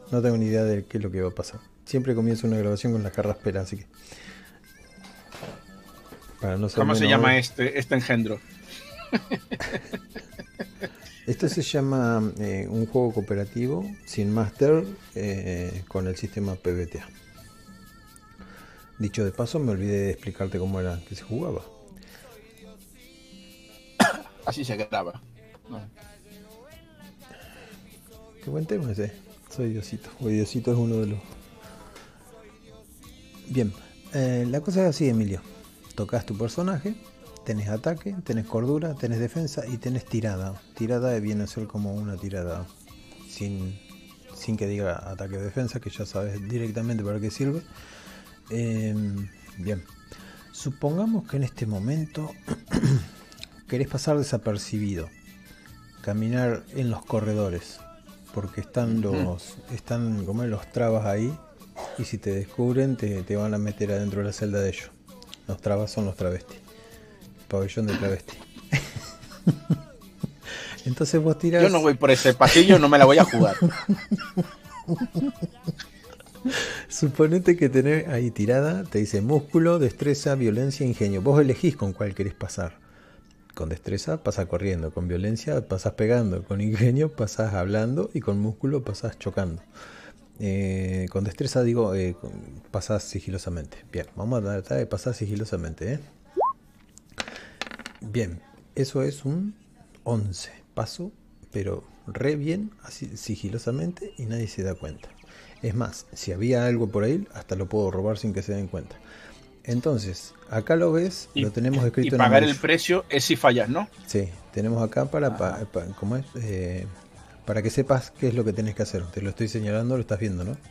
No tengo ni idea de qué es lo que va a pasar. Siempre comienzo una grabación con la carraspera, así que... Para no ser ¿Cómo se menos llama obvio. este engendro? Esto se llama un juego cooperativo sin máster con el sistema PBTA. Dicho de paso, me olvidé de explicarte cómo era que se jugaba. Así se graba. No. Qué buen tema ese. Soy Diosito. O Diosito es uno de los... Bien, la cosa es así, Emilio. Tocas tu personaje, tenés ataque, tenés cordura, tenés defensa y tenés tirada. Tirada viene a ser como una tirada sin que diga ataque o defensa, que ya sabes directamente para qué sirve. Bien, supongamos que en este momento querés pasar desapercibido, caminar en los corredores, porque están como los trabas ahí, y si te descubren te van a meter adentro de la celda de ellos. Los trabas son los travestis, pabellón de travesti. Entonces vos tirás... Yo no voy por ese pasillo, no me la voy a jugar. Suponete que tenés ahí tirada, te dice músculo, destreza, violencia, ingenio. Vos elegís con cuál querés pasar. Con destreza pasás corriendo, con violencia pasás pegando, con ingenio pasás hablando y con músculo pasás chocando. Con destreza digo, pasás sigilosamente. Bien, vamos a tratar de pasar sigilosamente. Bien, eso es un 11. Paso, pero re bien, así sigilosamente y nadie se da cuenta. Es más, si había algo por ahí, hasta lo puedo robar sin que se den cuenta. Entonces, acá lo ves, lo tenemos escrito y en pagar amarillo. el precio es si fallas, ¿no? Sí, tenemos acá ¿cómo es? Para que sepas qué es lo que tenés que hacer. Te lo estoy señalando, lo estás viendo, ¿no?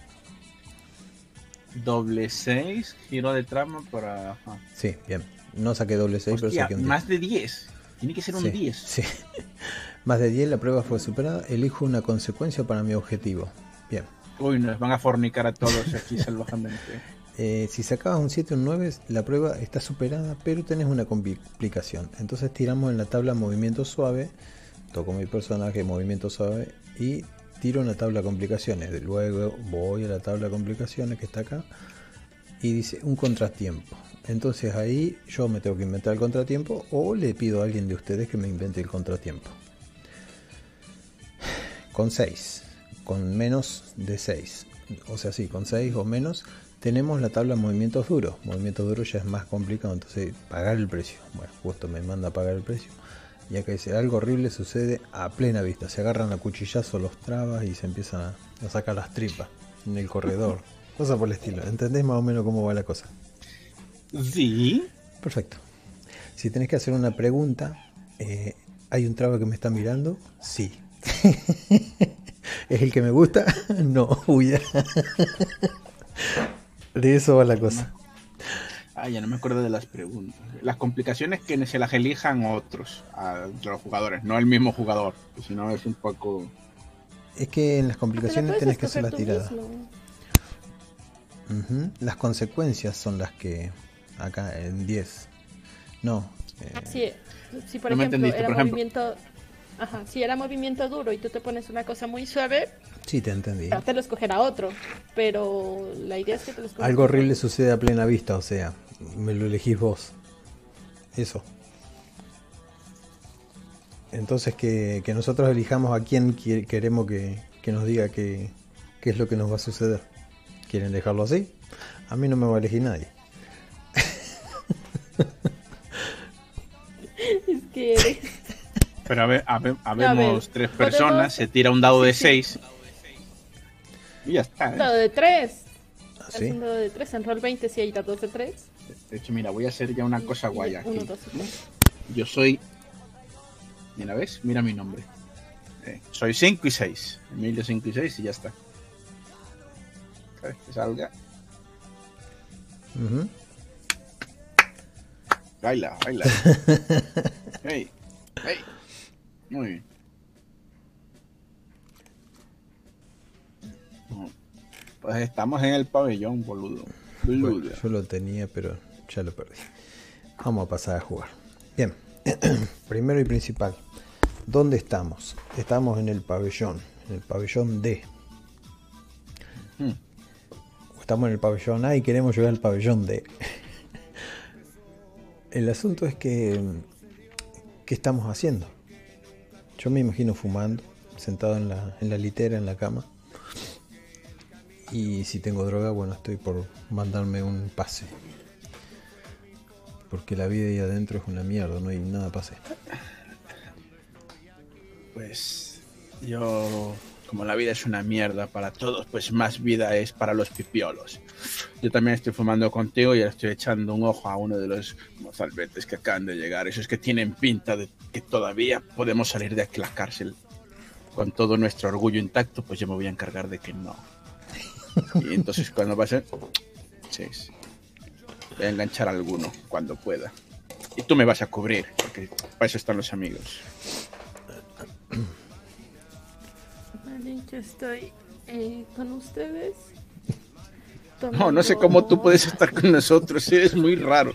Doble 6, giro de trama para... Ajá. Sí, bien. No saqué doble 6, pero Hostia, saqué un 10. más de 10. Tiene que ser un 10. Sí. Más de 10, la prueba fue superada. Elijo una consecuencia para mi objetivo. Bien. Uy, nos van a fornicar a todos aquí salvajemente. Si sacabas un 7 o un 9, la prueba está superada, pero tenés una complicación. Entonces tiramos en la tabla movimiento suave, toco mi personaje, movimiento suave, y tiro en la tabla complicaciones. Luego voy a la tabla complicaciones que está acá, y dice un contratiempo. Entonces ahí yo me tengo que inventar el contratiempo, o le pido a alguien de ustedes que me invente el contratiempo. Con 6, con menos de 6, o sea, sí, con 6 o menos, tenemos la tabla movimientos duros. Movimientos duros ya es más complicado, entonces pagar el precio. Bueno, justo me manda a pagar el precio. Y acá dice, algo horrible sucede a plena vista. Se agarran a cuchillazo los trabas y se empiezan a sacar las tripas en el corredor. Cosa por el estilo. ¿Entendés más o menos cómo va la cosa? Sí. Perfecto. Si tenés que hacer una pregunta, ¿hay un traba que me está mirando? Sí. ¿Es el que me gusta? No, huya. De eso va la cosa. Ya no me acuerdo de las preguntas. Las complicaciones que se las elijan otros, a los jugadores, no el mismo jugador. Si no es un poco... Es que en las complicaciones tenés que hacer la tirada. Las consecuencias son las que acá en 10. No. Si por no ejemplo era por movimiento... Ajá, si era movimiento duro y tú te pones una cosa muy suave, sí, te entendí. te lo escogerá otro, pero la idea es que te lo escogerá. Algo horrible sucede a plena vista, o sea, me lo elegís vos. Eso. Entonces que nosotros elijamos a quién queremos que nos diga qué es lo que nos va a suceder. ¿Quieren dejarlo así? A mí no me va a elegir nadie. Es que... Pero habemos 3 personas, se tira un dado de 6 y ya está. Un dado de 3. ¿Sí? Un dado de 3, en roll 20 si hay dados de 3. De hecho, mira, voy a hacer ya una cosa guay aquí. 1, 2, 3. Yo soy... Mira, ¿ves? Mira mi nombre. Soy 5 y 6. Emilio 5 y 6 y ya está. ¿Sabes? Que salga. Baila. Hey. Muy bien. Pues estamos en el pabellón, boludo. Bueno, yo lo tenía, pero ya lo perdí. Vamos a pasar a jugar. Bien. Primero y principal. ¿Dónde estamos? Estamos en el pabellón D. Mm. Estamos en el pabellón A y queremos llegar al pabellón D. El asunto es que... ¿Qué estamos haciendo? Yo me imagino fumando, sentado en la litera, en la cama. Y si tengo droga, bueno, estoy por mandarme un pase. Porque la vida ahí adentro es una mierda, no hay nada pase. Pues yo, como la vida es una mierda para todos, pues más vida es para los pipiolos. Yo también estoy fumando contigo y le estoy echando un ojo a uno de los mozalbetes que acaban de llegar. Esos que tienen pinta de que todavía podemos salir de aquí la cárcel. Con todo nuestro orgullo intacto, pues yo me voy a encargar de que no. Y entonces cuando pase, sí, voy a enganchar a alguno cuando pueda. Y tú me vas a cubrir, porque para eso están los amigos. Vale, yo estoy con ustedes. No sé cómo tú puedes estar con nosotros, eres muy raro.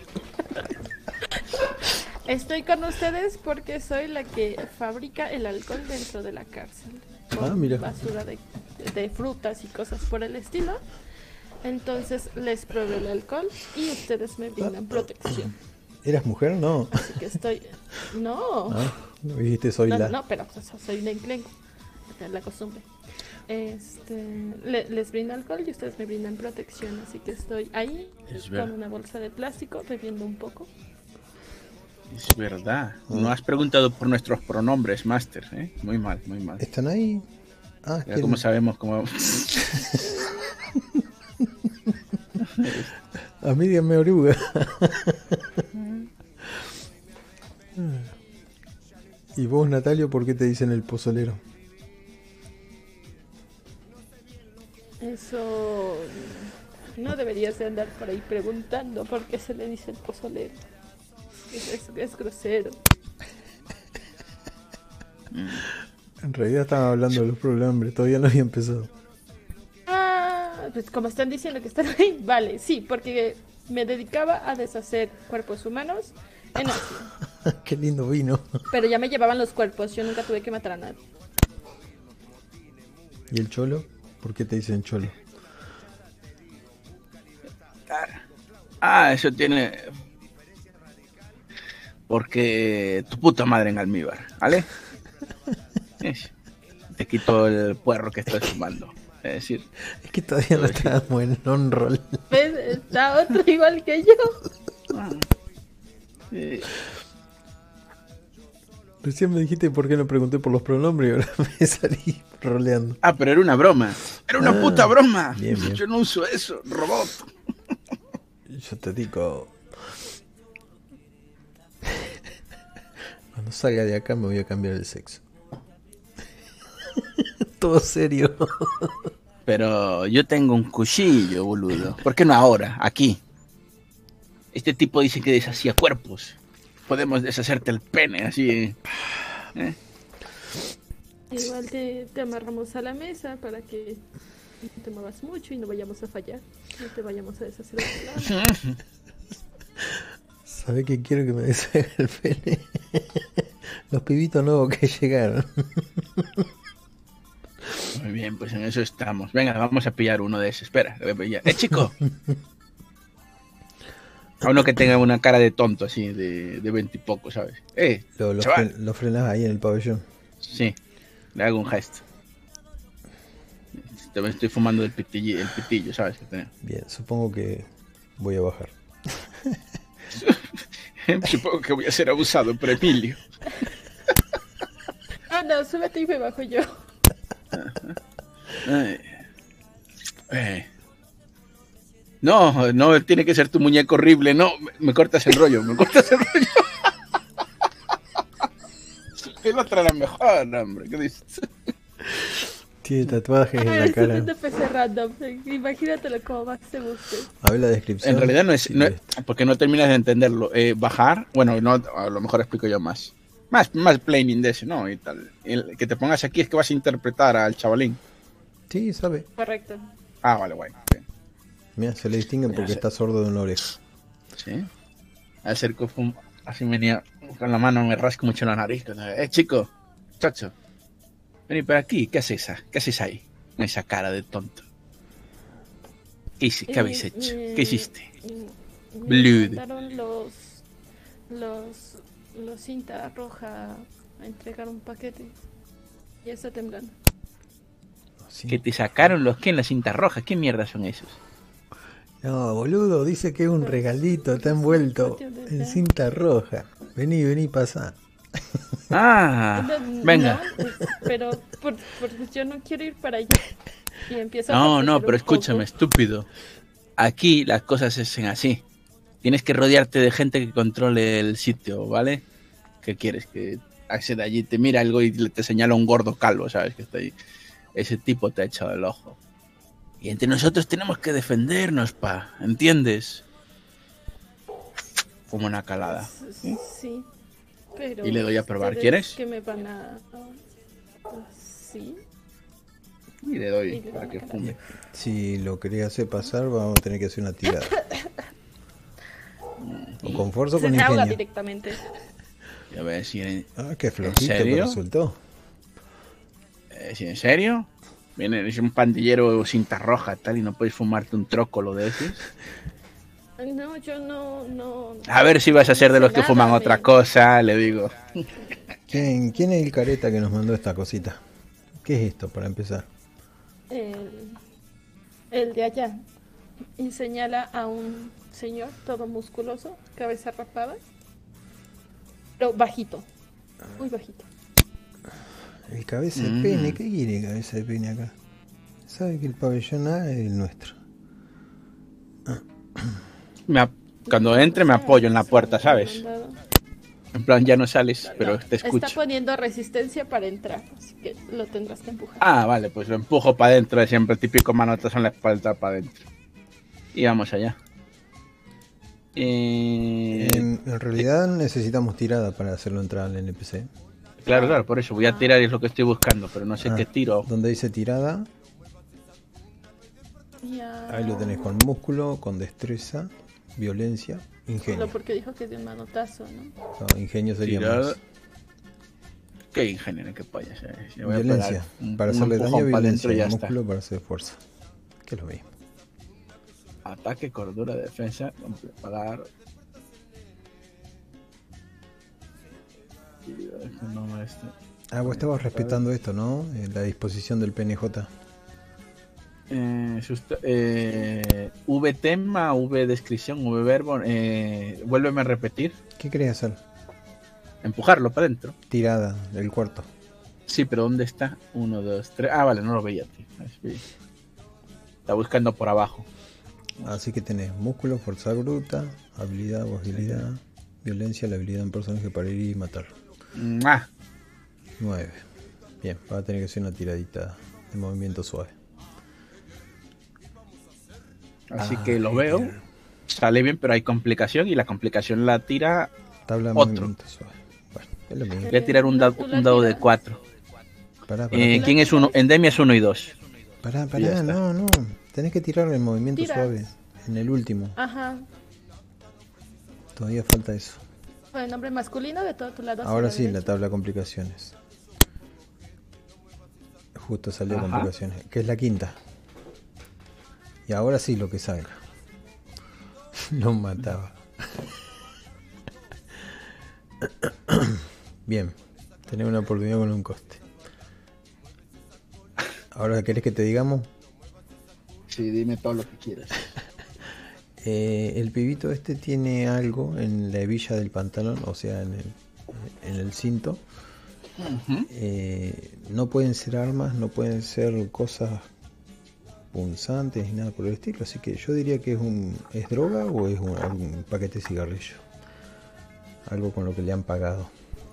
Estoy con ustedes porque soy la que fabrica el alcohol dentro de la cárcel. Con mira. basura de frutas y cosas por el estilo. Entonces les pruebo el alcohol y ustedes me brindan protección. ¿Eras mujer? No. Así que estoy... No. No dijiste soy No, la... no, pero o sea, soy un enclenco. Es la costumbre. Les brindo alcohol y ustedes me brindan protección. Así que estoy ahí con una bolsa de plástico bebiendo un poco. Es verdad. No has preguntado por nuestros pronombres, Master, ¿eh? Muy mal, muy mal. ¿Están ahí? Ya como sabemos cómo... A mí díganme oruga. ¿Y vos, Natalio, por qué te dicen el pozolero? Eso no deberías de andar por ahí preguntando por qué se le dice el pozolero. Es grosero. En realidad estaban hablando de los pronombres, todavía no había empezado. Pues como están diciendo que están ahí, vale, sí, porque me dedicaba a deshacer cuerpos humanos en Asia. Qué lindo vino. Pero ya me llevaban los cuerpos, yo nunca tuve que matar a nadie. ¿Y el cholo? ¿Por qué te dicen cholo? Eso tiene... Porque tu puta madre en almíbar, ¿vale? Te quito el puerro que estoy fumando. Es decir... Es que todavía no estábamos en on-roll. ¿Ves? Está otro igual que yo. Sí. Recién me dijiste por qué no pregunté por los pronombres y ahora me salí roleando. Pero era una broma. Era una puta broma. Bien, bien. Yo no uso eso, robot. Yo te digo... Cuando salga de acá me voy a cambiar el sexo. Todo serio. Pero yo tengo un cuchillo, boludo. ¿Por qué no ahora? Aquí. Este tipo dice que deshacía cuerpos. Podemos deshacerte el pene, así. Igual te amarramos a la mesa para que no te muevas mucho y no vayamos a fallar. No te vayamos a deshacer de lado. ¿Sabe qué quiero que me deshaga el pene? Los pibitos nuevos que llegaron. Muy bien, pues en eso estamos. Venga, vamos a pillar uno de esos. Espera, voy a pillar. Chico! A uno que tenga una cara de tonto, así, de 20 y poco, ¿sabes? Lo frenas ahí en el pabellón. Sí, le hago un gesto. También estoy fumando el pitillo, ¿sabes? Bien, supongo que voy a bajar. Supongo que voy a ser abusado por Emilio. No, súbete y me bajo yo. No, tiene que ser tu muñeco horrible. No, me cortas el rollo, El otro era mejor, hombre. ¿Qué dices? Tiene tatuajes en la cara. Es PC random. Imagínatelo como más te guste. A ver la descripción. En realidad no es porque no terminas de entenderlo. Bajar, bueno, no, a lo mejor explico yo más planning de ese, ¿no? Y tal. El que te pongas aquí es que vas a interpretar al chavalín. Sí, sabe. Correcto. Vale, guay. Sí. Mira, se le distingue porque está sordo de una oreja. Sí. Acerco, así venía con la mano, me rasco mucho la nariz. Chico, chacho, vení por aquí, ¿qué haces ahí? Con esa cara de tonto. ¿Qué habéis hecho? ¿Qué hiciste? Me Blood. mandaron los cinta roja a entregar un paquete. Y está temblando. Sí. ¿Que te sacaron los que en la cinta roja? ¿Qué mierda son esos? No, boludo, dice que es un regalito, está envuelto en cinta roja. Vení, pasá. Ah, venga. No, pues, pero pues yo no quiero ir para allá. Y empiezo a No, proteger pero un escúchame, poco. estúpido. Aquí las cosas se hacen así. Tienes que rodearte de gente que controle el sitio, ¿vale? ¿Qué quieres? Que acceda allí, te mira algo y te señala un gordo calvo, ¿sabes? Que está ahí. Ese tipo te ha echado el ojo. Y entre nosotros tenemos que defendernos, ¿entiendes? Como una calada. Sí, pero... Y le doy a probar, ¿ustedes ¿quieres? que me van a...? Sí. Y le doy Y le para van a que calar. fume. Si lo querés hacer pasar, vamos a tener que hacer una tirada. O con fuerza o Se con ahoga ingenio. directamente. Y a ver si Ah, qué flojito que serio? resultó. si en serio. Viene, es un pandillero cinta roja, tal, y no puedes fumarte un trócolo de esos. No, yo no... A ver si vas a ser de los que Nada, fuman otra cosa, le digo. ¿Quién es el careta que nos mandó esta cosita? ¿Qué es esto para empezar? El de allá. Y señala a un señor todo musculoso, cabeza rapada, pero bajito, muy bajito. El cabeza de pene, ¿qué quiere cabeza de pene acá? Sabe que el pabellón A es el nuestro. Cuando entre me apoyo en la puerta, ¿sabes? En plan, ya no sales, pero te Está escucho. poniendo resistencia para entrar, así que lo tendrás que empujar. Ah, vale, pues lo empujo para adentro, siempre típico manotazo en la espalda para adentro. Y vamos allá. En realidad necesitamos tirada para hacerlo entrar al NPC. Claro, por eso voy a tirar y es lo que estoy buscando, pero no sé qué tiro. Donde dice tirada, Ya. ahí lo tenés con músculo, con destreza, violencia, ingenio. Solo porque dijo que es de un manotazo, ¿no? No, ingenio sería Tirada. más. ¿Qué ingenio? ¿Qué pollas? Le voy a Violencia, pegar para un hacerle daño, empujón para violencia, adentro y ya y está. músculo para hacer fuerza. Que es lo mismo. Ataque, cordura, defensa, pagar. No, esto. Ah, vos estabas respetando esto, ¿no? La disposición del PNJ. V tema, V descripción, V verbo. Vuélveme a repetir. ¿Qué querés hacer? Empujarlo para adentro. Tirada, el cuarto. Sí, pero ¿dónde está? 1, 2, 3. Ah, vale, no lo veía, tío. Está buscando por abajo. Así que tenés músculo, fuerza bruta, habilidad o agilidad, violencia, la habilidad de un personaje para ir y matar. 9. Bien, va a tener que hacer una tiradita de movimiento suave. Así que lo veo. Sale bien, pero hay complicación y la complicación la tira. Tabla de Otro. movimiento suave. Bueno, es lo mismo. Voy a tirar un dado de 4. Pará. ¿Quién es uno? Endemia es 1 y 2. Pará, Ya está. no. Tenés que tirar el movimiento Tira. suave. En el último. Ajá. Todavía falta eso. Con el nombre masculino de todo tu lado. Ahora hacia sí, la derecha. tabla de complicaciones. Justo salió Ajá. complicaciones. Que es la quinta. Y ahora sí lo que salga. Lo mataba. Bien. Tenés una oportunidad con un coste. Ahora, ¿querés que te digamos? Sí, dime todo lo que quieras. El pibito este tiene algo en la hebilla del pantalón, o sea, en el cinto. No pueden ser armas, no pueden ser cosas punzantes ni nada por el estilo, así que yo diría que es droga o es algún paquete de cigarrillo. algo con lo que le han pagado.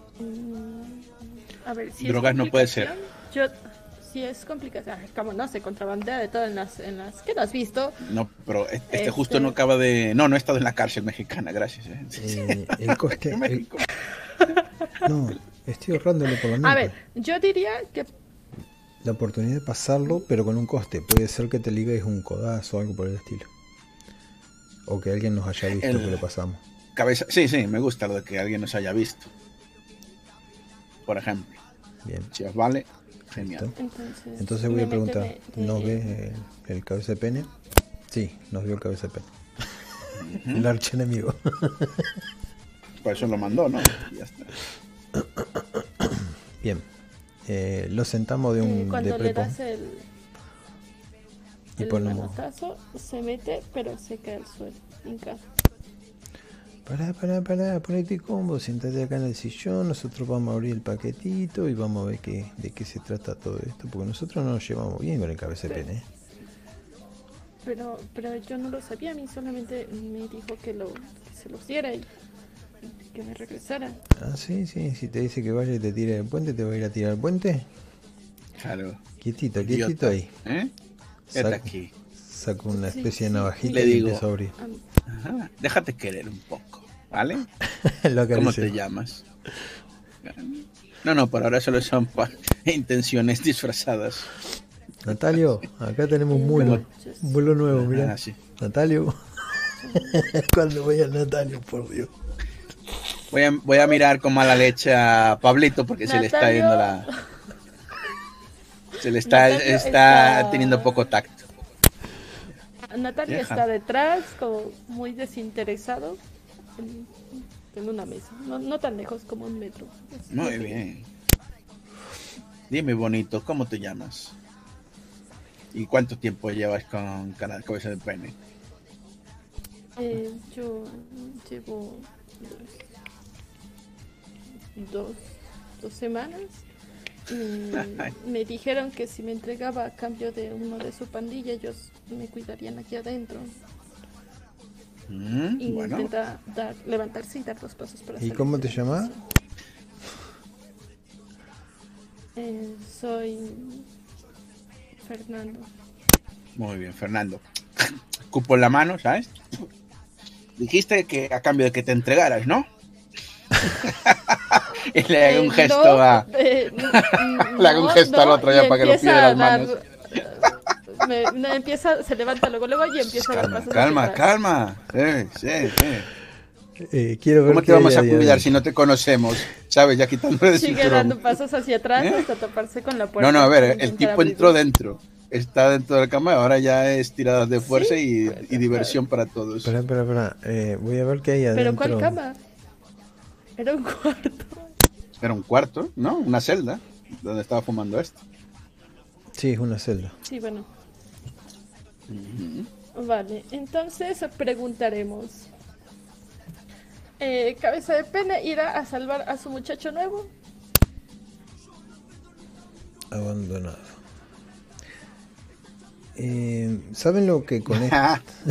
A ver, si Drogas es no puede ser. Si es complicación, como no sé, contrabandea de todo en las que no has visto. No, pero este justo no acaba de... No he estado en la cárcel mexicana, gracias. El coste... No, estoy ahorrándole por la mente. A ver, yo diría que... La oportunidad de pasarlo, pero con un coste. Puede ser que te ligues un codazo o algo por el estilo. O que alguien nos haya visto que lo pasamos. Cabeza... Sí, me gusta lo de que alguien nos haya visto. Por ejemplo. Bien. Si os vale, genial. Entonces voy a preguntar, ¿no ves el cabeza de pene? Sí, nos vio el cabeza de pene. El archienemigo. Por eso lo mandó, ¿no? Y ya está. Bien. Lo sentamos de un Cuando de le prepo. das Y el ponemos. manotazo, se mete, pero se cae al suelo, hincado. Pará, ponete cómodo, siéntate acá en el sillón, nosotros vamos a abrir el paquetito y vamos a ver de qué se trata todo esto, porque nosotros no nos llevamos bien con el cabeza de pene. Pero yo no lo sabía, a mí solamente me dijo que se los diera y que me regresara. Ah, sí, si te dice que vaya y te tire el puente, ¿te va a ir a tirar el puente? Claro. Quietito Idiota. ahí. ¿Eh? Quédate aquí. Saco una Sí, especie de sí. navajita Le y digo. empiezo a abrir. Ajá. Déjate querer un poco, ¿vale? Lo ¿Cómo acaricio. te llamas? No, por ahora solo son intenciones disfrazadas. Natalio, acá tenemos un mulo nuevo, mirá. Ah, sí. Natalio. Cuando voy a Natalio, por Dios. Voy a mirar con mala leche a Pablito porque se le está Natalio. yendo la... Se le Natalio está teniendo poco tacto. Natalia Deja. está detrás, como muy desinteresado, en una mesa. No tan lejos como 1 metro. Muy bien. Dime, bonito, ¿cómo te llamas? ¿Y cuánto tiempo llevas con cabeza de pene? Yo llevo dos semanas. Me dijeron que si me entregaba a cambio de uno de su pandilla, ellos me cuidarían aquí adentro. Y Bueno, intenta levantarse y dar 2 pasos para ¿Y salir cómo de te la llamas? habitación. Soy Fernando. muy bien, Fernando. Cupo en la mano, ¿sabes? Dijiste que a cambio de que te entregaras, ¿no? Y le hago un gesto No, a... Le hago un gesto al otro ya y para que lo empieza pida de las a dar, manos. se levanta luego y empieza a dar pasos hacia atrás. Calma. Sí. Quiero ver ¿Cómo qué te vamos hay a ahí cuidar adentro. si no te conocemos? ¿Sabes? Ya quitándole el Sigue dando cinturón. pasos hacia atrás ¿Eh? hasta toparse con la puerta. No, a ver, para el intentar tipo abrirla. entró dentro. Está dentro de la cama, ahora ya es tiradas de fuerza Sí, y diversión para todos. Espera. Voy a ver qué hay adentro. ¿Pero cuál cama? Era un cuarto. Era un cuarto, ¿no? Una celda donde estaba fumando esto. Sí, es una celda. Sí, bueno. Vale, entonces preguntaremos. Cabeza de pene irá a salvar a su muchacho nuevo. Abandonado. ¿Saben lo que con esto?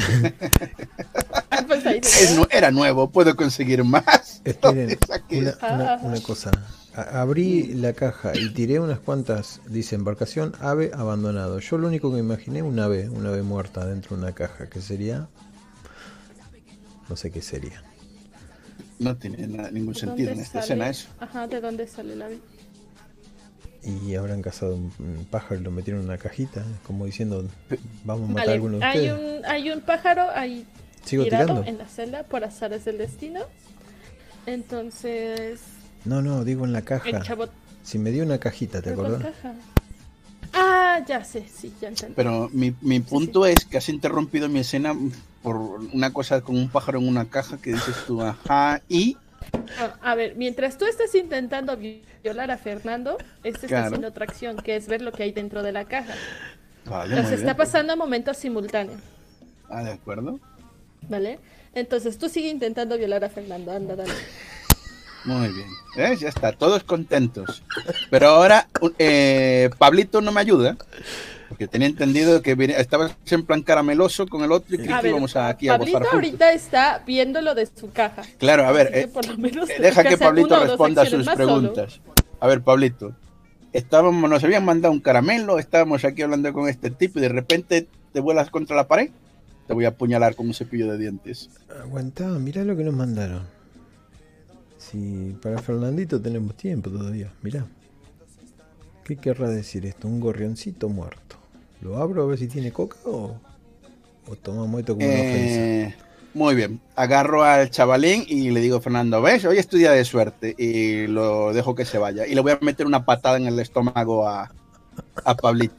Pues ahí Era nuevo, puedo conseguir más. Esperen, ¿Dónde saqué esto? una cosa. Abrí la caja y tiré unas cuantas, dice embarcación, ave abandonado. Yo lo único que imaginé, una ave muerta dentro de una caja, que sería... No sé qué sería. No tiene ningún sentido en esta escena eso. Ajá, ¿de dónde sale la ave? Y habrán cazado un pájaro y lo metieron en una cajita, como diciendo, vamos a matar a Vale, alguno de ustedes. hay un pájaro ahí ¿Sigo tirado tirando? en la celda por azares del destino. Entonces, No, digo en la el caja. chavo... Si me dio una cajita, ¿te ¿Pero cuál acordás? caja? Ah, ya sé, sí, ya entendí. Pero mi punto es que has interrumpido mi escena por una cosa con un pájaro en una caja que dices tú, ajá, y... A ver, mientras tú estás intentando violar a Fernando, este está Claro. haciendo otra acción, que es ver lo que hay dentro de la caja. Vale, Los muy está bien. pasando a momentos simultáneos, Ah, de acuerdo. ¿vale? Entonces tú sigue intentando violar a Fernando, anda, dale. Muy bien. Ya está, todos contentos. Pero ahora Pablito no me ayuda, porque tenía entendido que estabas en plan carameloso con el otro y que A ver, íbamos aquí a Pablito gozar juntos. ahorita está viendo lo de su caja. Claro, a Así que ver, por lo menos deja tendrá que hacer Pablito una o dos responda a acciones sus más solo. preguntas. A ver, Pablito, nos habían mandado un caramelo, estábamos aquí hablando con este tipo y de repente te vuelas contra la pared, te voy a apuñalar con un cepillo de dientes. Aguantá, mirá lo que nos mandaron. Si para Fernandito tenemos tiempo todavía, mirá. ¿Qué querrá decir esto? Un gorrioncito muerto. ¿Lo abro a ver si tiene coca o tomamos esto como una ofensa? Muy bien, agarro al chavalín y le digo, Fernando, ¿ves? Hoy es tu día de suerte y lo dejo que se vaya. Y le voy a meter una patada en el estómago a Pablito.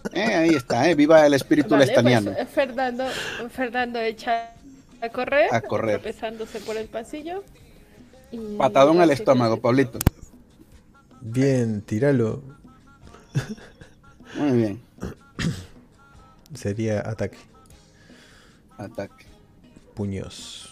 Ahí está, viva el espíritu Vale, lestaniano. pues, Fernando echa A correr. tropezándose por el pasillo. Y Patadón al hace que estómago, se- Pablito. Bien, tíralo. Muy bien. Sería ataque. Ataque. Puños.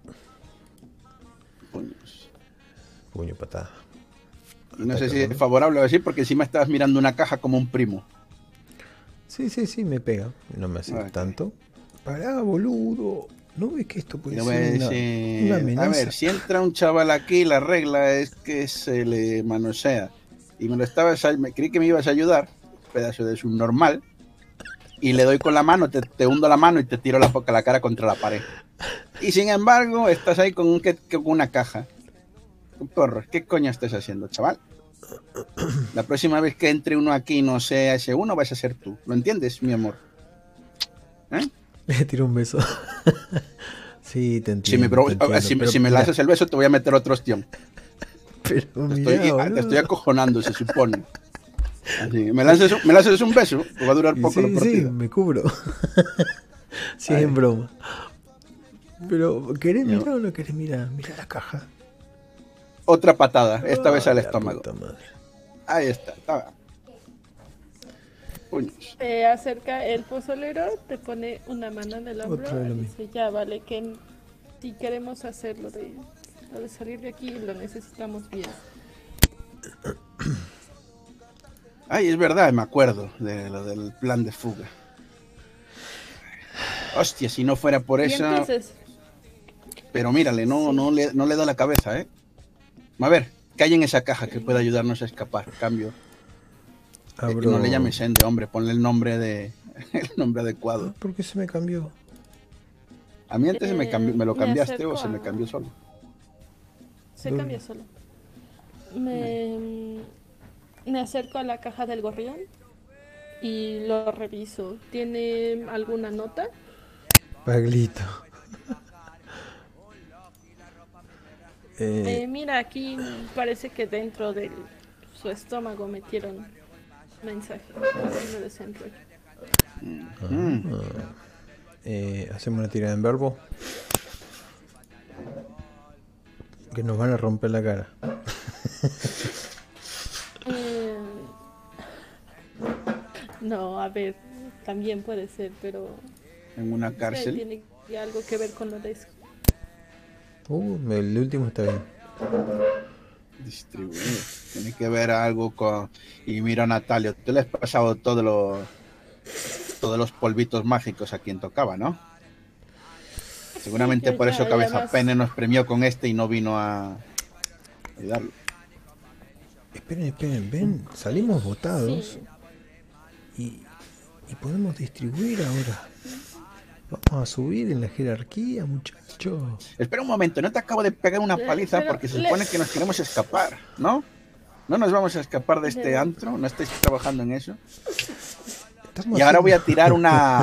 Puños. Puño, patada. Y no sé Ataque, si ¿no? es favorable o así, porque encima estabas mirando una caja como un primo. Sí, me pega. No me hace Ok. tanto. Pará, boludo. ¿No ves que esto Y puede le voy a ser una decir, a amenaza? ver, si entra un chaval aquí, la regla es que se le manosea. Y me creí que me ibas a ayudar, pedazo de subnormal. Y le doy con la mano, te hundo la mano y te tiro la cara contra la pared. Y sin embargo, estás ahí con una caja. Porro, ¿qué coño estás haciendo, chaval? La próxima vez que entre uno aquí y no sea ese uno, vas a ser tú. ¿Lo entiendes, mi amor? ¿Eh? Le tiro un beso. Sí, te Si me, entiendo. Pero si me mirá, lanzas el beso, te voy a meter otro ostión. pero Te mirá, estoy boludo. acojonando, se supone. Así, me lanzas un beso, pues va a durar Y poco la sí, partida. me cubro. Sí, es Ay. en broma. Pero, ¿querés Yo- mirar o no querés mirar? Mira la caja. Otra patada, esta vez al La estómago. puta madre. Ahí está. Puños. Te acerca el pozolero, te pone una mano en el hombro Otra vez lo y mismo. dice, ya vale, que si queremos hacer lo de salir de aquí, lo necesitamos bien. Ay, es verdad, me acuerdo de lo del plan de fuga. Hostia, si no fuera por Y eso. entonces, Pero mírale, no le da la cabeza, ¿eh? A ver, ¿qué hay en esa caja que pueda ayudarnos a escapar? Cambio. Abro. No le llames Ende, hombre, ponle el nombre el nombre adecuado. ¿Por qué se me cambió? A mí antes me lo me cambiaste acerco o se me a- cambió solo. se ¿Dónde? cambia solo. Me acerco a la caja del gorrión y lo reviso. ¿Tiene alguna nota? Paglito. Mira, aquí parece que dentro de su estómago metieron mensaje. Así me desenrollo. Hacemos una tirada en verbo. Que nos van a romper la cara. Eh, no, a ver, también puede ser, pero En una cárcel. tiene algo que ver con lo de eso. El último está bien. Distribuir. Tiene que ver algo con. Y mira, Natalio, tú le has pasado todos los polvitos mágicos a quien tocaba, ¿no? Seguramente Sí, por eso y Cabeza además- Pene nos premió con este y no vino a ayudarlo. Esperen, ven. Salimos votados. Sí. Y podemos distribuir ahora. Vamos a subir en la jerarquía, muchachos. Espera un momento, no te acabo de pegar una paliza pero porque se supone que nos queremos escapar, ¿no? ¿No nos vamos a escapar de este Pero- antro? ¿No estáis trabajando en eso? Estamos Y ahora voy a haciendo- tirar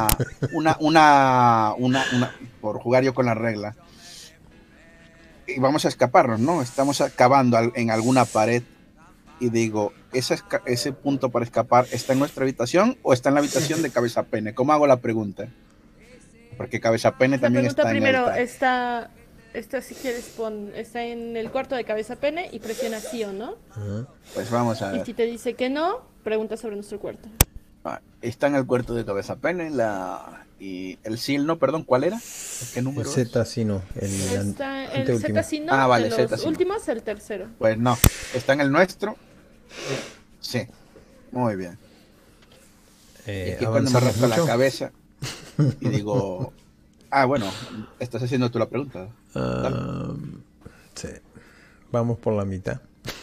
una por jugar yo con la regla. Y vamos a escaparnos, ¿no? Estamos acabando en alguna pared y digo, ¿ese punto para escapar está en nuestra habitación o está en la habitación de Cabeza Pene? ¿Cómo hago la pregunta? Porque Cabeza Pene La también pregunta está primero en el está si quieres está en el cuarto de cabeza pene y presiona sí o no. Ajá. Pues vamos a Y ver. si te dice que no, pregunta sobre nuestro cuarto. Está en el cuarto de Cabeza Pene y el SIL, ¿no? Perdón, ¿cuál era? ¿Qué El número es? Z sí no. Está el anteúltimo. Z sí no, Ah, vale, de los Z sí no. últimos el tercero. Pues no, está en el nuestro. Sí, muy bien. Y aquí cuando me Avanzamos rasco la mucho. cabeza y digo, bueno, estás haciendo tú la pregunta. Sí. Vamos por la mitad.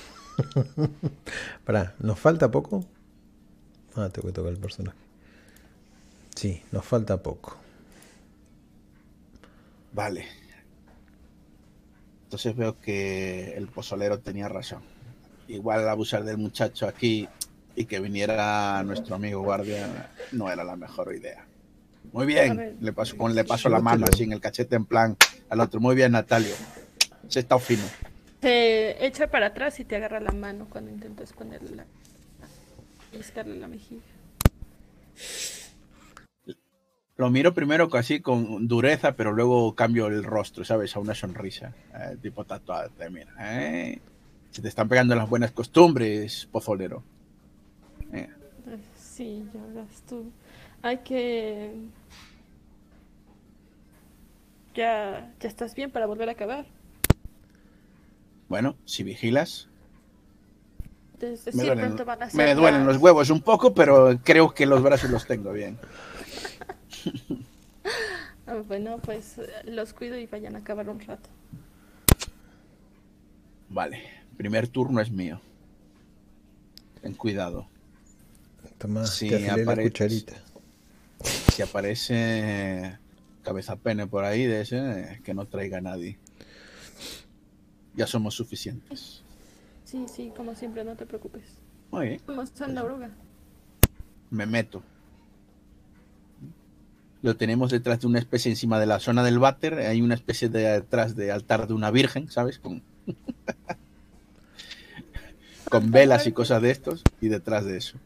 Pará, ¿nos falta poco? Tengo que tocar el personaje. Sí, nos falta poco. Vale. Entonces veo que el pozolero tenía razón. Igual abusar del muchacho aquí y que viniera nuestro amigo guardia no era la mejor idea. Muy A bien, ver. le paso la mano Llévatelo. así en el cachete en plan al otro. Muy bien, Natalio. Se está fino. Te echa para atrás y te agarra la mano cuando intentas ponerle buscarle la mejilla. Lo miro primero así con dureza, pero luego cambio el rostro, ¿sabes? A una sonrisa. Tipo tatuada. Mira, se te están pegando las buenas costumbres, pozolero. Sí, ya verás tú. Hay que... Ya estás bien para volver a acabar. Bueno, si vigilas. Desde Me siempre duelen, te van a me hacer duelen los huevos un poco, pero creo que los brazos los tengo bien. Bueno, pues los cuido y vayan a acabar un rato. Vale, primer turno es mío. Ten cuidado. Toma, Si te afilé la aparece, cucharita. si aparece cabeza pene por ahí de ese, que no traiga a nadie. Ya somos suficientes. Sí, como siempre, no te preocupes. Muy bien, ¿Cómo está la oruga? me meto. Lo tenemos detrás de una especie encima de la zona del váter. Hay una especie de detrás de altar de una virgen, ¿sabes? Con velas y cosas de estos. Y detrás de eso.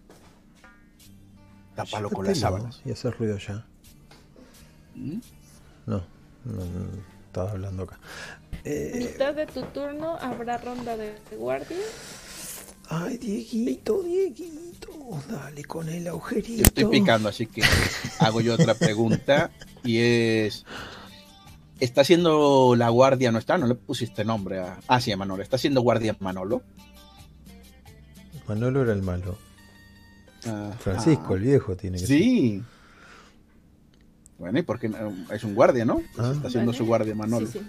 Tápalo con las Llévatelo sábanas. y hacer ruido ya. ¿Mm? No, estaba hablando acá. A mitad de tu turno habrá ronda de guardia. Ay, Dieguito, dale con el agujerito. Yo estoy picando, así que hago yo otra pregunta. Y es... ¿Está haciendo la guardia? No está, no le pusiste nombre a... Ah, sí, a Manolo. ¿Está haciendo guardia Manolo? Manolo era el malo. Francisco, el viejo, tiene que ser. Sí. Bueno, ¿y por qué no? Es un guardia, ¿no? Pues está haciendo Vale. su guardia Manolo. Sí.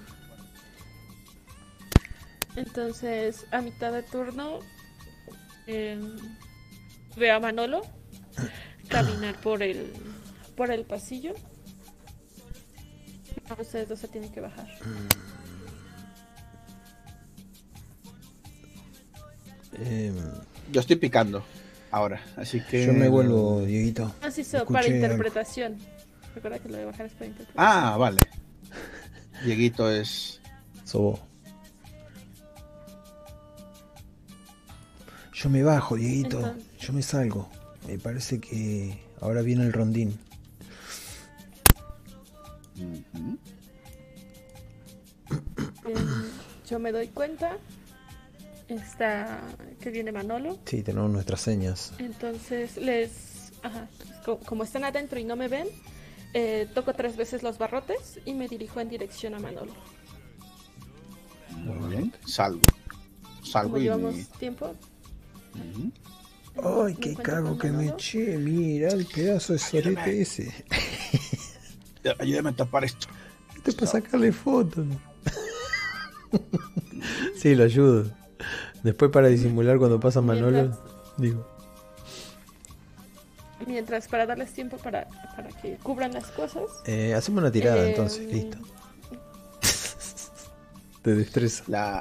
Entonces, a mitad de turno, veo a Manolo caminar por el pasillo. Ustedes dos se tienen que bajar. Yo estoy picando ahora, así que... Yo me vuelvo, Dieguito. Así so, para interpretación. Recuerda que lo de bajar es para interpretación. Ah, vale. Dieguito es... Sobo. Yo me bajo, Dieguito. Entonces... Yo me salgo. Me parece que ahora viene el rondín. Yo me doy cuenta que viene Manolo. Sí, tenemos nuestras señas. Entonces como están adentro y no me ven, toco 3 veces los barrotes y me dirijo en dirección a Manolo. Muy bien, salgo Como y llevamos tiempo. Ay, qué cago que me eché. Mira el pedazo de sorete ese. Ayúdame a tapar esto. Esto es para sacarle fotos. Sí, lo ayudo. Después para disimular cuando pasa Manolo, digo. Mientras, para darles tiempo para que cubran las cosas. Hacemos una tirada entonces, listo. De destreza.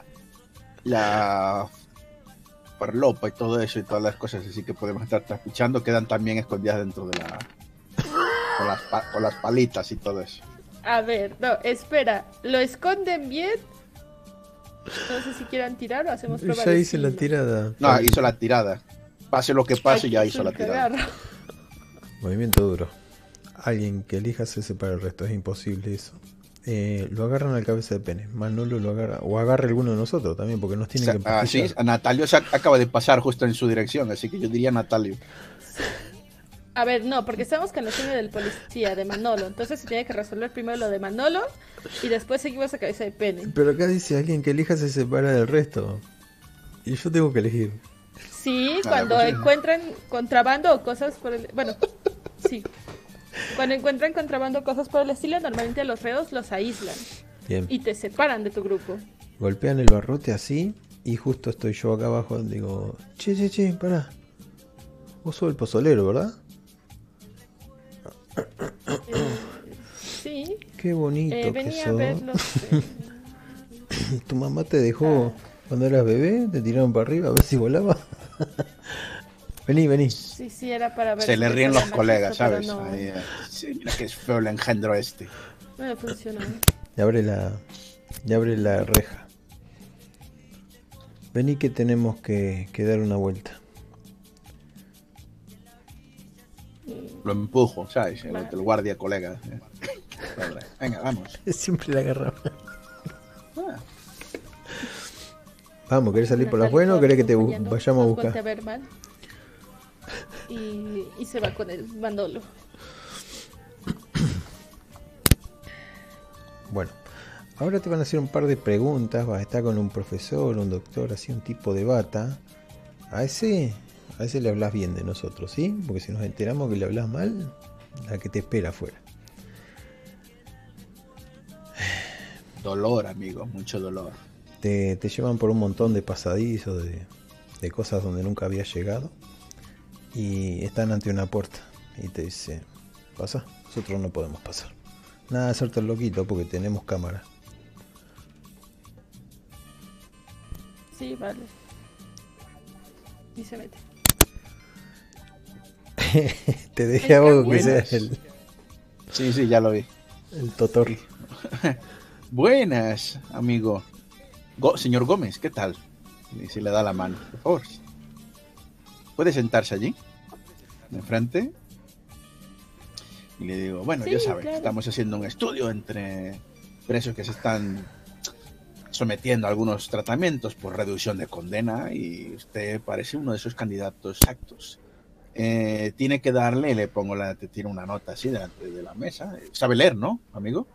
La farlopa y todo eso y todas las cosas así que podemos estar traspichando quedan también escondidas dentro de con las palitas y todo eso. A ver, no, espera, ¿lo esconden bien? No sé si quieran tirar o hacemos prueba Ya de hice la sigilo. tirada. No, hizo la tirada. Pase lo que pase, ya hizo la tirada. Movimiento duro. Alguien que elija se separa el resto, es imposible eso. Lo agarran al cabeza de pene. Manolo lo agarra, o agarra alguno de nosotros también, porque nos tienen que sí, a Natalio se acaba de pasar justo en su dirección, así que yo diría Natalio. A ver, no, porque estamos con la seña del policía, de Manolo. Entonces se tiene que resolver primero lo de Manolo y después seguimos a cabeza de pene. Pero acá dice alguien que elija se separa del resto. Y yo tengo que elegir. Sí, cuando encuentran contrabando o cosas por el... Bueno, sí. Cuando encuentran contrabando o cosas por el estilo, normalmente a los reos los aíslan. Bien. Y te separan de tu grupo. Golpean el barrote así y justo estoy yo acá abajo. Digo, che, pará. Vos sos el pozolero, ¿verdad? Sí. Qué bonito que venía sos. a verlos. ¿Tu mamá te dejó cuando eras bebé? ¿Te tiraron para arriba a ver si volaba? Vení. Sí, era para ver. Se le ríen los colegas, ¿sabes? No, Ahí, sí, mira que es feo el engendro este. no me funcionó. Y abre la reja. Vení que tenemos que dar una vuelta. Lo empujo, ¿sabes? Vale. El guardia colega. Venga, vamos. Siempre la agarraba. Ah, Vamos, ¿querés salir por las Natalie buenas o querés que te acompañando, vayamos a nos voltea buscar? ver mal. Y se va con el bandolo. Bueno, ahora te van a hacer un par de preguntas. Vas a estar con un profesor, un doctor, así un tipo de bata. A ese le hablas bien de nosotros, ¿sí? Porque si nos enteramos que le hablas mal, la que te espera afuera. dolor, amigo, mucho dolor. Te llevan por un montón de pasadizos, de cosas donde nunca había llegado. Y están ante una puerta. Y te dice, pasa, nosotros no podemos pasar. Nada de hacerte el loquito porque tenemos cámara. Sí, vale. Y se mete. Te dejé a vos que Buenas. seas el Sí, ya lo vi. totor. Buenas, amigo. Señor Gómez, ¿qué tal? Y si le da la mano, por favor. ¿Puede sentarse allí? Enfrente. Y le digo, bueno, Sí, ya saben, claro. estamos haciendo un estudio entre presos que se están sometiendo a algunos tratamientos por reducción de condena y usted parece uno de esos candidatos exactos. Tiene que darle, te tiro una nota así delante de la mesa. Sabe leer, ¿no, amigo?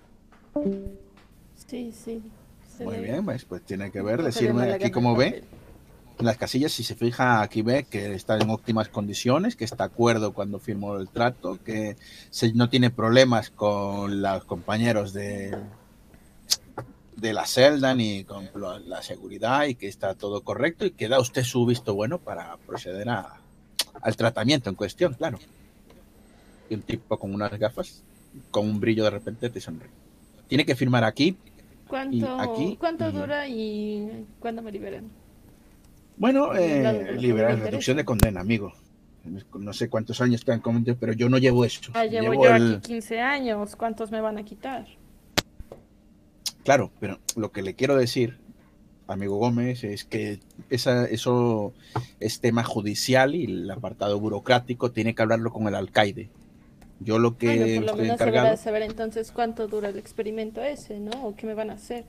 Sí. Muy bien, pues tiene que ver, No se decirme mala aquí gana como el ve. papel. En las casillas, si se fija, aquí ve que está en óptimas condiciones, que está de acuerdo cuando firmó el trato, que no tiene problemas con los compañeros de la celda ni con la seguridad y que está todo correcto y que da usted su visto bueno para proceder al tratamiento en cuestión, claro. Y un tipo con unas gafas, con un brillo de repente te sonríe. Tiene que firmar aquí y aquí. ¿Cuánto dura y cuándo me liberan? Bueno, Del lado de lo que liberar, me reducción interesa. de condena, amigo. No sé cuántos años te han cometido, pero yo no llevo eso. Llevo yo aquí 15 años. ¿Cuántos me van a quitar? Claro, pero lo que le quiero decir, amigo Gómez, es que eso es tema judicial y el apartado burocrático tiene que hablarlo con el alcaide. Yo lo Bueno, que por lo estoy menos deberá encargado... de saber entonces cuánto dura el experimento ese, ¿no? ¿O qué me van a hacer?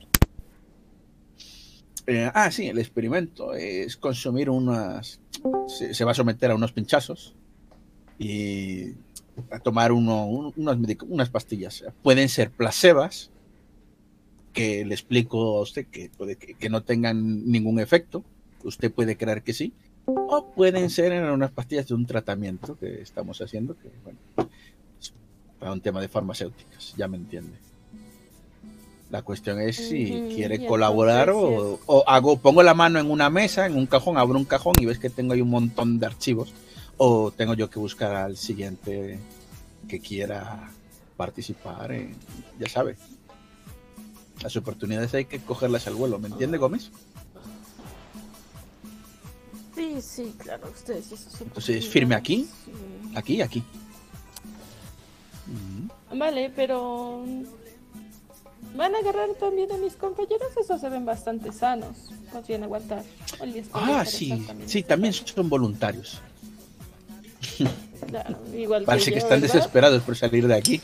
Sí, el experimento es consumir se va a someter a unos pinchazos y a tomar unas pastillas. Pueden ser placebas, que le explico a usted que puede que no tengan ningún efecto. Usted puede creer que sí. O pueden ser unas pastillas de un tratamiento que estamos haciendo, que bueno, es para un tema de farmacéuticas, ya me entiende. La cuestión es si quiere y colaborar entonces pongo la mano en una mesa, en un cajón, abro un cajón y ves que tengo ahí un montón de archivos, o tengo yo que buscar al siguiente que quiera participar, ya sabe. Las oportunidades hay que cogerlas al vuelo, ¿me entiende, Gómez? Sí, claro, ustedes sí son Entonces, firme aquí, sí. aquí. Vale, pero ¿van a agarrar también a mis compañeros? Esos se ven bastante sanos. Podrían aguantar. Sí, también son voluntarios. Claro, igual Parece que yo, están ¿verdad? desesperados por salir de aquí.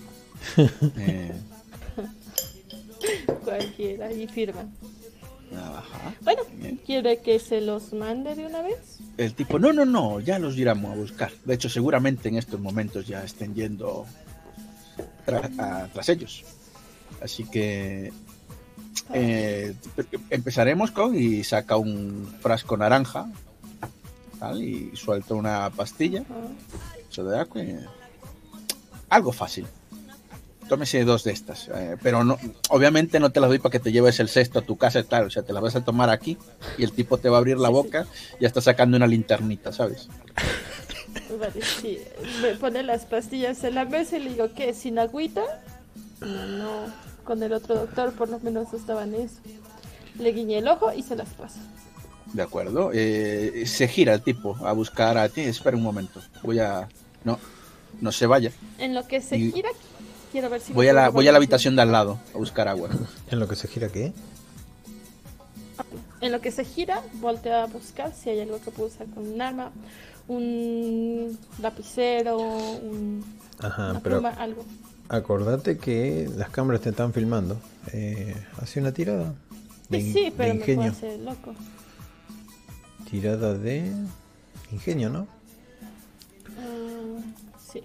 Cualquiera, y firman. Ajá. Bueno, Bien. ¿quiere que se los mande de una vez? El tipo, no, ya los iremos a buscar. De hecho, seguramente en estos momentos ya estén yendo tras ellos. Así que empezaremos y saca un frasco naranja, ¿vale? Y suelta una pastilla, eso de agua, algo fácil. Tómese 2 de estas, pero no, obviamente no te las doy para que te lleves el cesto a tu casa y tal, o sea, te las vas a tomar aquí y el tipo te va a abrir la boca y ya está sacando una linternita, ¿sabes? Vale, sí. Me pone las pastillas en la mesa y le digo, ¿qué? ¿Sin agüita? No, con el otro doctor por lo menos estaba en eso. Le guiñé el ojo y se las pasa. De acuerdo. Se gira el tipo a buscar a ti. Espera un momento. No se vaya. En lo que se gira, quiero ver si... Voy a la habitación de al lado a buscar agua. ¿En lo que se gira qué? En lo que se gira, voltea a buscar si hay algo que puedo usar con un arma, un lapicero, Ajá, una pero pluma, algo. acordate que las cámaras te están filmando. Hace una tirada Sí, pero de me puedo ingenio. hacer loco. Tirada de ingenio, ¿no? Sí.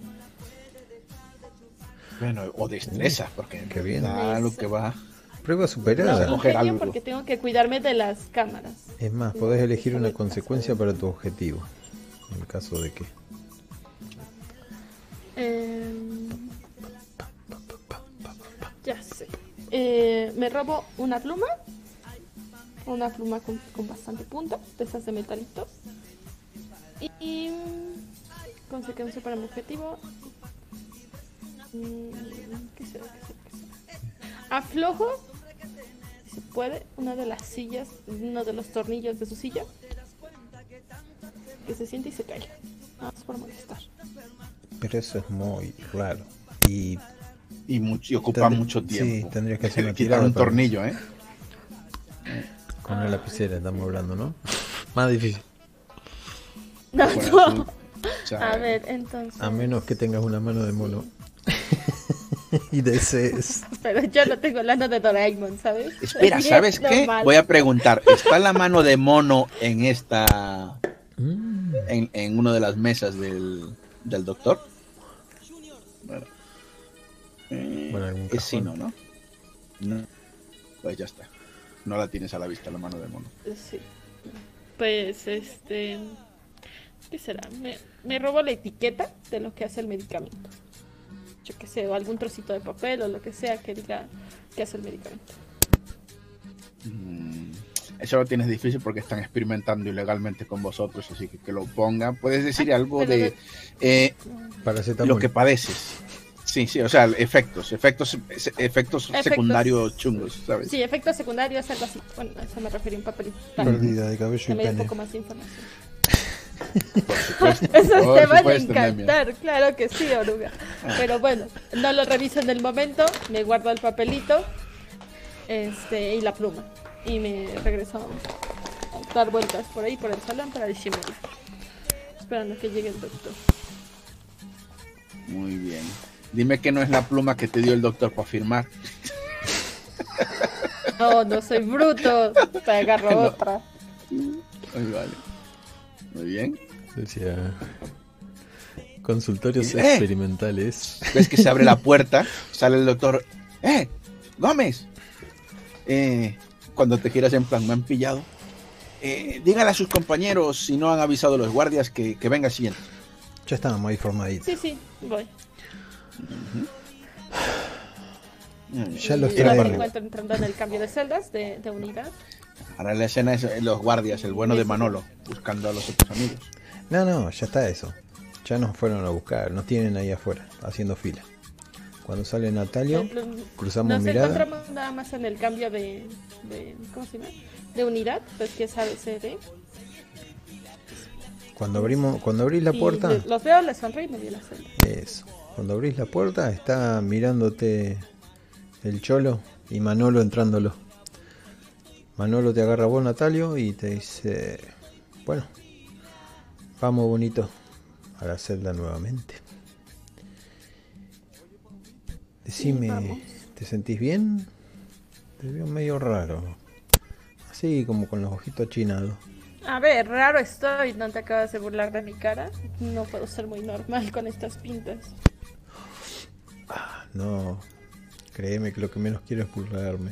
Bueno, o destreza, porque Qué bien. lo que va. Prueba No, superada. coger ingenio algo. porque tengo que cuidarme de las cámaras. Es más, podés elegir una consecuencia para tu objetivo. En el caso de que. Ya sé. Me robo una pluma con bastante punta, de esas de metalitos. Y consecuencia para mi objetivo. ¿Qué será? Aflojo, si se puede, una de las sillas, uno de los tornillos de su silla. Que se siente y se cae. Nada más por molestar. Pero eso es muy raro. Y Y ocupa mucho tiempo. Sí, tendrías que hacer una Quitar tirada un para- tornillo, ¿eh? Con una lapicera estamos hablando, ¿no? Más difícil. No, Bueno, no. o sea, A ver, entonces. A menos que tengas una mano de mono. Y desees. Pero yo no tengo la mano de Doraemon, ¿sabes? Espera, Es ¿sabes qué? normal. Voy a preguntar, ¿está la mano de mono en esta... Mm, en una de las mesas del doctor? Bueno, Bueno, algún es sí, cajón. ¿no? No. Pues ya está. No la tienes a la vista la mano de mono. Sí. Pues, ¿qué será? Me robo la etiqueta de lo que hace el medicamento. Yo qué sé, o algún trocito de papel o lo que sea que diga que hace el medicamento. Eso lo tienes difícil porque están experimentando ilegalmente con vosotros, así que lo pongan. Puedes decir algo pero de Paracetamol. lo que padeces. Sí, o sea, efectos secundarios chungos, ¿sabes? Sí, efectos secundarios, algo así. Bueno, a eso me refería un papelito. Pérdida de cabello Que y me dé un pene. poco más de información. Por supuesto. Esos Por te van a supuesto, Nemia. encantar, claro que sí, oruga. Pero bueno, no lo reviso en el momento, me guardo el papelito y la pluma. Y me regreso a dar vueltas por ahí, por el salón, para disimular. Esperando que llegue el doctor. Muy bien. Dime que no es la pluma que te dio el doctor para firmar. No, no soy bruto, te agarro No. otra. Ay, vale. Muy bien. Decía. Consultorios ¡Eh! experimentales. Ves que se abre la puerta, sale el doctor. Gómez! Cuando te giras en plan, me han pillado. Dígale a sus compañeros, si no han avisado los guardias, que venga el siguiente. Ya estábamos ahí formaditos. Sí, voy. Ya los Y Era me para- encuentro entrando en el cambio de celdas de unidad. Ahora la escena es los guardias, el bueno de Manolo, buscando a los otros amigos. No, ya está eso. Ya nos fueron a buscar. Nos tienen ahí afuera, haciendo fila. Cuando sale Natalio, cruzamos Nos mirada. encontramos nada más en el cambio de ¿cómo se llama? De unidad, pues que es ABCD. Cuando abrís la Y puerta, los veo, les sonrío y me dio la celda. eso. Cuando abrís la puerta, está mirándote el cholo y Manolo entrándolo. Manolo te agarra a vos, Natalio, y te dice: bueno, vamos bonito a la celda nuevamente. Decime, vamos. ¿te sentís bien? Te veo medio raro. Así como con los ojitos achinados. A ver, raro estoy, ¿no te acabas de burlar de mi cara? No puedo ser muy normal con estas pintas. No, créeme que lo que menos quiero es burlarme.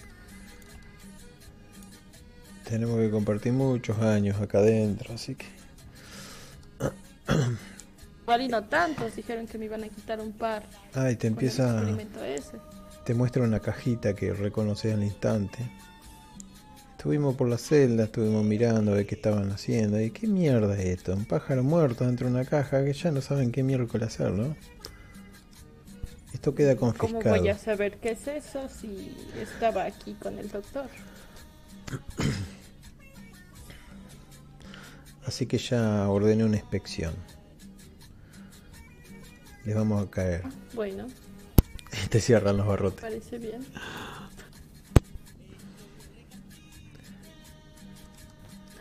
Tenemos que compartir muchos años acá adentro, así que... Igual y no tantos, dijeron que me iban a quitar un par. Ay, te con el empieza... experimento ese. Te muestra una cajita que reconoces al instante. Estuvimos por la celda, estuvimos mirando a ver qué estaban haciendo. ¿Y qué mierda es esto? Un pájaro muerto dentro de una caja que ya no saben qué miércoles hacer, ¿no? Esto queda ¿Cómo confiscado. voy a saber qué es eso si estaba aquí con el doctor? Así que ya ordené una inspección. Les vamos a caer. Bueno, Y te cierran los barrotes. parece bien.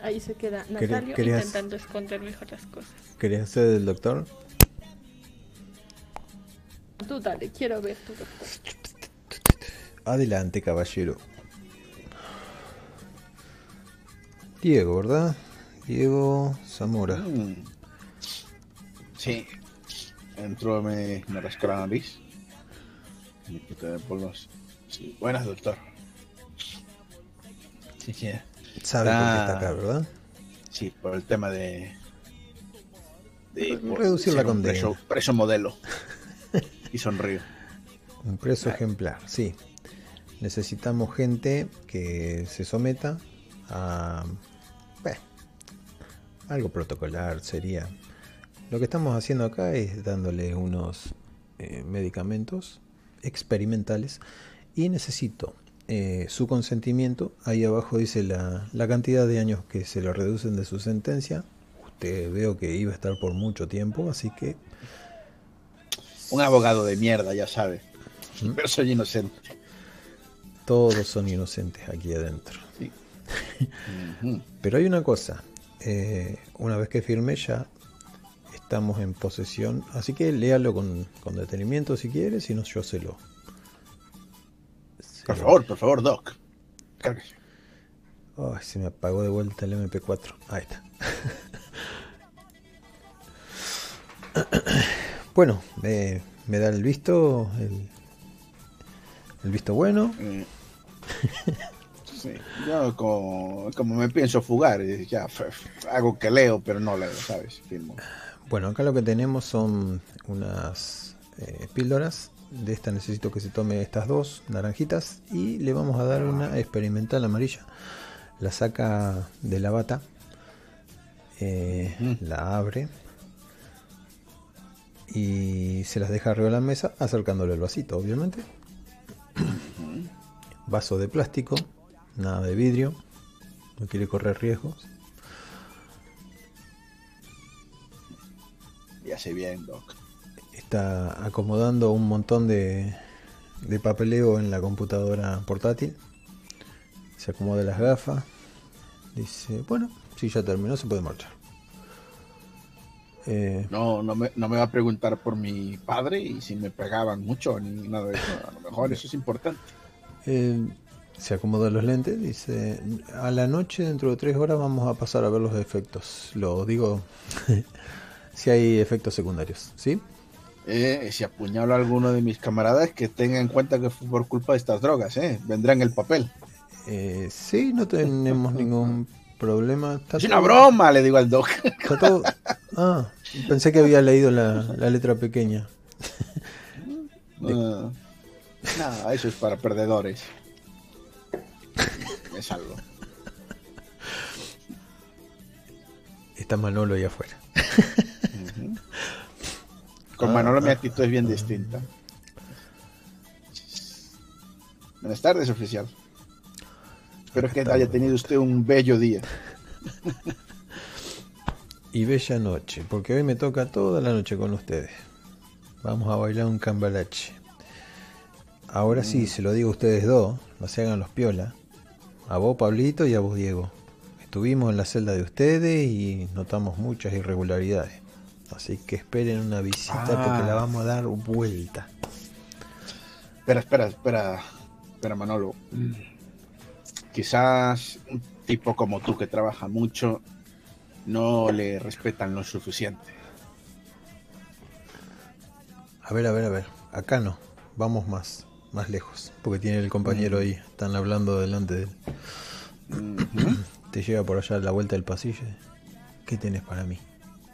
Ahí se queda Natalio ¿Querías- intentando esconder mejor las cosas. ¿Querías ser el doctor? Tú dale, quiero ver tu doctor. Adelante, caballero. Diego, ¿verdad? Diego Zamora. Sí. Entró, me rascó la nariz. Me quité de polvos. Sí. Buenas, doctor. Sí, sí. Sabe por qué está acá, ¿verdad? Sí, por el tema de Reducir ser la un condena. preso modelo. Y sonrío. Un preso ejemplar, sí. Necesitamos gente que se someta a algo protocolar sería. Lo que estamos haciendo acá es dándole unos medicamentos experimentales y necesito su consentimiento. Ahí abajo dice la cantidad de años que se le reducen de su sentencia. Usted veo que iba a estar por mucho tiempo, así que... Un abogado de mierda, ya sabe. Pero soy inocente. Todos son inocentes aquí adentro. Sí. Pero hay una cosa. Una vez que firme ya estamos en posesión. Así que léalo con detenimiento si quiere. Si no, yo se lo... Por favor, Doc. Cárguese. Ay, se me apagó de vuelta el MP4. Ahí está. Bueno, me da el visto. El visto bueno. Sí, yo como me pienso fugar, ya hago que leo, pero no leo, ¿sabes? Firmo. Bueno, acá lo que tenemos son unas píldoras. De esta necesito que se tome estas dos naranjitas y le vamos a dar una experimental amarilla. La saca de la bata, la abre y se las deja arriba de la mesa acercándole el vasito, obviamente. Vaso de plástico, nada de vidrio, no quiere correr riesgos. Ya sé bien, Doc. Está acomodando un montón de papeleo en la computadora portátil. Se acomoda las gafas. Dice, bueno, si ya terminó se puede marchar. No me va a preguntar por mi padre y si me pegaban mucho ni nada de eso. A lo mejor eso es importante. Se acomoda los lentes. Dice, a la noche, dentro de 3 horas, vamos a pasar a ver los efectos. Lo digo si hay efectos secundarios, ¿sí? Si apuñalo a alguno de mis camaradas, que tenga en cuenta que fue por culpa de estas drogas, vendrá en el papel. Sí, no tenemos ningún problema. Es una broma, le digo al Doc. Está todo... Ah, pensé que había leído la letra pequeña. No, eso es para perdedores. Me salvo. Está Manolo ahí afuera. Con Manolo mi actitud es bien distinta. Buenas tardes, oficial. Espero que haya tenido usted un bello día. Y bella noche, porque hoy me toca toda la noche con ustedes. Vamos a bailar un cambalache. Ahora sí, se lo digo a ustedes dos, no se hagan los piola. A vos, Pablito, y a vos, Diego. Estuvimos en la celda de ustedes y notamos muchas irregularidades. Así que esperen una visita porque la vamos a dar vuelta. Espera, Manolo. Quizás un tipo como tú que trabaja mucho no le respetan lo suficiente. A ver. Acá no. Vamos más lejos. Porque tiene el compañero ahí. Están hablando delante de él. Te lleva por allá a la vuelta del pasillo. ¿Qué tienes para mí?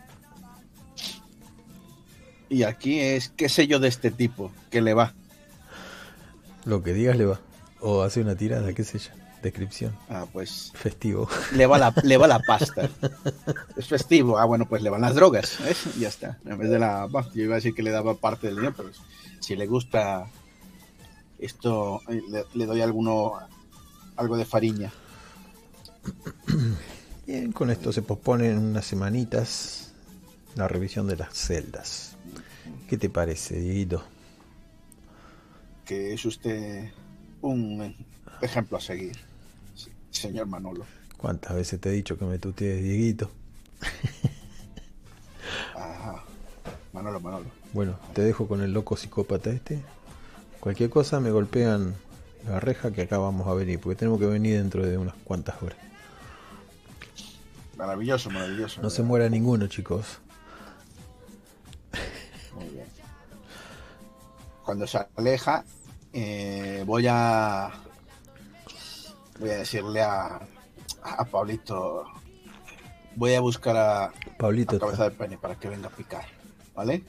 Y aquí es, ¿qué sé yo de este tipo? ¿Qué le va? Lo que digas le va. O hace una tirada, qué sé yo. Descripción. Pues Festivo. le va la pasta. Es festivo. Bueno, pues le van las drogas. Ya está. En vez de yo iba a decir que le daba parte del dinero, pero si le gusta esto, le doy algo de fariña. Bien, con esto se posponen unas semanitas la revisión de las celdas. ¿Qué te parece, Dieguito? Que es usted un ejemplo a seguir, señor Manolo. ¿Cuántas veces te he dicho que me tutees, Dieguito? Ajá. Manolo. Bueno, te dejo con el loco psicópata este. Cualquier cosa me golpean la reja que acá vamos a venir, porque tenemos que venir dentro de unas cuantas horas. Maravilloso. No se muera ninguno, chicos. Muy bien. Cuando se aleja, voy a decirle a Pablito, voy a buscar a Pablito Cabeza de Pene para que venga a picar, ¿vale?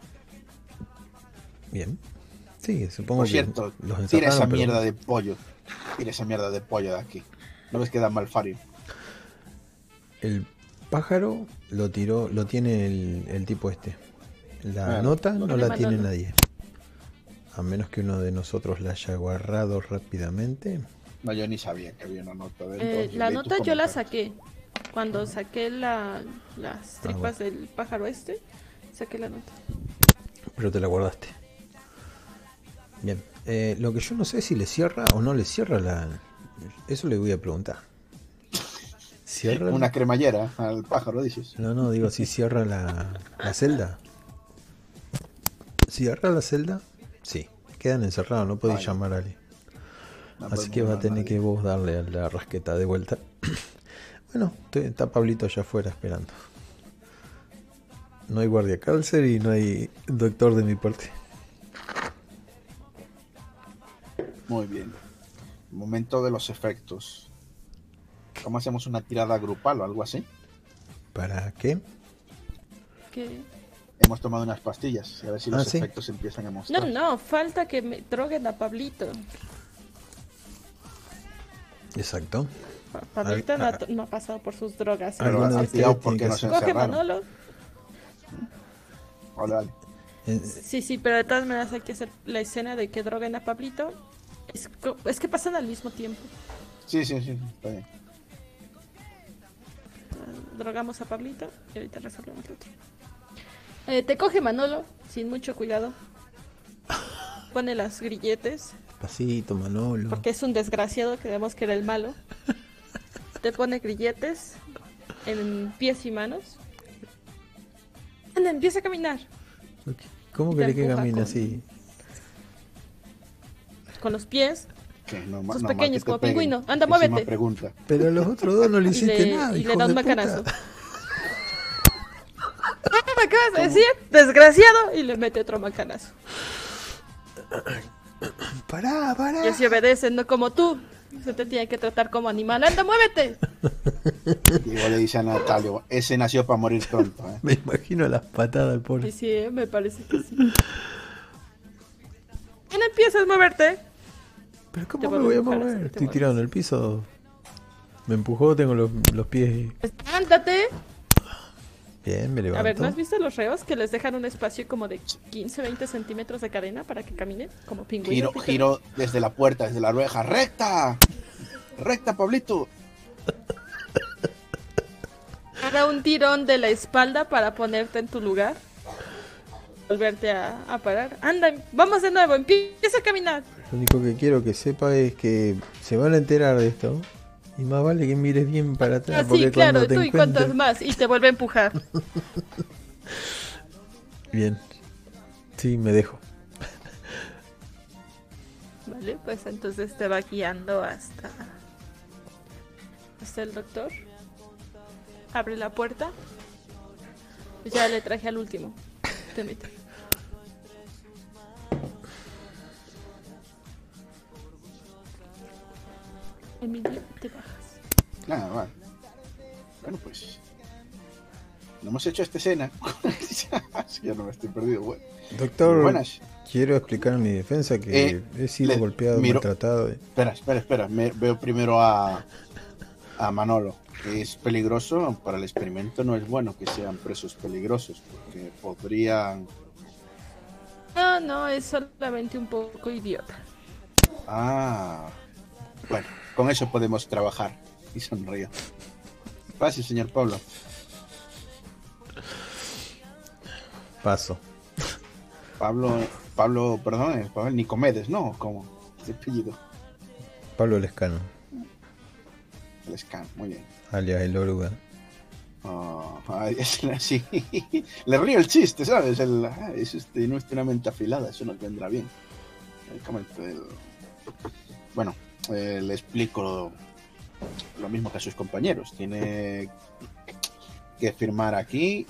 Bien. Sí, supongo Por cierto, que los tira esa encerraron, pero... mierda de pollo. Tira esa mierda de pollo de aquí. No ves que da malfario. El pájaro lo tiró, lo tiene el tipo este. La nota no la tiene nadie. A menos que uno de nosotros la haya agarrado rápidamente. No, yo ni sabía que había una nota dentro. La nota yo la saqué. Cuando saqué las tripas del pájaro este, saqué la nota. Pero te la guardaste. Bien. Lo que yo no sé es si le cierra o no le cierra la... Eso le voy a preguntar. ¿Cierra? Una cremallera al pájaro, dices. No, digo si cierra la celda. ¿Cierra la celda? Sí. Quedan encerrados, no podéis llamar a alguien. No Así que va a tener que vos darle a la rasqueta de vuelta. Bueno, está Pablito allá afuera esperando. No hay guardia cárcel y no hay doctor de mi parte. Muy bien. Momento de los efectos. ¿Cómo hacemos una tirada grupal o algo así? ¿Para qué? ¿Qué? Hemos tomado unas pastillas y a ver si los efectos empiezan a mostrar. No, falta que me droguen a Pablito. Exacto. Pablito no ha pasado por sus drogas. Pero ha tirado porque nos Coge encerraron. Manolo. Vale. Sí, pero de todas maneras hay que hacer la escena de que droguen a Pablito. Es que pasan al mismo tiempo. Sí, está bien. Drogamos a Pablito y ahorita resolvemos lo otro. Te coge Manolo, sin mucho cuidado. Pone las grilletes. Pasito, Manolo. Porque es un desgraciado que vemos que era el malo. Te pone grilletes en pies y manos. Anda, empieza a caminar. ¿Cómo querés que camine así? Con los pies. No, sus pequeños como pingüino. Anda, muévete. Pregunta. Pero a los otros dos no le hiciste nada. Y le da un macanazo. ¿Me acabas de decir? Desgraciado. Y le mete otro macanazo. Pará. Y así obedecen, no como tú. Se te tiene que tratar como animal. ¡Anda, muévete! Y igual le dice a Natalio, ese nació para morir pronto. Me imagino las patadas al pobre. Sí, me parece que sí. ¿Quién empiezas a moverte? ¿Pero cómo me voy a mover? Estoy tirado en el piso. Me empujó, tengo los pies. ¡Levántate! Bien, me levanto. A ver, ¿no has visto los reos que les dejan un espacio como de 15-20 centímetros de cadena para que caminen como pingüinos? Giro desde la puerta, desde la reja. ¡Recta! ¡Recta, Pablito! Haga un tirón de la espalda para ponerte en tu lugar. Volverte a parar. Anda, vamos de nuevo, empieza a caminar. Lo único que quiero que sepa es que se van a enterar de esto. Y más vale que mires bien para atrás. Sí, claro, tú y cuántos más. Y te vuelve a empujar. Bien. Sí, me dejo. Vale, pues entonces te va guiando hasta el doctor. Abre la puerta. Ya le traje al último. Te metes. Emilio, te bajas. Nada, vale. Bueno, pues no hemos hecho esta escena. Así ya no me estoy perdido. Bueno. Doctor, buenas. Quiero explicar en mi defensa que he sido golpeado, maltratado. Espera. Veo primero a Manolo. Es peligroso para el experimento. No es bueno que sean presos peligrosos porque podrían... No, es solamente un poco idiota. Bueno, con eso podemos trabajar. Y sonrío. Pase, señor Pablo. Paso. Pablo, perdón, Pablo Nicomedes, ¿no? ¿Cómo? ¿Qué apellido? Pablo Lescano. El scan, muy bien. alias el oruga. Sí. Le río el chiste, ¿sabes? No es una mente afilada, eso no vendrá bien. Bueno, le explico lo mismo que a sus compañeros. Tiene que firmar aquí,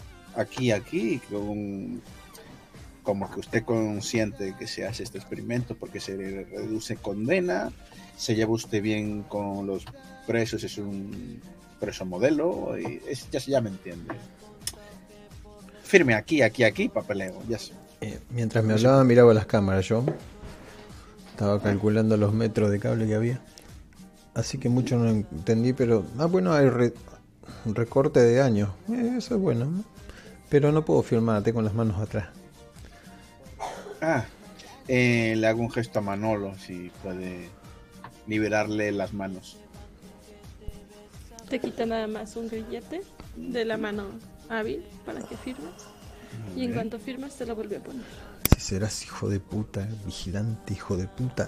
como que usted consiente que se hace este experimento porque se le reduce condena, se lleva usted bien con los presos, es un preso modelo, y ya me entiende. Firme aquí, papeleo, ya sé. Mientras me hablaba miraba las cámaras, yo estaba calculando los metros de cable que había, así que mucho no entendí, pero bueno, hay recorte de años, eso es bueno, ¿no? Pero no puedo firmar, tengo las manos atrás. Le hago un gesto a Manolo si puede liberarle las manos. Te quita nada más un grillete de la mano hábil para que firmes. Y en cuanto firmas te lo vuelve a poner. Si serás hijo de puta, vigilante hijo de puta.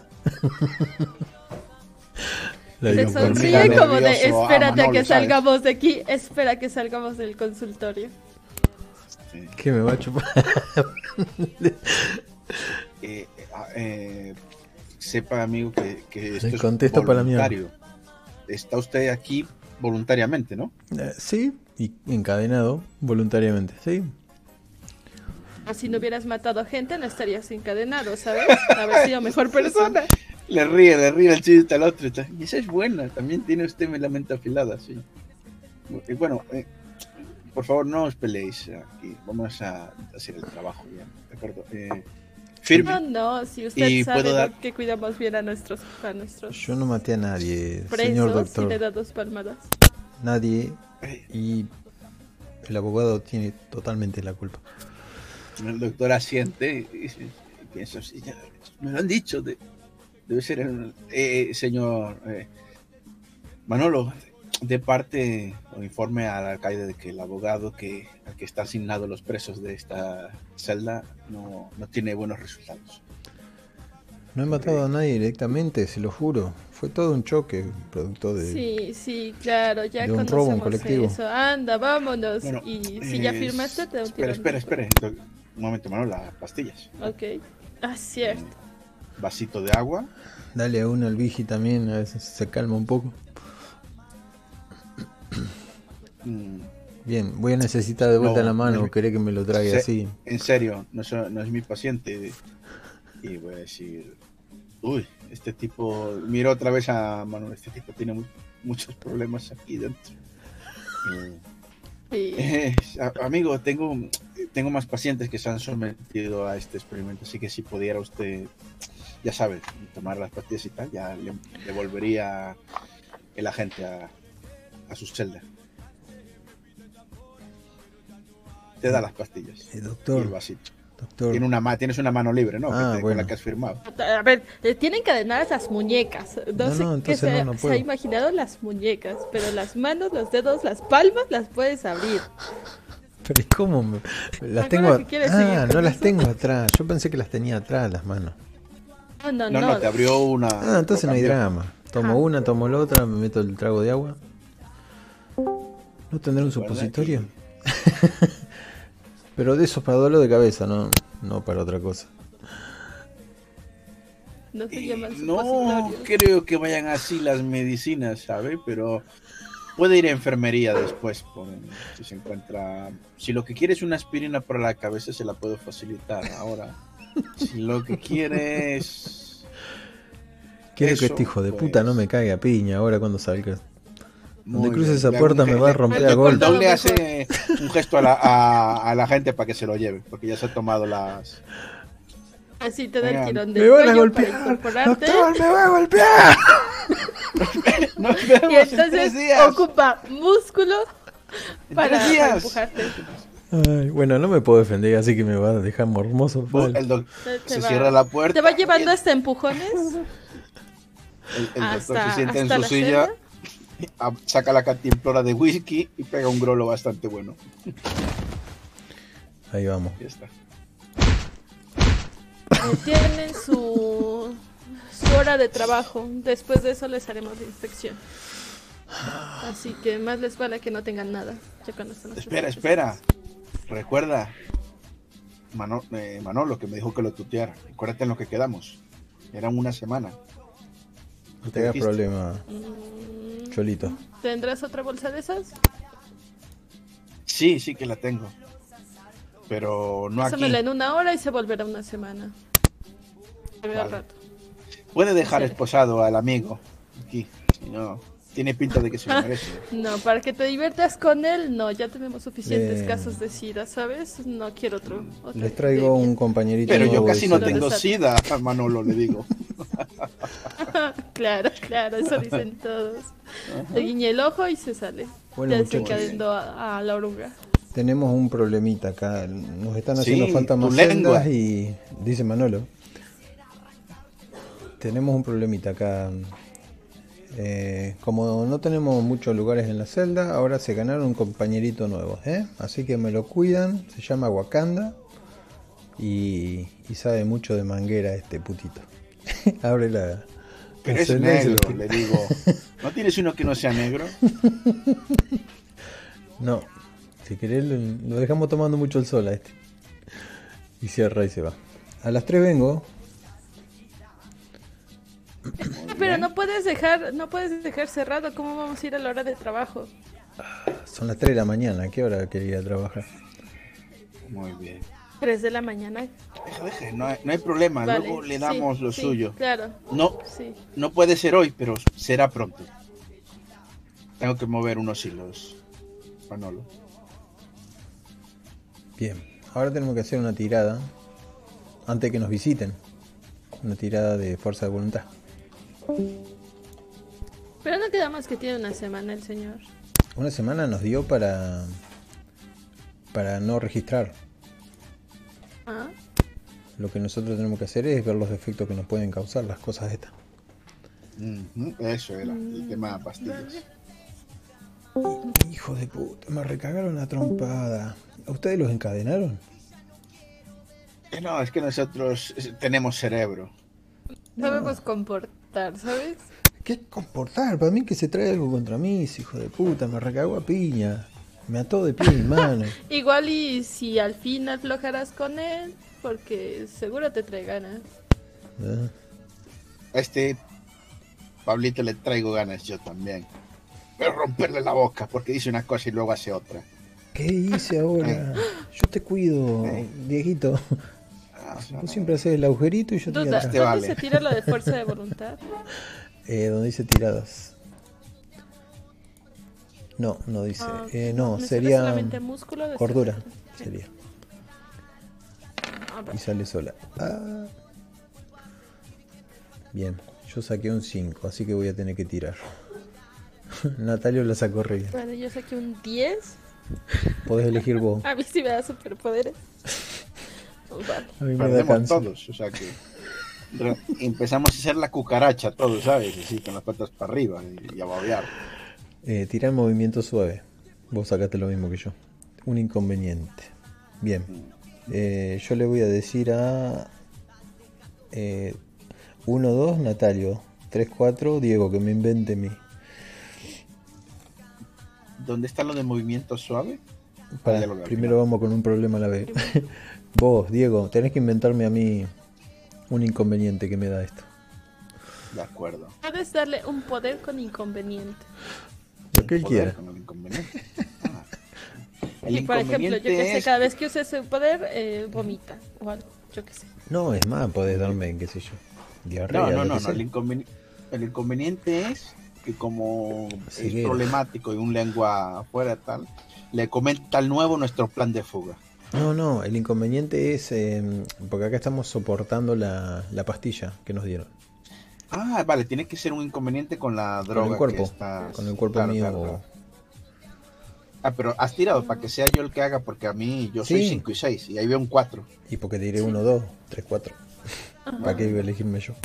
Te sonríe como de espérate a que salgamos de aquí, espera que salgamos del consultorio. ¿Qué me va a chupar? Sepa, amigo, que esto es contesto voluntario. Está usted aquí voluntariamente, ¿no? Sí, y encadenado voluntariamente, sí. O si no hubieras matado gente, no estarías encadenado, ¿sabes? Haber sido mejor persona. Le ríe el chiste al otro. Y esa es buena, también tiene usted la mente afilada, sí. Bueno, por favor, no os peleéis aquí. Vamos a hacer el trabajo ya, ¿de acuerdo? Firme. No, si usted sabe que cuidamos bien a nuestros Yo no maté a nadie, presos, señor doctor. y le da 2 palmadas. Nadie. Y el abogado tiene totalmente la culpa. El doctor asiente y piensa, sí, ya me lo han dicho, debe ser señor Manolo, de parte o informe al alcaide de que el abogado al que está asignado los presos de esta celda no tiene buenos resultados. No he matado a nadie directamente, se lo juro. Fue todo un choque, producto de... Sí, claro, ya de un conocemos robo en colectivo. eso. Anda, vámonos. Bueno, y si ya firmaste, te Espera. Un momento, Manolo, las pastillas. Ok. Cierto. Vasito de agua. Dale a uno al Vigi también, a veces se calma un poco. Bien, voy a necesitar de vuelta la mano, querés que me lo traiga así. En serio, no es mi paciente. Y voy a decir, este tipo, miro otra vez a Manuel, este tipo tiene muchos problemas aquí dentro. Amigo, tengo más pacientes que se han sometido a este experimento, así que si pudiera usted, ya sabe, tomar las pastillas y tal, ya le devolvería el agente a su celda. Te da las pastillas. Doctor, y el vasito. Doctor. Tienes una mano libre, ¿no? Bueno. Con la que has firmado. A ver, tienen encadenadas las muñecas. No sé qué se ha imaginado las muñecas, pero las manos, los dedos, las palmas las puedes abrir. Pero ¿cómo? Las tengo... no las tengo atrás. Yo pensé que las tenía atrás las manos. No, te abrió una... entonces no hay drama. Tomo una, tomo la otra, me meto el trago de agua. ¿No tendré un supositorio? Pero de eso para dolor de cabeza, no para otra cosa. No se llaman supositorios. No creo que vayan así las medicinas, ¿sabe? Pero puede ir a enfermería después, si se encuentra... Si lo que quiere es una aspirina para la cabeza, se la puedo facilitar. Ahora, si lo que quiere es... Quiero que este hijo de puta no me caiga a piña ahora cuando salga. Donde cruce esa puerta me va a romper a golpe. El le hace un gesto a la gente para que se lo lleve, porque ya se ha tomado las... Así te da el tirón de me van a golpear. Doctor, me va a golpear. Nos vemos y entonces en 3 días. Ocupa músculo para empujarte. Ay, bueno, no me puedo defender, así que me va a dejar mormoso. Se cierra la puerta. Te va llevando hasta empujones. El doctor se sienta en su silla, saca la cantimplora de whisky y pega un grolo bastante bueno. Ahí vamos. Ya está. Tienen su hora de trabajo. Después de eso les haremos la inspección. Así que más les vale que no tengan nada. Ya cuando están los Espera, pacientes. espera. Recuerda, Manolo, que me dijo que lo tuteara. Acuérdate en lo que quedamos. Eran una semana. No te hagas dijiste? problema, Cholito. ¿Tendrás otra bolsa de esas? Sí, sí que la tengo. Pero no aquí. Pásamela en 1 hora y se volverá una semana. Te veo al Vale. rato. Puede dejar Sí. esposado al amigo aquí. Si no, tiene pinta de que se lo merece. No, para que te diviertas con él, no, ya tenemos suficientes Bien. casos de SIDA, ¿sabes? No quiero otro. Les traigo un compañerito Pero yo nuevo casi de no SIDA. tengo sida, Manolo, le digo. Claro, claro, eso dicen todos. Le guiñé el ojo y se sale. Bueno, Ya muchachos. desencadenó a la oruga. Tenemos un problemita acá. Nos están haciendo Sí, falta tu más lengua. celdas y dice Manolo. Tenemos un problemita acá. Como no tenemos muchos lugares en la celda, ahora se ganaron un compañerito nuevo, ¿eh? Así que me lo cuidan. Se llama Wakanda y sabe mucho de manguera este putito. Abre la Pero es celda y se lo negro, quita. le digo. ¿No tienes uno que no sea negro? No, si querés lo dejamos tomando mucho el sol a este. Y cierra y se va. A las 3 vengo. Pero no puedes dejar cerrado. ¿Cómo vamos a ir a la hora de trabajo? Son las 3 de la mañana. ¿A qué hora quería ir a trabajar? Muy bien. 3 de la mañana. Deja, no hay problema. Vale, Luego le sí, damos lo sí, suyo. Claro, No, sí. no puede ser hoy, pero será pronto. Tengo que mover unos hilos, Manolo. Bien, ahora tenemos que hacer una tirada antes de que nos visiten. Una tirada de fuerza de voluntad. Pero no quedamos que tiene una semana el señor. Una semana nos dio para no registrar. Ah, Lo que nosotros tenemos que hacer es ver los defectos que nos pueden causar las cosas estas. Ujú, eso era, el tema de pastillas. Hijo de puta, me recagaron la trompada. ¿A ustedes los encadenaron? No, es que nosotros tenemos cerebro. sabemos comportar, ¿sabes? ¿Qué comportar? Para mí que se trae algo contra mí, ese hijo de puta. Me recagó a piña. Me ató de pie y mano. Igual y si al fin aflojarás con él, porque seguro te trae ganas. ¿Eh? A este Pablito le traigo ganas yo también. Pero romperle la boca porque dice una cosa y luego hace otra. ¿Qué hice ahora? Yo te cuido, Dieguito. Vos siempre haces el agujerito y yo te Duda, atrás. ¿dónde vale. se tira lo de fuerza de voluntad? Donde dice tiradas. No, no dice. Ah, No, me sale sería solamente músculo de cordura. fuerza. Sería. Ah, Y vale. sale sola. Ah. Bien, yo saqué un 5, así que voy a tener que tirar. Natalio la sacó re bien. Bueno, yo saqué un 10. Podés elegir vos. A mí sí me da superpoderes. Vale. A mí me da Perdemos cáncer. todos, o sea que empezamos a hacer la cucaracha todos, ¿sabes? Así con las patas para arriba y a babear. Tirar movimiento suave. Vos sacaste lo mismo que yo. Un inconveniente. Bien. Yo le voy a decir a 1, 2, Natalio. 3, 4, Diego, que me invente mi. ¿Dónde está lo de movimiento suave? Para, Ya lo veo, primero vamos con un problema a la vez. Vos, Diego, tenés que inventarme a mí un inconveniente que me da esto. De acuerdo. Puedes darle un poder con inconveniente. Lo que él Poder quiera. con el inconveniente. Ah. El Y por ejemplo, yo que sé, inconveniente es... cada vez que use ese poder, vomita o algo, yo que sé. No, es más, podés darme, qué sé yo, diarrea. No, lo que sea. el inconveniente es que como Sí, es que- problemático y un lengua afuera tal, le comenta al nuevo nuestro plan de fuga. No, el inconveniente es porque acá estamos soportando la pastilla que nos dieron. Ah, vale, tiene que ser un inconveniente con la droga. Con el cuerpo, que estás- con el cuerpo Claro, mío. claro, claro. Ah, pero has tirado para que sea yo el que haga, porque a mí yo soy Sí. 5 y 6 y ahí veo un 4. Y porque tiré 1, 2, 3, 4. ¿Para qué iba a elegirme yo?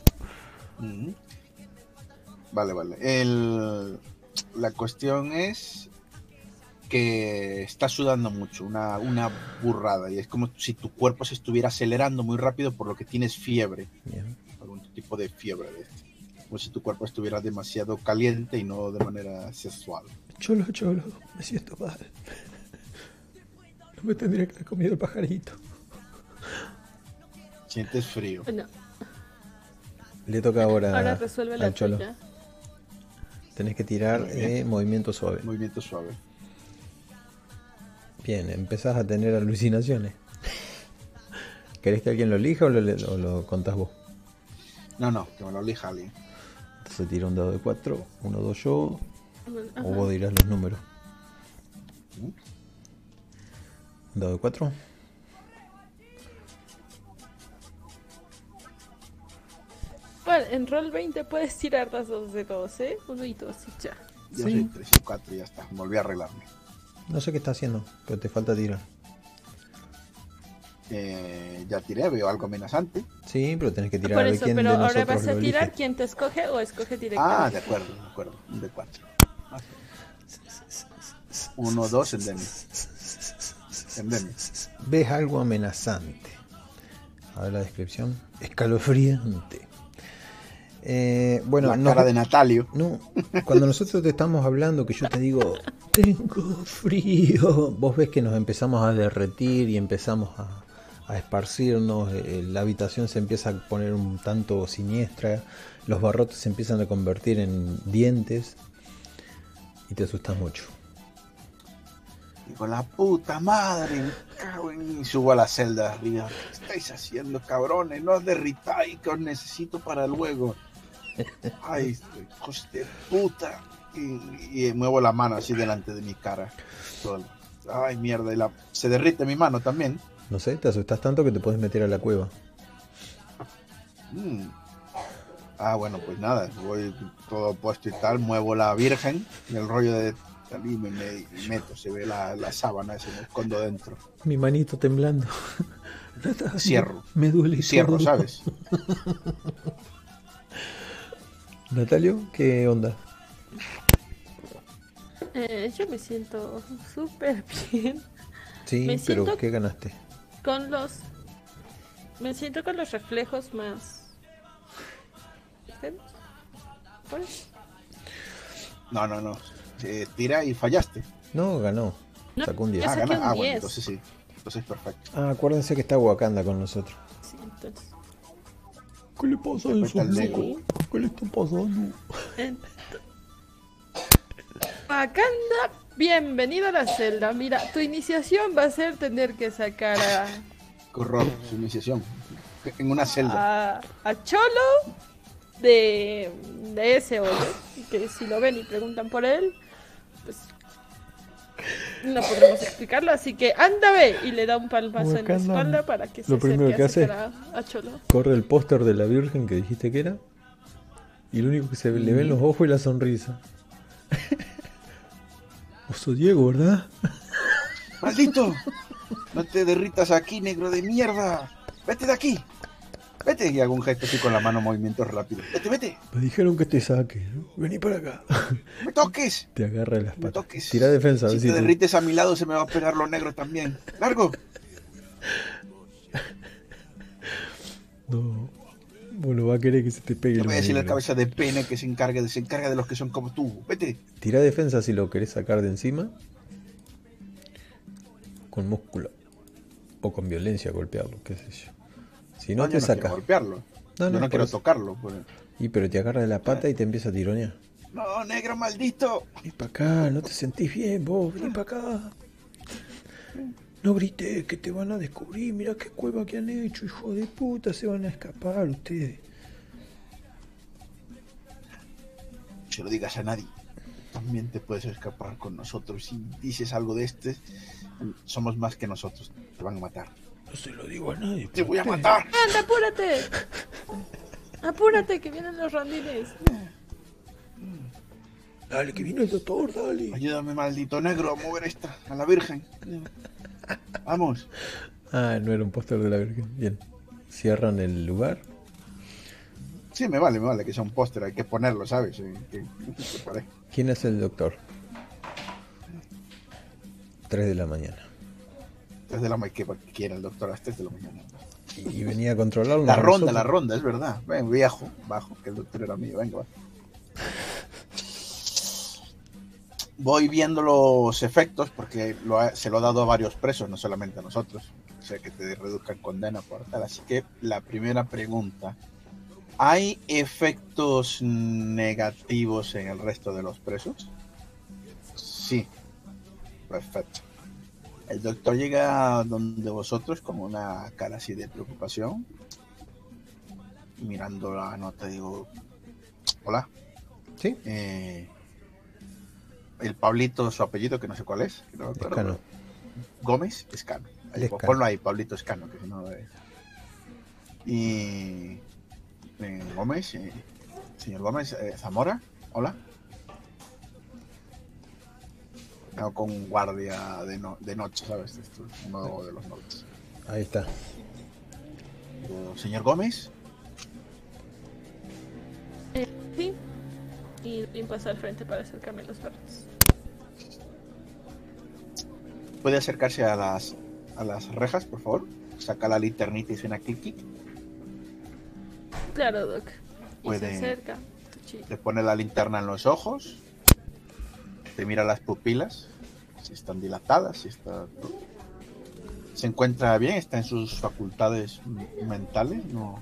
Vale. La cuestión es que estás sudando mucho, una burrada, y es como si tu cuerpo se estuviera acelerando muy rápido por lo que tienes fiebre, Bien. algún tipo de fiebre de esto. como si tu cuerpo estuviera demasiado caliente y no de manera sexual. Cholo, me siento mal. No me tendría que haber comido el pajarito. Sientes frío. Bueno, Le toca ahora resuelve la al Cholo. tuya. Tenés que tirar Muy bien. movimiento suave. Movimiento suave. Bien, empezás a tener alucinaciones. ¿Querés que alguien lo elija o lo contás vos? No, que me lo elija alguien. Entonces tira un dado de 4, 1, 2 yo, Ajá. o vos dirás los números. ¿Mm? Un dado de 4. Bueno, en Roll 20 puedes tirar las dos de 2, ¿eh? 1 y 2 y ya. Yo Sí. soy 3 y 4 y ya está. Volví a arreglarme. No sé qué está haciendo, pero te falta tirar. Ya tiré, veo algo amenazante. Sí, pero tenés que tirar Por a ver eso, quién de pero ahora nosotros vas a lo tirar elige. quién te escoge o escoge Ah, directamente. de acuerdo. Un de 4. 1, 2, endemi. Endemi. Ves algo amenazante. A ver la descripción. Escalofriante. Bueno, La cara de Natalio. No, cuando nosotros te estamos hablando, que yo te digo, tengo frío, vos ves que nos empezamos a derretir y empezamos a esparcirnos, la habitación se empieza a poner un tanto siniestra, los barrotes se empiezan a convertir en dientes y te asustas mucho. Digo, la puta madre, me cago en... Y subo a la celda arriba. ¿Qué estáis haciendo, cabrones? No os derritáis, que os necesito para luego. Ay, hijos de puta. Y muevo la mano así delante de mi cara. Ay, mierda. Se derrite mi mano también. No sé, te asustas tanto que te puedes meter a la cueva. Ah, bueno, pues nada. Voy todo puesto y tal. Muevo la virgen y el rollo de... Y me meto. Se ve la sábana. Se me escondo dentro. Mi manito temblando. Cierro. Me duele Cierro, todo. ¿sabes? Natalio, ¿qué onda? Yo me siento súper bien. Sí, Me pero siento- ¿qué ganaste? Me siento con los reflejos más... ¿Por eso? No. Tira y fallaste. No, ganó. No, Sacó un 10. yo saqué Gana. un Bueno, 10. entonces sí. Entonces perfecto. Ah, acuérdense que está Wakanda con nosotros. Sí, entonces. ¿Qué le pasa a esos locos? Sí. ¿Qué le está pasando? Wakanda, bienvenido a la celda. Mira, tu iniciación va a ser tener que sacar Horror, su iniciación. En una celda. a Cholo de ese hoyo. Que si lo ven y preguntan por él, pues no podemos explicarlo. Así que anda, ve. Y le da un palmazo en la Wakanda, espalda para que se lo primero acerque que a hace- sacar a Cholo. Corre el póster de la Virgen que dijiste que era. Y lo único que se le ven los ojos y la sonrisa. Vos sos Diego, ¿verdad? ¡Maldito! No te derritas aquí, negro de mierda. Vete de aquí. Vete. Y hago un gesto así con la mano, movimientos rápidos. Vete. Me dijeron que te saque, ¿no? Vení para acá. ¡Me toques! Te agarra de las ¡Me patas. toques! Tira defensa, a ver Si si te derrites a mi lado, se me va a pegar lo negro también. ¡Largo! No. Bueno, va a querer que se te pegue Te el voy a decir la negro. cabeza de pene que se encargue de los que son como tú. Vete. Tira defensa si lo querés sacar de encima. Con músculo. O con violencia golpearlo, qué sé yo. Si no, yo te no quiero saca. golpearlo. No, Yo no por quiero eso. tocarlo. Pues. Y pero te agarra de la pata y te empieza a tironear. No, negro maldito. Vení para acá, no te sentís bien vos, vení para acá. No grites que te van a descubrir, mira qué cueva que han hecho, hijo de puta, se van a escapar ustedes. Se lo digas a nadie. También te puedes escapar con nosotros. Si dices algo de somos más que nosotros. Te van a matar. No se lo digo a nadie. Te voy a ustedes- matar. ¡Anda, apúrate! Apúrate, que vienen los rondines. Dale, que vino el doctor, dale. Ayúdame, maldito negro, a mover a la Virgen. Vamos. Ah, no era un póster de la Virgen. Bien. Cierran el lugar. Sí, me vale que sea un póster, hay que ponerlo, ¿sabes? Que parezca. ¿Quién es el doctor? 3 de la mañana. 3 de la mañana, que quiera el doctor a las 3 de la mañana. Y venía a controlarlo. La ronda, es verdad. Ven, viejo, bajo, que el doctor era mío. Venga, va. Voy viendo los efectos porque se lo ha dado a varios presos, no solamente a nosotros. O sea, que te reduzcan condena por tal. Así que la primera pregunta. ¿Hay efectos negativos en el resto de los presos? Sí. Perfecto. El doctor llega donde vosotros con una cara así de preocupación. Mirando la nota digo, hola. ¿Sí? El Pablito, su apellido, que no sé cuál es. No Escano. Gómez Escano. Ahí, ponlo ahí, Pablito Escano, que si no... Y... Gómez, señor Gómez, Zamora, hola. No, con un guardia de noche, ¿sabes? Esto es uno de los nortes. Ahí está. Señor Gómez. Sí. Y paso al frente para acercarme a los perros. ¿Puede acercarse a las rejas, por favor? Saca la linternita y suena clic clic. Claro, Doc. Y Puede, se acerca. te pone la linterna en los ojos, te mira las pupilas, si están dilatadas, si está... Se encuentra bien, está en sus facultades mentales, no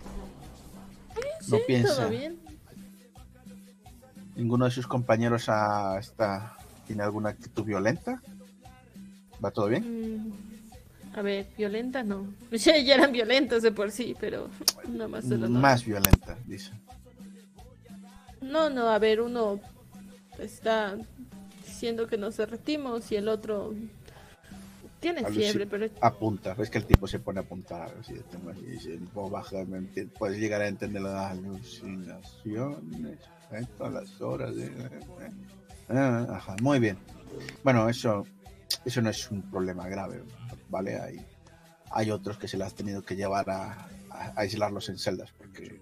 piensa. Todo bien. ¿Ninguno de sus compañeros tiene alguna actitud violenta? ¿Va todo bien? A ver, violenta no. Ya eran violentos de por sí, pero no más de lo normal. Más violenta, dice. No, a ver, uno está diciendo que nos derretimos y el otro tiene fiebre, pero... Apunta, ves que el tipo se pone a apuntar, así, puedes llegar a entender las alucinaciones, a las horas de... Ajá, muy bien. Bueno, eso no es un problema grave, ¿vale? Hay otros que se las han tenido que llevar a aislarlos en celdas porque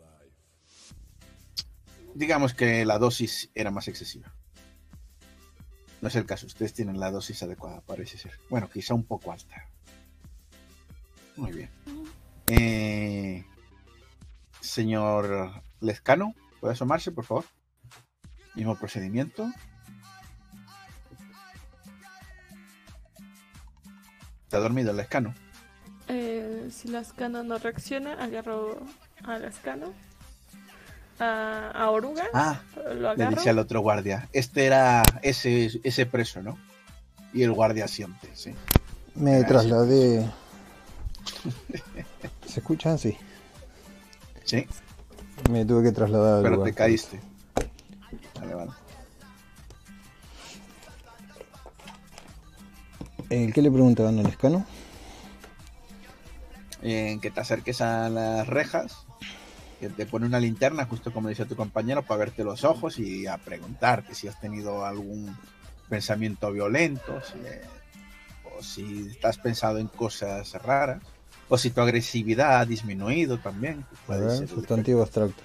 digamos que la dosis era más excesiva. No es el caso, ustedes tienen la dosis adecuada, parece ser. Bueno, quizá un poco alta. Muy bien. Señor Lezcano, ¿puede asomarse, por favor? Mismo procedimiento. ¿Está dormido el Lezcano? Si Lezcano no reacciona, agarro a Lezcano. A Oruga. Lo agarro. Le dice al otro guardia. Este era ese preso, ¿no? Y el guardia siempre, sí. Me trasladé. ¿Se escuchan? Sí. Sí. Me tuve que trasladar al Pero lugar. te caíste. Vale. ¿Qué le preguntaban al Escano? Que te acerques a las rejas, que te pone una linterna, justo como dice tu compañero, para verte los ojos y a preguntarte si has tenido algún pensamiento violento, o si estás pensando en cosas raras, o si tu agresividad ha disminuido también. Puede ser sustantivo abstracto.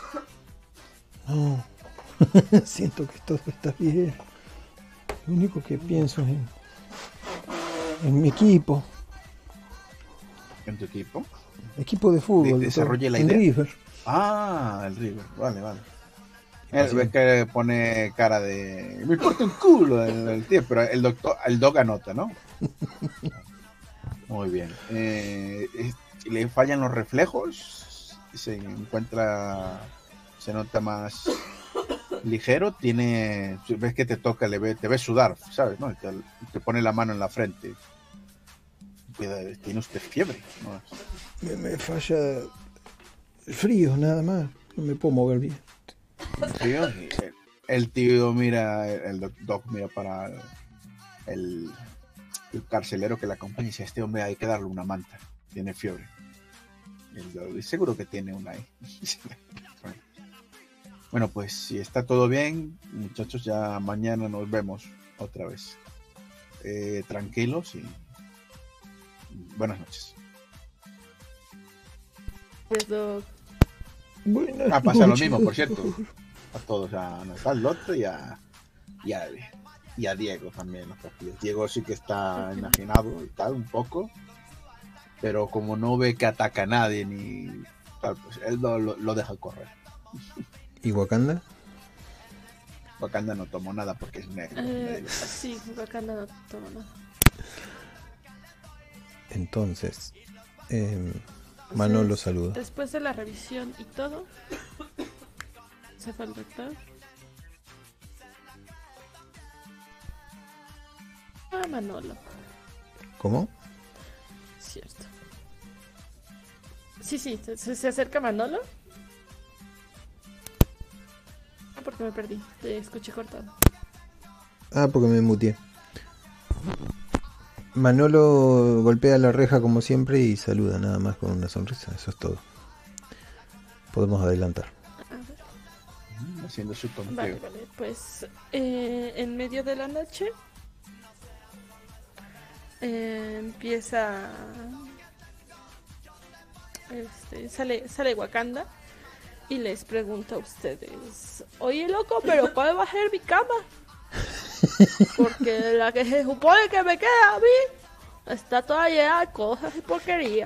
No, siento que todo está bien. Lo único que pienso es en mi equipo. ¿En tu equipo? Equipo de fútbol. Desarrolle la idea. River. El River, vale. Él ve que pone cara de... Me importa un culo el tío, pero el dog anota, ¿no? Muy bien. Le fallan los reflejos, se nota más ligero, ves que te toca, te ves sudar, ¿sabes? ¿No? Te pone la mano en la frente. Tiene usted fiebre, ¿no? Me falla el frío, nada más. No me puedo mover bien. El tío mira, el doc mira para el carcelero que le acompaña y dice: este hombre hay que darle una manta, tiene fiebre. Y seguro que tiene una ahí. Bueno, pues si está todo bien, muchachos, ya mañana nos vemos otra vez. Tranquilos y buenas noches. Pues, Doc. Pasa lo mismo, por cierto. A todos, a Natal, Lotte y a Diego también. Diego sí que está enajenado y tal, un poco. pero como no ve que ataca a nadie ni tal, pues él lo deja correr. ¿Y Wakanda? Wakanda no tomó nada porque es negro. Sí, Wakanda no tomó nada. Entonces, Manolo saluda. Después de la revisión y todo, se fue el doctor. Ah, Manolo. ¿Cómo? Cierto. Sí, se acerca Manolo. Ah, porque me perdí, te escuché cortado. Ah, porque me muteé. Manolo golpea la reja como siempre y saluda nada más con una sonrisa, eso es todo. Podemos adelantar. A ver. Haciendo su tonteo. Vale, pues en medio de la noche empieza sale Wakanda y les pregunta a ustedes: oye loco, pero ¿cuál va a ser mi cama? Porque la que se supone que me queda a mí está toda llena de cosas y porquería.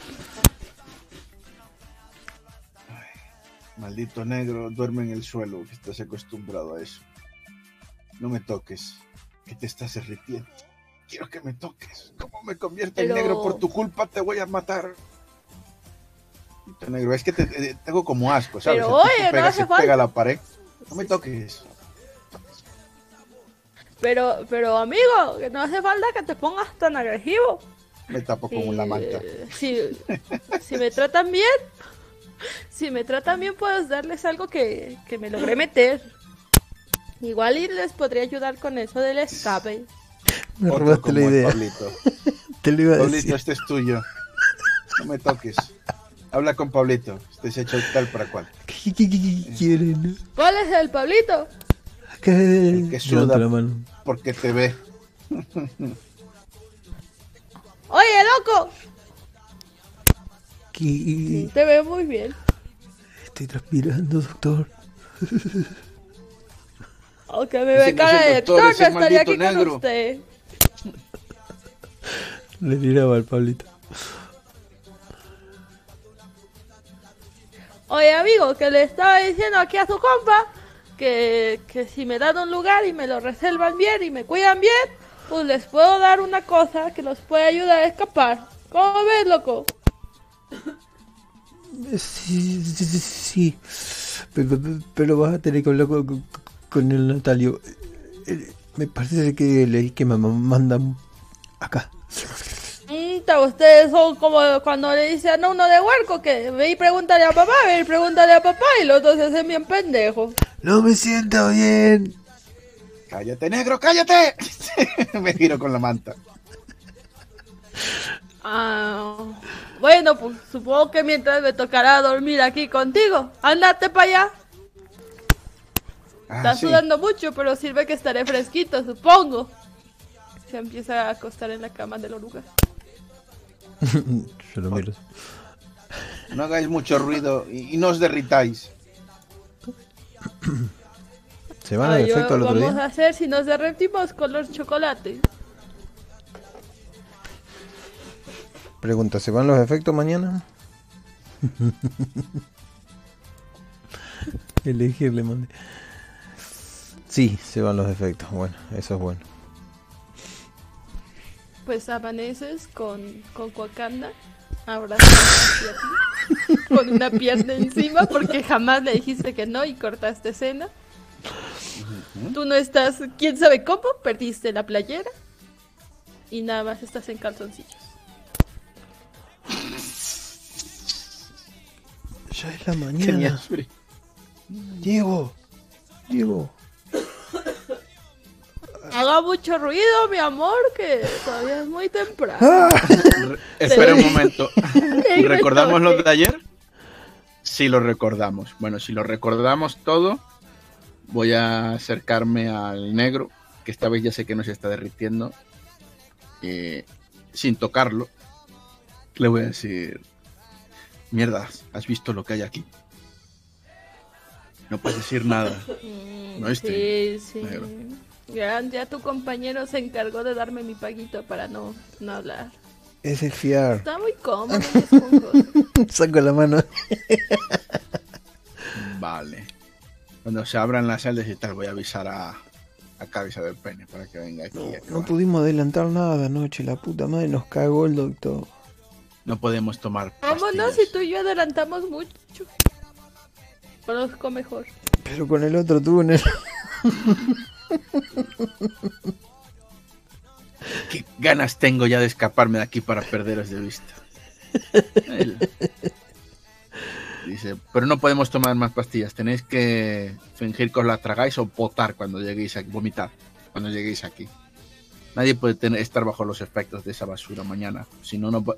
Maldito negro, duerme en el suelo, que estás acostumbrado a eso. No me toques, que te estás derritiendo. Quiero que me toques. ¿Cómo me convierto en negro? Por tu culpa te voy a matar. Maldito negro, es que tengo como asco, ¿sabes? Pero oye, no hace falta. Pega a la pared. No me toques. Pero amigo, que no hace falta que te pongas tan agresivo. Me tapo con la manta. Si me tratan bien, puedes darles algo que me logré meter. Igual y les podría ayudar con eso del escape. Me robaste la idea. Pablito. Te lo iba a Pablito, decir. este es tuyo. No me toques. Habla con Pablito. Este es hecho tal para cual. ¿Qué quieren? ¿Cuál es el Pablito? El que suda la mano. porque te ve. Oye, loco. ¿Qué? Te ve muy bien. Estoy transpirando, doctor. Aunque me ve cara de doctor, no estaría aquí con usted. Le tiraba al Pablito. Oye, amigo, que le estaba diciendo aquí a su compa que si me dan un lugar y me lo reservan bien y me cuidan bien, pues les puedo dar una cosa que los puede ayudar a escapar. ¿Cómo ves, loco? Sí. Pero vas a tener que hablar con el Natalio. Me parece que leí que me mandan acá. Ustedes son como cuando le dicen a uno de huerco que ve y pregúntale a papá, y los dos se hacen bien pendejos. No me siento bien. Cállate, negro, cállate. Me giro con la manta. Bueno, pues supongo que mientras me tocará dormir aquí contigo. Ándate para allá. Está sudando mucho, pero sirve que estaré fresquito, supongo. Se empieza a acostar en la cama del oruga. Yo lo miro. No hagáis mucho ruido y no os derritáis. ¿Se van a efecto al otro día? Vamos a hacer si nos derretimos con los chocolates. Pregunta, ¿se van los efectos mañana? Elegirle mandé. Sí, se van los efectos. Bueno, eso es bueno. Pues amaneces con Wakanda abrazado hacia ti, con una pierna encima porque jamás le dijiste que no y cortaste escena. Tú no estás, quién sabe cómo, perdiste la playera y nada más estás en calzoncillos. Ya es la mañana. Diego. Haga mucho ruido, mi amor, que todavía es muy temprano. Espera un momento. ¿Recordamos lo de ayer? Sí, lo recordamos. Bueno, si lo recordamos todo, voy a acercarme al negro, que esta vez ya sé que no se está derritiendo, sin tocarlo. Le voy a decir: mierda, ¿has visto lo que hay aquí? No puedes decir nada. ¿No? Sí. Negro. Ya tu compañero se encargó de darme mi paguito para no hablar. Ese es fiar. Está muy cómodo y esponjoso. Saco la mano. Vale. Cuando se abran las celdas y tal, voy a avisar a Cabeza del Pene para que venga aquí. No pudimos adelantar nada anoche. La puta madre nos cagó el doctor. No podemos tomar Vámonos pastillas. si tú y yo adelantamos mucho. Conozco mejor. Pero con el otro túnel. Qué ganas tengo ya de escaparme de aquí para perderos de vista. Dice, pero no podemos tomar más pastillas. Tenéis que fingir que os la tragáis o potar cuando lleguéis aquí, vomitar cuando lleguéis aquí. Nadie puede estar bajo los efectos de esa basura mañana. Si no, no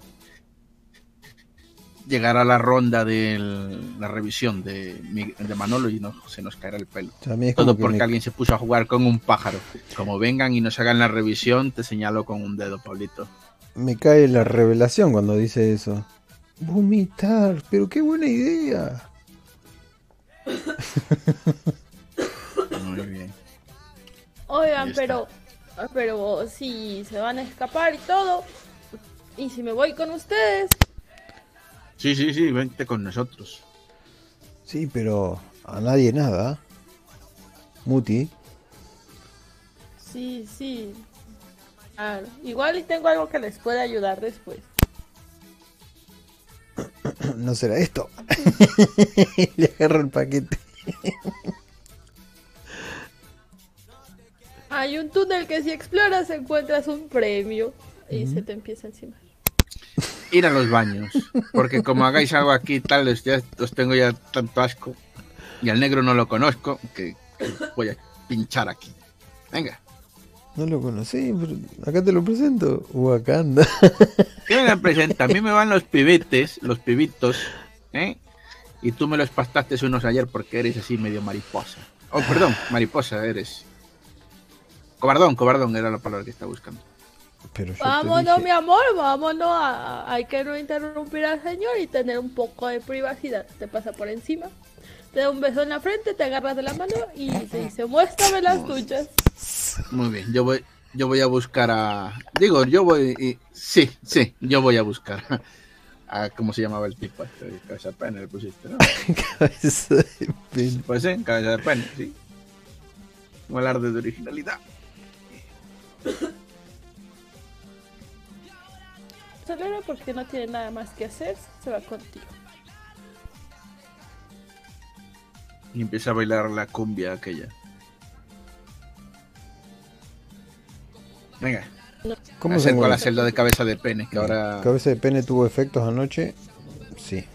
llegará la ronda de la revisión de Manolo y se nos caerá el pelo. O sea, a mí es Todo como que porque alguien se puso a jugar con un pájaro. Como vengan y nos hagan la revisión, te señalo con un dedo, Pablito. me cae la revelación cuando dice eso. Vomitar, pero qué buena idea. Muy bien. Oigan, Ya está. pero si se van a escapar y todo, y si me voy con ustedes, Sí, vente con nosotros. Sí, pero a nadie nada. Muti. sí. Claro. Igual y tengo algo que les pueda ayudar después. No será esto. Le agarro el paquete. Hay un túnel que si exploras encuentras un premio y se te empieza encima. Ir a los baños. Porque como hagáis algo aquí tal, ya os tengo ya tanto asco. Y al negro no lo conozco, que voy a pinchar aquí. Venga. No lo conocí, pero acá te lo presento. Wakanda. ¿Qué me la presenta? A mí me van los pibitos, ¿eh? Y tú me los pastaste unos ayer porque eres así medio mariposa. Oh, perdón, mariposa eres. Cobardón era la palabra que estaba buscando. Pero yo te Vámonos, dije- mi amor, vámonos. Hay que no interrumpir al señor y tener un poco de privacidad. Te pasa por encima, te da un beso en la frente, te agarras de la mano y te dice, muéstrame las tuyas. Muy bien, yo voy a buscar a... Sí, yo voy a buscar a... ¿Cómo se llamaba el tipo? Cabeza de pene le pusiste, ¿no? Cabeza de pene. Pues sí, cabeza de pene, sí. Un alarde de originalidad. Solero porque no tiene nada más que hacer, se va contigo. Y empieza a bailar la cumbia aquella. Venga, ¿Cómo me se acerco a la mueve? celda de cabeza de pene, que ahora... ¿Cabeza de pene tuvo efectos anoche? Sí.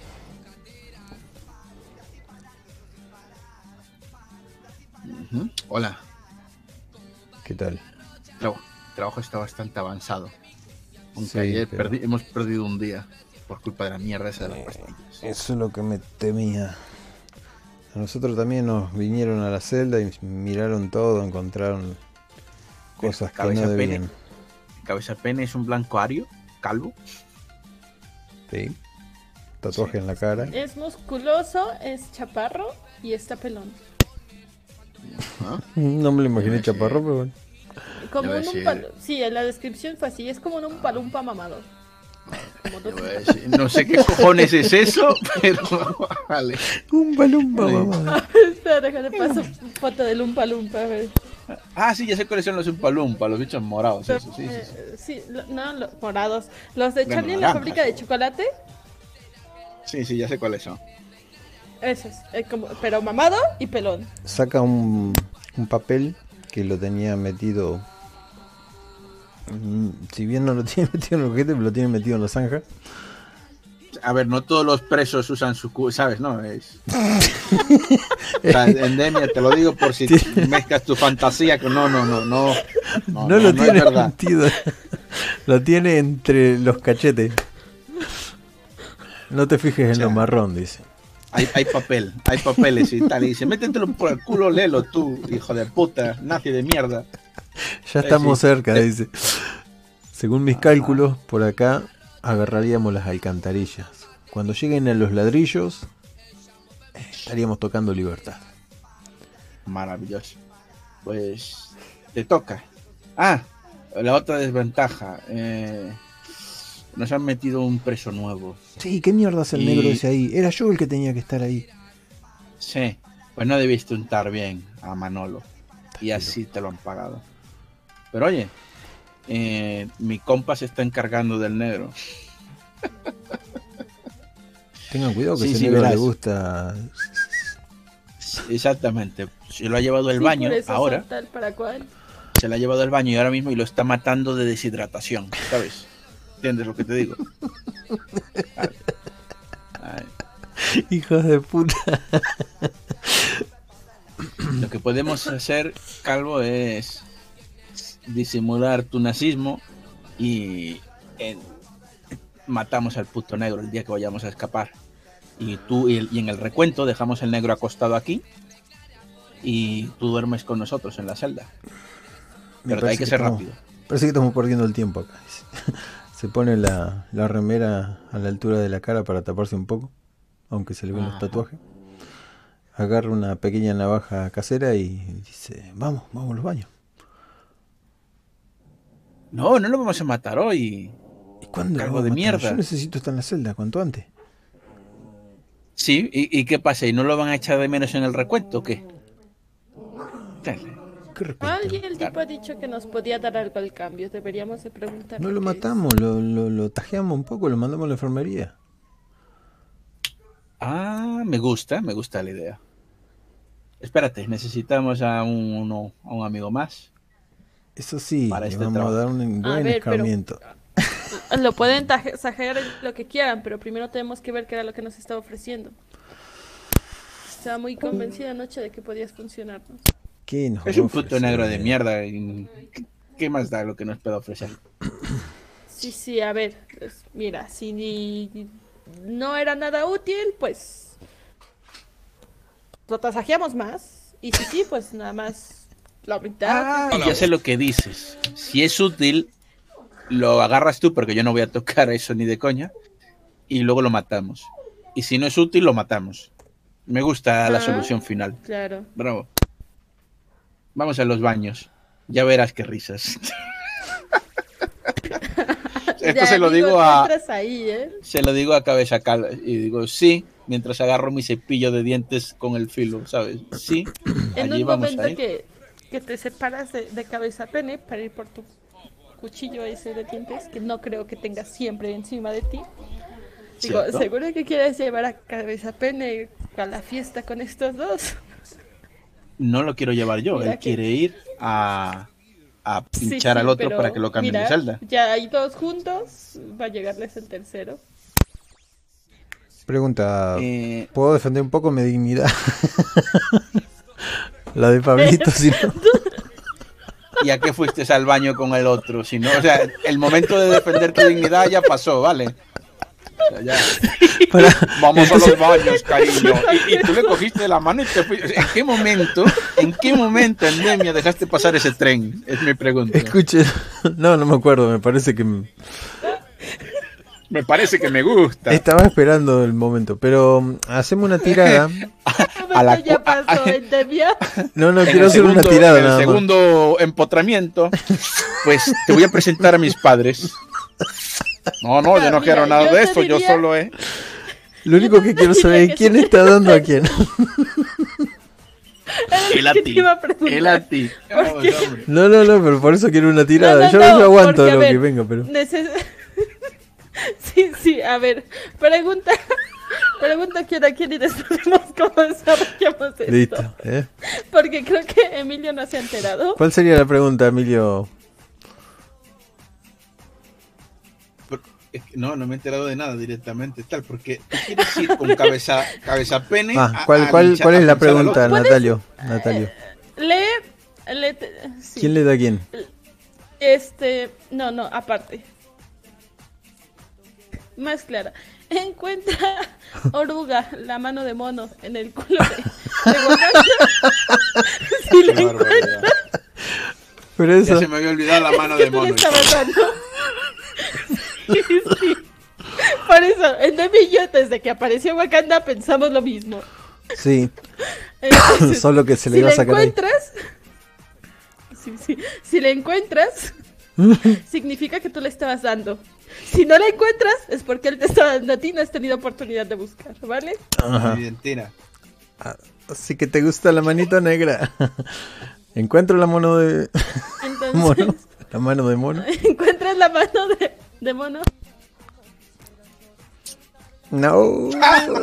Ujú. Hola, ¿Qué tal? el trabajo está bastante avanzado. Aunque Sí, ayer pero- hemos perdido un día por culpa de la mierda esa de las pastillas. Eso es lo que me temía. A nosotros también nos vinieron a la celda y miraron todo, encontraron cosas que Cabeza no de pene. debían. Cabeza de pene es un blanco ario, calvo. Sí. Tatuaje en la cara. Es musculoso, es chaparro y está pelón. ¿No? No me lo imaginé Debe ser. chaparro, pero bueno. Como Debe un ser. umpa. Sí, en la descripción fue así, es como un umpalumpa mamador. Como Yo dos- voy a decir, no sé qué cojones es eso, pero vale. Un balumba, Sí. mamá. Espera, déjale paso foto del umpalumpa, a ver. Ah, sí, ya sé cuáles son los Umpalumpa, los bichos morados, eso, sí. Sí, no, los morados. Los de Bueno, Charlie en la naranjas. fábrica de chocolate, Sí, ya sé cuáles son. esos. Como, pero mamado y pelón. Saca un papel que lo tenía metido. Si bien no lo tiene metido en el ojete, pero lo tiene metido en la zanja. A ver, no todos los presos usan su cu, ¿sabes? No, es... O sea, endemia, te lo digo por si mezclas tu fantasía con no No lo es tiene verdad. metido. Lo tiene entre los cachetes. No te fijes en O sea, lo marrón, dice. Hay papeles y tal. Y dice, métetelo por el culo, léelo tú, hijo de puta, nazi de mierda. Ya estamos sí. cerca, dice. Según mis cálculos, por acá agarraríamos las alcantarillas. Cuando lleguen a los ladrillos, estaríamos tocando libertad. Maravilloso. Pues te toca. Ah, la otra desventaja. Nos han metido un preso nuevo. Sí, ¿qué mierda hace el negro ese ahí? Era yo el que tenía que estar ahí. Sí, pues no debiste untar bien a Manolo. Y así te lo han pagado. Pero oye, mi compa se está encargando del negro. Tengan cuidado que Sí, ese sí, negro verás. le gusta. Exactamente. Se lo ha llevado del Sí, baño por eso ahora. son tal para cual. Se lo ha llevado del baño y ahora mismo y lo está matando de deshidratación, ¿sabes? ¿Entiendes lo que te digo? Ay. Hijos de puta. Lo que podemos hacer, Calvo, es disimular tu nazismo y matamos al puto negro el día que vayamos a escapar. Y tú y en el recuento dejamos el negro acostado aquí y tú duermes con nosotros en la celda. Pero hay que ser rápido. Parece que estamos perdiendo el tiempo acá. Se pone la remera a la altura de la cara para taparse un poco, aunque se le ven los tatuajes. Agarra una pequeña navaja casera y dice, vamos a los baños. No lo vamos a matar hoy. ¿Y cuándo lo Cargo vamos a de matar? mierda. Yo necesito estar en la celda, cuanto antes. Sí, ¿y qué pasa? ¿Y no lo van a echar de menos en el recuento o qué? Dale. ¿Qué recuento? Alguien el tipo ha dicho que nos podía dar algo al cambio. Deberíamos de preguntar. No lo qué es. matamos, lo tajeamos un poco, lo mandamos a la enfermería. Ah, me gusta la idea. Espérate, necesitamos a un amigo más. Eso sí, Para le este vamos trabajo. a dar un buen ver, escarmiento. Lo pueden sajear lo que quieran, pero primero tenemos que ver qué era lo que nos estaba ofreciendo. Estaba muy convencida anoche de que podías funcionarnos. ¿Qué nos Es un va a puto ofrecer? negro de mierda. ¿Qué más da lo que nos pueda ofrecer? Sí, a ver, pues, mira, si no era nada útil, pues lo tasajeamos más. Y si sí, pues nada más la mitad. Ya sé lo que dices. Si es útil, lo agarras tú, porque yo no voy a tocar eso ni de coña, y luego lo matamos. Y si no es útil, lo matamos. Me gusta la solución final. Claro. Bravo. Vamos a los baños. Ya verás qué risas. Esto Ya, se lo amigo, digo tú a... entras ahí, ¿eh? Se lo digo a cabeza calva y digo sí, mientras agarro mi cepillo de dientes con el filo, ¿sabes? Sí, En allí un vamos momento a ir. que te separas de cabeza pene para ir por tu cuchillo ese de dientes, que no creo que tengas siempre encima de ti. Digo, ¿Cierto? ¿seguro que quieres llevar a cabeza pene a la fiesta con estos dos? No lo quiero llevar yo, Mira él que- quiere ir a Sí, pinchar al otro pero para que lo cambien mira, de celda. ya hay dos juntos, va a llegarles el tercero. Pregunta, Eh, ¿puedo defender un poco mi dignidad? La de Pablito, si no. ¿Y a qué fuiste al baño con el otro? Si no, o sea, el momento de defender tu dignidad ya pasó, ¿vale? O sea, ya. Para- Vamos a los baños, cariño. Y tú le cogiste la mano y te fuiste. ¿En qué momento, Endemia, dejaste pasar ese tren? Es mi pregunta. Escuche, no me acuerdo, me parece que Me parece que me gusta. estaba esperando el momento, pero hacemos una tirada. A la ya cu- pasó, Endemia. No, En quiero el hacer una segundo- tirada en el nada más. segundo empotramiento, pues te voy a presentar a mis padres. No, yo no Mira, quiero nada yo de te eso, yo diría- solo, Lo único que quiero saber que es quién sí. está dando a quién. Él a ¿Qué ti. te iba a preguntar? Él a ti. ¿Por Vamos, qué? hombre. No, pero por eso quiero una tirada. No, yo aguanto porque, a lo ver, que venga, pero. Sí, a ver, pregunta quién a quién y después vemos cómo desarrollamos esto. Listo. Porque creo que Emilio no se ha enterado. ¿Cuál sería la pregunta, Emilio? No me he enterado de nada directamente, tal, porque tú quieres ir con cabeza pene. ¿Cuál es la pregunta, Natalio? Sí. ¿Quién le da a quién? No, aparte. Más clara. Encuentra oruga, la mano de mono, en el culo de Wakanda. Si la encuentras, Pero Ya eso. se me había olvidado la mano que de tú le mono. estabas dando. Sí. Por eso, Endemia y yo, desde que apareció Wakanda, pensamos lo mismo. Sí, Entonces, solo que se le si iba a la sacar ahí. encuentras, sí. Si la encuentras, significa que tú le estabas dando. Si no la encuentras, es porque él te está dando a ti, no has tenido oportunidad de buscar, ¿vale? Ajá. Evidentina. Así que te gusta la manito negra. Encuentro la mano de Entonces, mono. La mano de mono. encuentras la mano de mono. No.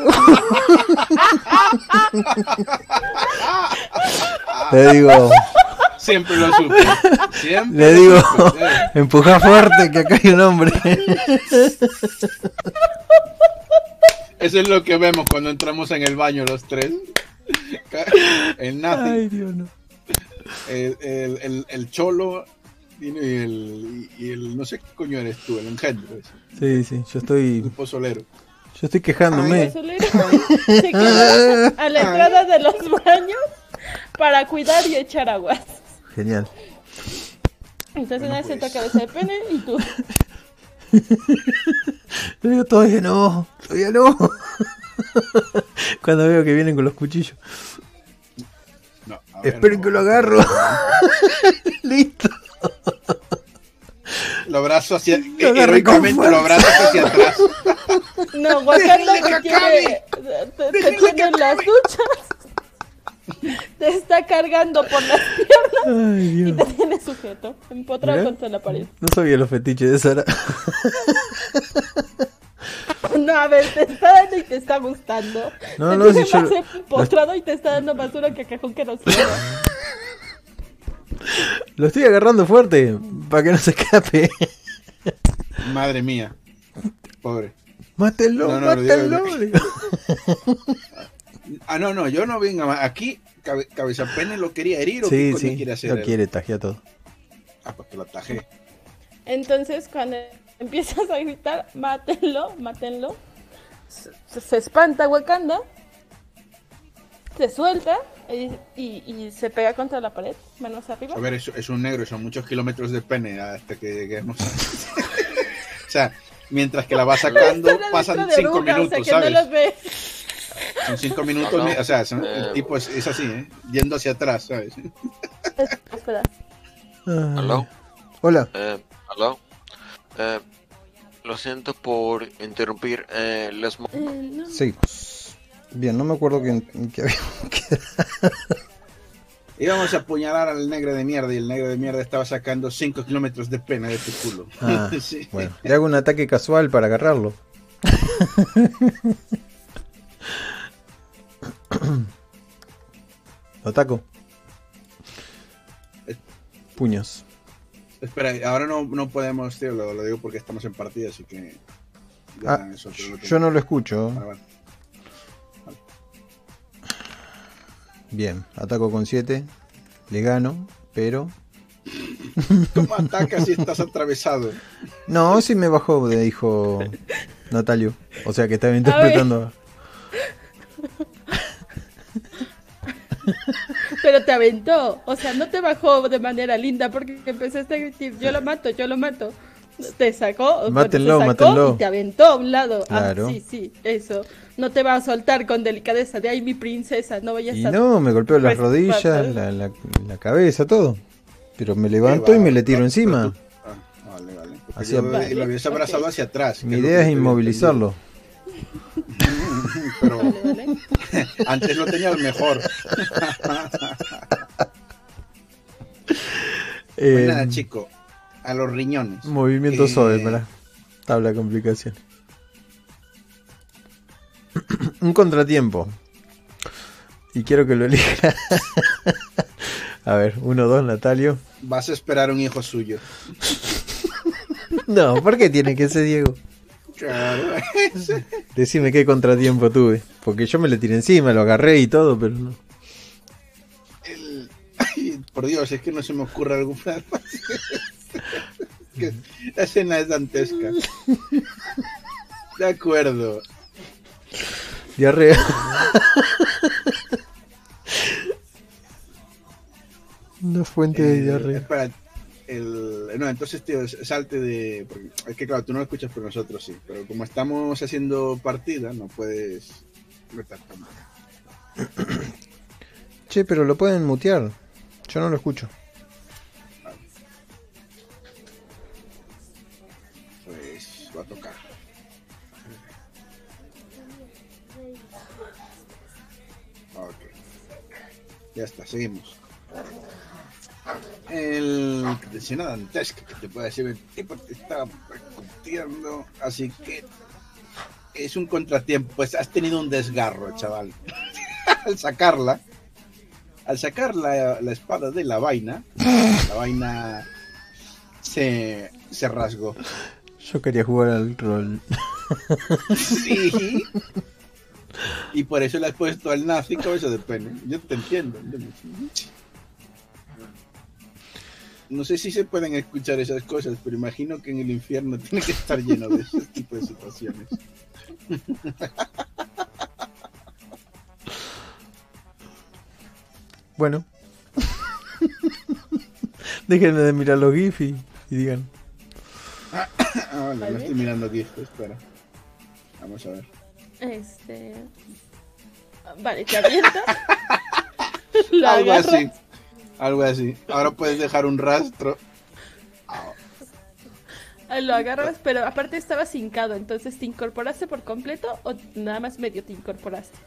Le digo, Siempre lo supe. Siempre le lo digo, supe. empuja fuerte que acá hay un hombre. Eso es lo que vemos cuando entramos en el baño los tres. El nazi, Ay, Dios, no. el cholo y el no sé qué coño eres tú, el engendro ese, Sí, sí, el pozolero. yo estoy quejándome. El solero se queda a la entrada de los baños para cuidar y echar aguas. Genial. Entonces Bueno, nadie pues. sienta cabeza de pene y tú. Le digo, todavía no. Cuando veo que vienen con los cuchillos. No, a ver, Esperen no. que lo agarro. Listo. Los brazos hacia Lo agarré con heroicamente los brazos hacia atrás. No, Wakanda Déjenle te que tiene, te Déjenle tiene en las duchas. Te está cargando por las piernas Ay, y Dios. te tiene sujeto, empotrado Mira. contra la pared. No sabía los fetiches de Sara. No, a ver, te está dando y te está gustando. No, te no, tiene si yo más empotrado y te está dando más duro que cajón que no cierra. Lo estoy agarrando fuerte para que no se escape. Madre mía. Pobre. Mátenlo, No, no, mátenlo. No, yo no venga más. Aquí Cabeza Pene lo quería herir o Sí, qué coño sí, quiere hacer lo él? quiere, tajea todo. Ah, pues que lo tajé. Entonces, cuando empiezas a gritar, mátenlo, mátenlo, se espanta Wakanda, se suelta y se pega contra la pared, manos arriba. A ver, es un negro, son muchos kilómetros de pene hasta que lleguemos. O sea, mientras que la va sacando, Están pasan adentro de 5 oruga, minutos, o sea, que ¿sabes? no los ves. Son 5 minutos, No, no. o sea, el tipo es así, ¿eh? Yendo hacia atrás, ¿sabes? Espera. ¿Aló? Hola. ¿Aló? Lo siento por interrumpir. No. Seguimos. Bien, no me acuerdo qué habíamos quedado. Íbamos a apuñalar al negro de mierda y el negro de mierda estaba sacando 5 kilómetros de pena de tu culo. Ah, Sí. bueno, le hago un ataque casual para agarrarlo. Lo ataco. Puños. Espera, ahora no podemos, tío, lo digo porque estamos en partida, así que... ya Ah, eso, pero lo yo no lo escucho. Vale, vale. Bien, ataco con 7. Le gano, pero... ¿Cómo atacas si estás atravesado? No, sí me bajó, dijo Natalio. O sea que estaba interpretando. Pero te aventó, o sea, no te bajó de manera linda porque empezaste a gritar, yo lo mato, yo lo mato. Te sacó, Mátenlo, te sacó mátenlo. y te aventó a un lado. Claro. Ah, sí, eso. No te va a soltar con delicadeza, de ahí mi princesa, no vayas Y a... no, me golpeó las Pues, rodillas, patas. la cabeza, todo. Pero me levanto y me le tiro encima. Vale, vale. Porque Hacia- lo habías abrazado hacia atrás. Mi que idea es lo que te había inmovilizarlo. entendido. Pero Vale, vale. antes lo tenías mejor. Pues nada, chico. A los riñones. Movimiento Eh, suave para tabla de complicaciones. Un contratiempo. Y quiero que lo elija. A ver, 1, 2, Natalio. Vas a esperar un hijo suyo. No, ¿por qué tiene que ser Diego? Claro. Decime qué contratiempo tuve. Porque yo me le tiré encima, lo agarré y todo, pero no. Ay, por Dios, es que no se me ocurre algún plan. Que la escena es dantesca. De acuerdo. Diarrea. Una fuente de diarrea. Espera, no, entonces, tío, salte de... Porque, es que claro, tú no lo escuchas, pero nosotros sí. Pero como estamos haciendo partida, no puedes... meter tanto. Che, pero lo pueden mutear. Yo no lo escucho. Pues... Ya está, seguimos. El tensión dantesca que te puede decir el tipo te está percutiendo, así que es un contratiempo. Pues has tenido un desgarro, chaval. Al sacar la espada de la vaina se rasgó. Yo quería jugar al rol. Sí. Y por eso le has puesto al nazi cabeza de pene. Yo te entiendo. No sé si se pueden escuchar esas cosas, pero imagino que en el infierno tiene que estar lleno de ese tipo de situaciones. Bueno. Déjenme de mirar los GIF y digan. Vale, no estoy mirando GIF, espera. Vamos a ver. Vale, te avientas. Lo agarras. Algo así. Ahora puedes dejar un rastro. Lo agarras, pero aparte estabas hincado, entonces ¿te incorporaste por completo o nada más medio te incorporaste?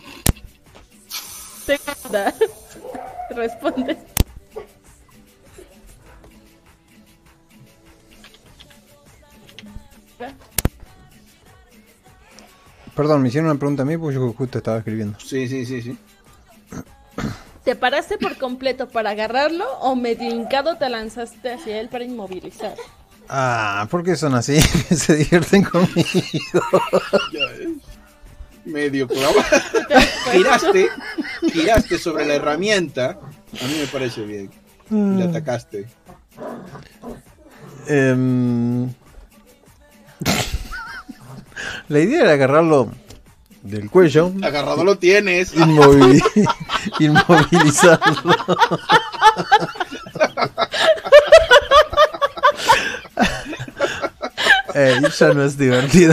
Segunda. Responde. Perdón, me hicieron una pregunta a mí porque yo justo estaba escribiendo. Sí. ¿Te paraste por completo para agarrarlo o medio hincado te lanzaste hacia él para inmovilizar? Ah, ¿por qué son así? Se divierten conmigo. Medio clavado. Giraste sobre la herramienta. A mí me parece bien. Y le atacaste. La idea era agarrarlo del cuello. Agarrado lo tienes. Inmovilizarlo. Ya no es divertido.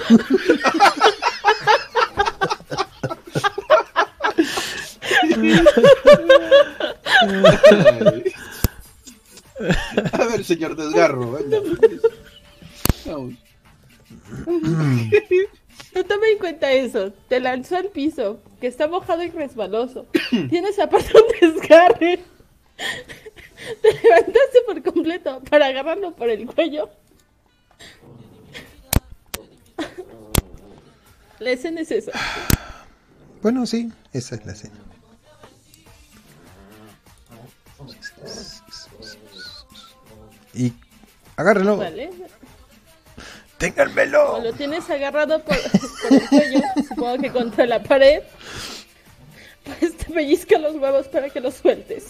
A ver, señor Desgarro, venga. Vamos. No tome en cuenta eso. Te lanzó al piso, que está mojado y resbaloso. Tienes aparte un desgarre. Te levantaste por completo para agarrarlo por el cuello. La escena es esa. Bueno, sí, esa es la escena. Y agárrenlo. Vale. ¡Ténganmelo! Como lo tienes agarrado por el cuello, supongo que contra la pared, pues te pellizca los huevos para que los sueltes.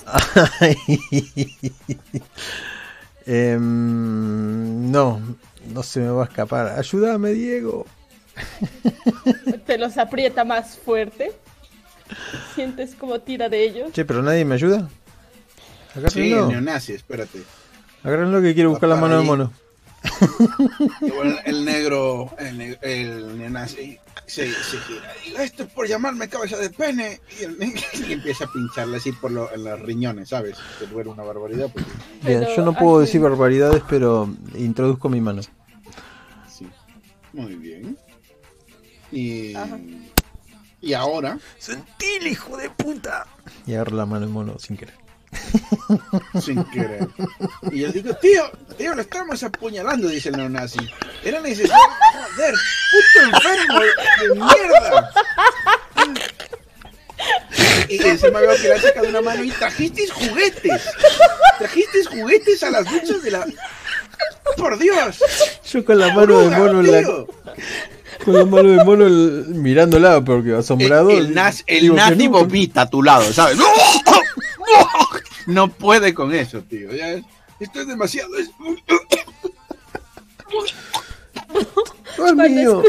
No se me va a escapar. ¡Ayúdame, Diego! Te los aprieta más fuerte. Sientes como tira de ellos. Che, pero nadie me ayuda. Sí, el neonazi, espérate. Agárrenlo que quiero buscar la mano del mono. El negro, el neonazi se gira. Esto es por llamarme cabeza de pene. Y empieza a pincharle así en los riñones, ¿sabes? Que duele una barbaridad. Porque... Bien, yo no puedo decir barbaridades, pero introduzco mi mano. Sí, muy bien. Y ahora... ¡Sentil, hijo de puta! Y agarro la mano del mono sin querer. Sin querer. Y yo digo, tío, lo estamos apuñalando, dice el neonazi. Era necesario. Joder, puto enfermo de mierda. Y encima veo que le ha sacado una mano y trajisteis juguetes. Trajisteis juguetes a las luchas de la... ¡Por Dios! Yo con la mano de mono en la... Con la mano de mono mirándola porque asombrado. El nazi vomita a tu lado, ¿sabes? No puede con eso, tío. Esto es demasiado. No es mío.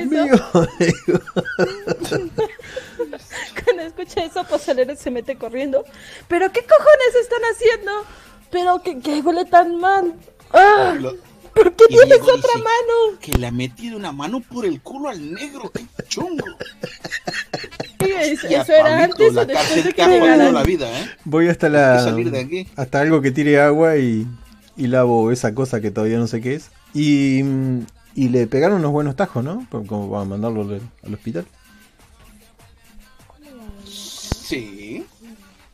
Cuando escucha eso, Pozolero se mete corriendo. ¿Pero qué cojones están haciendo? ¿Pero qué huele tan mal? ¡Ah! ¿Por qué tienes otra mano? Que le ha metido una mano por el culo al negro, qué chungo. Eso era antes o después de que llegaran. La vida, Voy hasta hasta algo que tire agua y lavo esa cosa que todavía no sé qué es. Y le pegaron unos buenos tajos, ¿no? Como para mandarlo al hospital. Sí.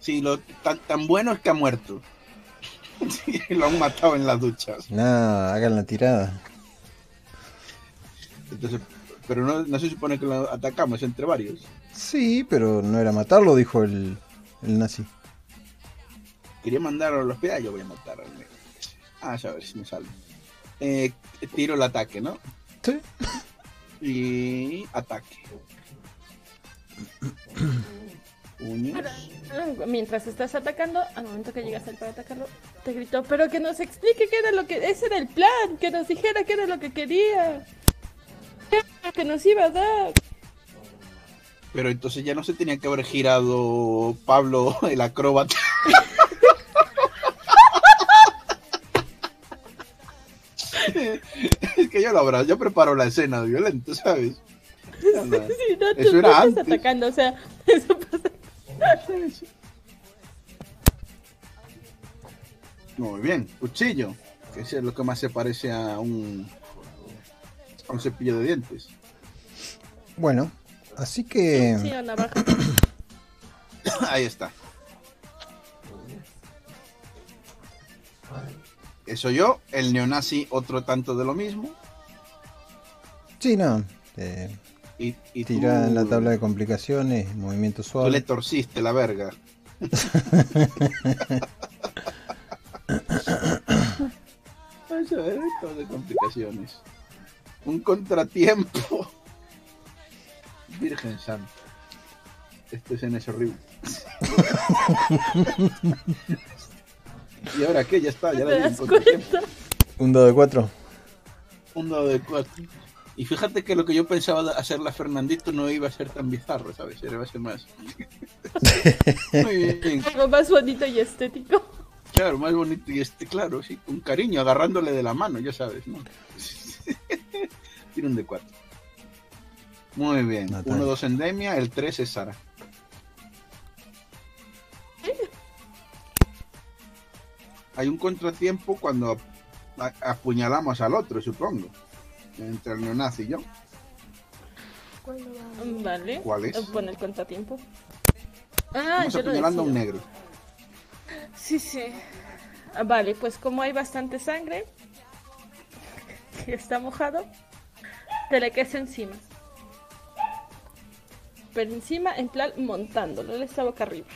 Sí, tan bueno es que ha muerto. Sí, lo han matado en las duchas. No, hagan la tirada. Entonces, pero no se supone que lo atacamos entre varios. Sí, pero no era matarlo, dijo el nazi. Quería mandarlo al hospital, yo voy a matar al negro. A ver si me sale. Tiro el ataque, ¿no? Sí. Y ataque. Puños. Mientras estás atacando, al momento que llegas para atacarlo, te gritó, pero que nos explique qué era lo que... Ese era el plan, que nos dijera qué era lo que quería. ¿Qué era lo que nos iba a dar? Pero entonces ya no se tenía que haber girado Pablo, el acróbata. Es que yo preparo la escena de violento, ¿sabes? Sí, no, eso era antes. Atacando, o sea, eso pasa. Muy bien, cuchillo, que es lo que más se parece a un cepillo de dientes. Bueno, así que... Sí, o navaja. Ahí está. Eso yo, el neonazi otro tanto de lo mismo. Sí, no. Y tira tú, en la tabla de complicaciones, movimiento suave. Tú le torciste la verga. Vamos a ver, tabla de complicaciones. Un contratiempo. Virgen Santa. Esta escena es horrible. ¿Y ahora qué? Ya está, ya ¿Te la das cuenta? Un dado de 4. Un dado de 4. Y fíjate que lo que yo pensaba hacer la Fernandito no iba a ser tan bizarro, ¿sabes? Iba a ser más... Muy bien. Algo más bonito y estético. Claro, más bonito y claro, sí, con cariño, agarrándole de la mano, ya sabes, ¿no? Tiene un de 4. Muy bien. 1-2 Endemia, el 3 es Sara. Hay un contratiempo cuando apuñalamos al otro, supongo. Entre el neonazi y yo. Vale. ¿Cuál es? Bueno, el contratiempo. Estamos yo lo apuñalando a un decido. negro. Sí. Vale, pues como hay bastante sangre, que está mojado, te le caes encima. Pero encima, en plan, montándolo. Él está boca arriba.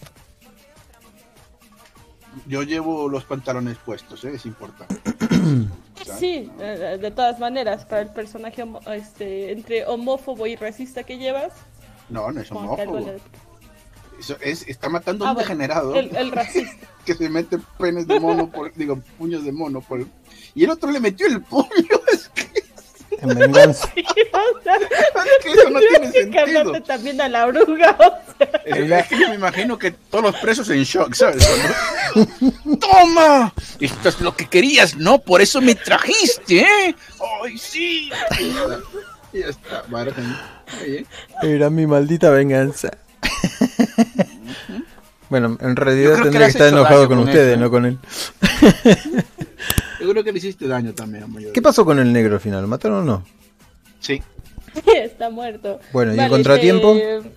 Yo llevo los pantalones puestos, es importante. Sí, de todas maneras, para el personaje entre homófobo y racista que llevas. No es como que algo homófobo. le- Eso está matando a un degenerado. El racista. Que se mete penes de mono, puños de mono. Y el otro le metió el puño. Es que En venganza. Sí, o sea, eso no tiene que sentido. cargarte también a la oruga, o sea. Es que yo me imagino que todos los presos en shock, ¿sabes? ¡Toma! Esto es lo que querías, ¿no? Por eso me trajiste, ¿eh? ¡Ay, sí! Ya está. Vale, bien. Era mi maldita venganza. Bueno, en realidad Yo creo que tendría le que has estar hecho enojado daño con con ustedes, eso, no con él. Yo creo que le hiciste daño también, mayor. ¿Qué pasó con el negro al final? ¿Lo mataron o no? Sí. Está muerto. Bueno, ¿y el contratiempo?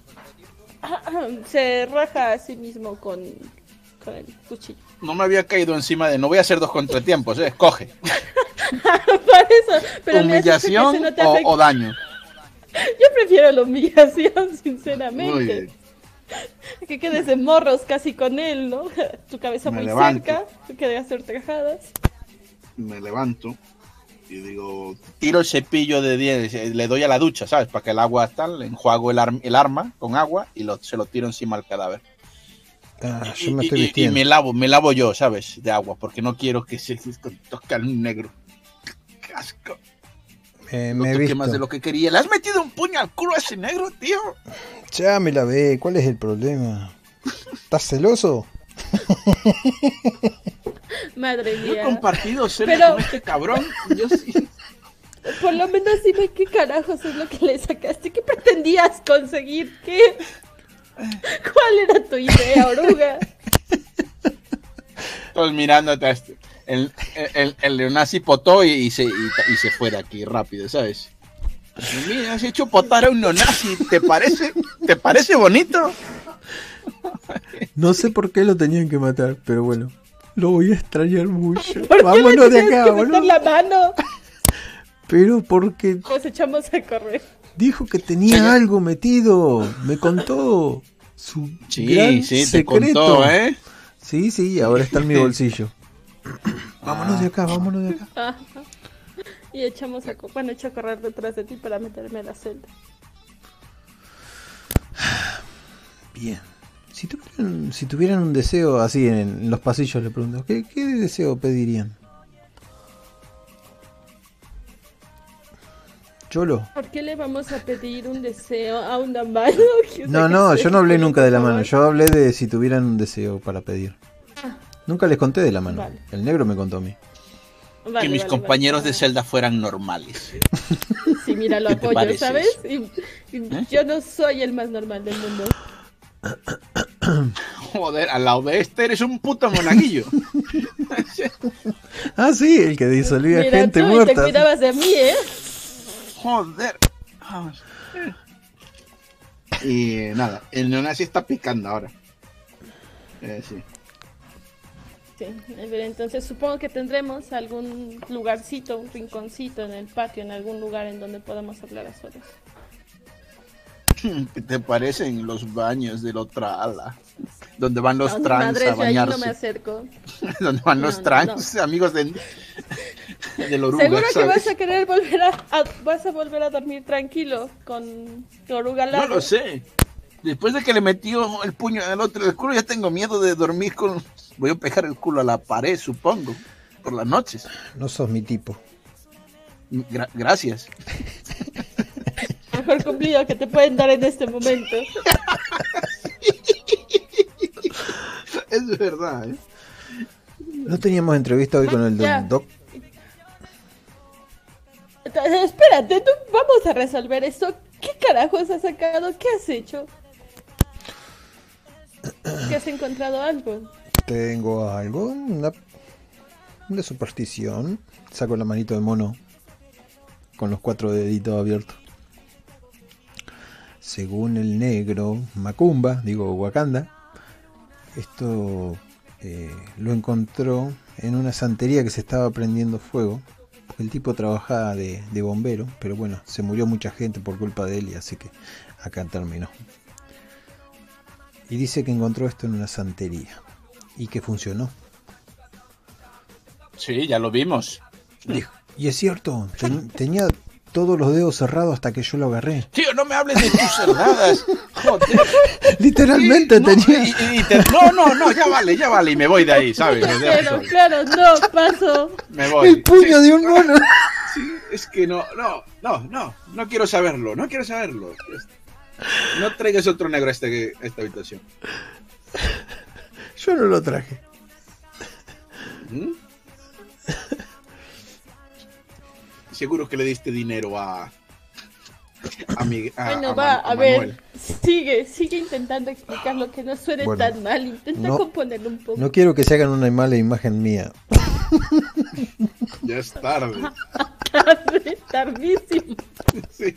Se raja a sí mismo con el cuchillo. No me había caído encima de no voy a hacer 2 contratiempos, escoge. Por eso, pero mira, ¿Humillación eso no te afecta. o daño? Yo prefiero la humillación, Muy sinceramente. bien. Que quedes de morros casi con él, ¿no? Tu cabeza Me muy levanto. cerca, que debas hacer trajadas. Me levanto y digo, tiro el cepillo de dientes, le doy a la ducha, ¿sabes? Para que el agua tal, enjuago el arma con agua y se lo tiro encima al cadáver. Yo me estoy Y vistiendo. me lavo yo, ¿sabes? De agua, porque no quiero que se toque al negro. ¡Qué asco! Me No he toqué más de visto. lo que quería. ¿Le has metido un puño al culo a ese negro, tío? Ya me la ve. ¿Cuál es el problema? ¿Estás celoso? Madre Yo he mía. compartido seres Pero- con este cabrón. Yo sí. Por lo menos dime qué carajos es lo que le sacaste. ¿Qué pretendías conseguir? ¿Qué? ¿Cuál era tu idea, oruga? Todos mirándote a este. El neonazi potó y se fue de aquí rápido, ¿sabes? Mira, has hecho potar a un neonazi. ¿Te parece bonito? No sé por qué lo tenían que matar, pero bueno. Lo voy a extrañar mucho. ¿Por qué Vámonos le de tenías acá, que meter boludo. la mano? Pero porque Nos echamos a correr. dijo que tenía algo metido. Me contó su gran Sí, te secreto. contó, ¿eh? Sí, ahora está en mi bolsillo. Vámonos de acá, vámonos de acá. Ajá. Y echamos a bueno, eché a correr detrás de ti para meterme a la celda. Bien. Si tuvieran un deseo así en los pasillos, le pregunto, ¿qué deseo pedirían? Cholo. ¿Por qué le vamos a pedir un deseo a una mano? No, yo no hablé nunca de la mano. Yo hablé de si tuvieran un deseo para pedir. Nunca les conté de la mano. Vale. El negro me contó a mí. Que mis compañeros de celda fueran normales. Sí, mira, lo ¿Qué te apoyo, parece ¿sabes? eso? Y yo no soy el más normal del mundo. Joder, al lado de este eres un puto monaguillo. Ah, sí, el que disolvía Mira, gente tú muerta. te cuidabas de mí, ¿eh? Joder. Vamos. Y nada, el neonazi está picando ahora. Sí. Sí, pero entonces supongo que tendremos algún lugarcito, un rinconcito en el patio, en algún lugar en donde podamos hablar a solas. ¿Qué te parecen los baños de la otra ala? Donde van los No, ni trans madres, a yo ahí bañarse. no me acerco. Donde van los No, trans, amigos del oruga. Seguro que ¿sabes? vas a querer vas a volver a dormir tranquilo con tu oruga al lado. No lo sé. Después de que le metió el puño al otro del culo, ya tengo miedo de dormir con... Voy a pegar el culo a la pared, supongo, por las noches. No sos mi tipo. Gracias. Mejor cumplido que te pueden dar en este momento. Es verdad, ¿eh? ¿No teníamos entrevista hoy con el Ya. doc? Espérate, vamos a resolver esto. ¿Qué carajos has sacado? ¿Qué has hecho? ¿Que has encontrado algo? Tengo algo, una superstición. Saco la manito de mono con los 4 deditos abiertos. Según el negro Macumba, digo Wakanda, esto lo encontró en una santería que se estaba prendiendo fuego. El tipo trabajaba de bombero, pero bueno, se murió mucha gente por culpa de él y así que acá terminó. Y dice que encontró esto en una santería y que funcionó. Sí, ya lo vimos. Y es cierto, tenía todos los dedos cerrados hasta que yo lo agarré. Tío, no me hables de tus cerradas. Joder. Literalmente No, tenía... No, ya vale, y me voy de ahí, ¿sabes? Claro, no, paso. Me voy. El puño de un mono. Sí, es que no quiero saberlo, no quiero saberlo. No traigas otro negro a esta habitación. Yo no lo traje. ¿Mm? Seguro que le diste dinero a Bueno, va, a ver, sigue intentando explicarlo, que no suene Bueno, tan mal, intenta componerlo un poco. No quiero que se hagan una mala imagen mía. Ya es tarde. Tardísimo. Sí.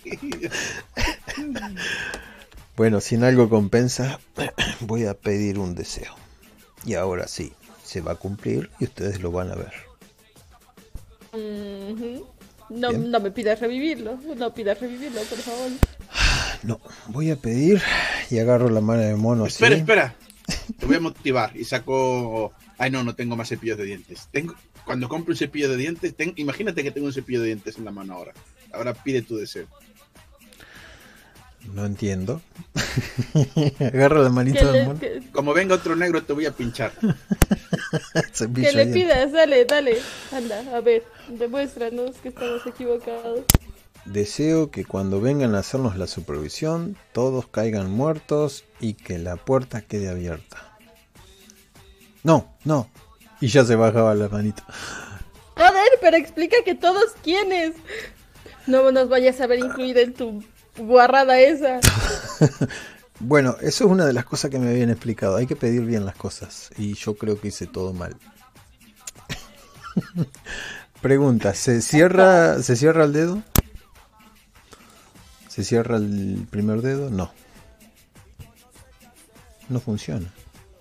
Bueno, si en algo compensa, voy a pedir un deseo. Y ahora sí, se va a cumplir y ustedes lo van a ver. No me pidas revivirlo, por favor. No, voy a pedir y agarro la mano de mono así. Espera. Te voy a motivar y saco... Ay, no tengo más cepillos de dientes. Cuando compro un cepillo de dientes, imagínate que tengo un cepillo de dientes en la mano ahora. Ahora pide tu deseo. No entiendo. Agarro la manita del mono. Como venga otro negro, te voy a pinchar. Que le pidas, dale. Anda, a ver, demuéstranos que estamos equivocados. Deseo que cuando vengan a hacernos la supervisión, todos caigan muertos y que la puerta quede abierta. No. Y ya se bajaba la manita. Joder, pero explica que todos quiénes. No nos vayas a ver incluida en tu guarrada esa. Bueno, eso es una de las cosas que me habían explicado. Hay que pedir bien las cosas. Y yo creo que hice todo mal. Pregunta, ¿se cierra el dedo? ¿Se cierra el primer dedo? No. No funciona.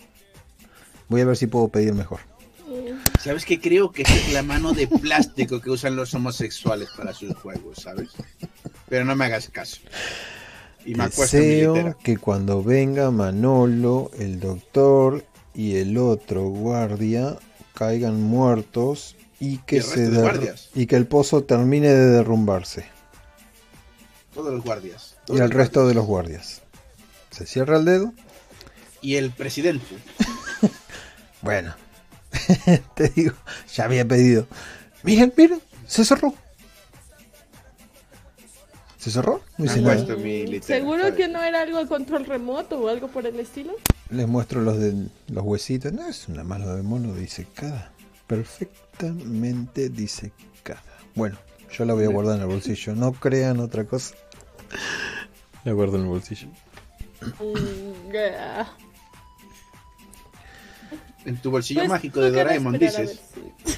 Voy a ver si puedo pedir mejor. ¿Sabes qué? Creo que es la mano de plástico que usan los homosexuales para sus juegos, ¿sabes? Pero no me hagas caso. Y me acuesto en mi Deseo litera. que cuando venga Manolo, el doctor y el otro guardia caigan muertos y que ¿Y el resto de guardias? y que el pozo termine de derrumbarse. Todos los guardias. Y el resto de los guardias. Se cierra el dedo. Y el presidente. Bueno, te digo, ya había pedido. Miren, se cerró. ¿Se cerró? No Me hice acuesto nada. en mi litera. ¿Seguro ¿sabes? que no era algo de control remoto o algo por el estilo? Les muestro los huesitos. No, es una mano de mono disecada. Perfectamente disecada. Bueno, yo la voy a guardar en el bolsillo. No crean otra cosa. La guardo en el bolsillo. Yeah. En tu bolsillo Pues, mágico de tocará Doraemon, esperar a dices. ver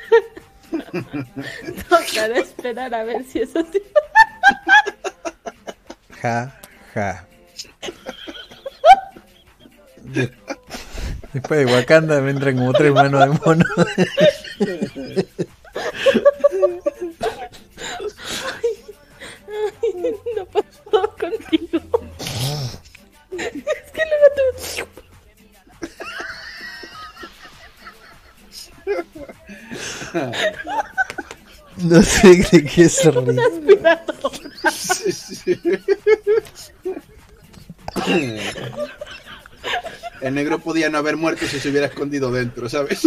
si- Tocará esperar a ver si es así. Ja, ja. Después de Wakanda me entran como 3 manos de mono. No pasó contigo. Es que luego tú... No sé de qué se ríe. aspirador. Sí, sí. El negro podía no haber muerto si se hubiera escondido dentro, ¿sabes?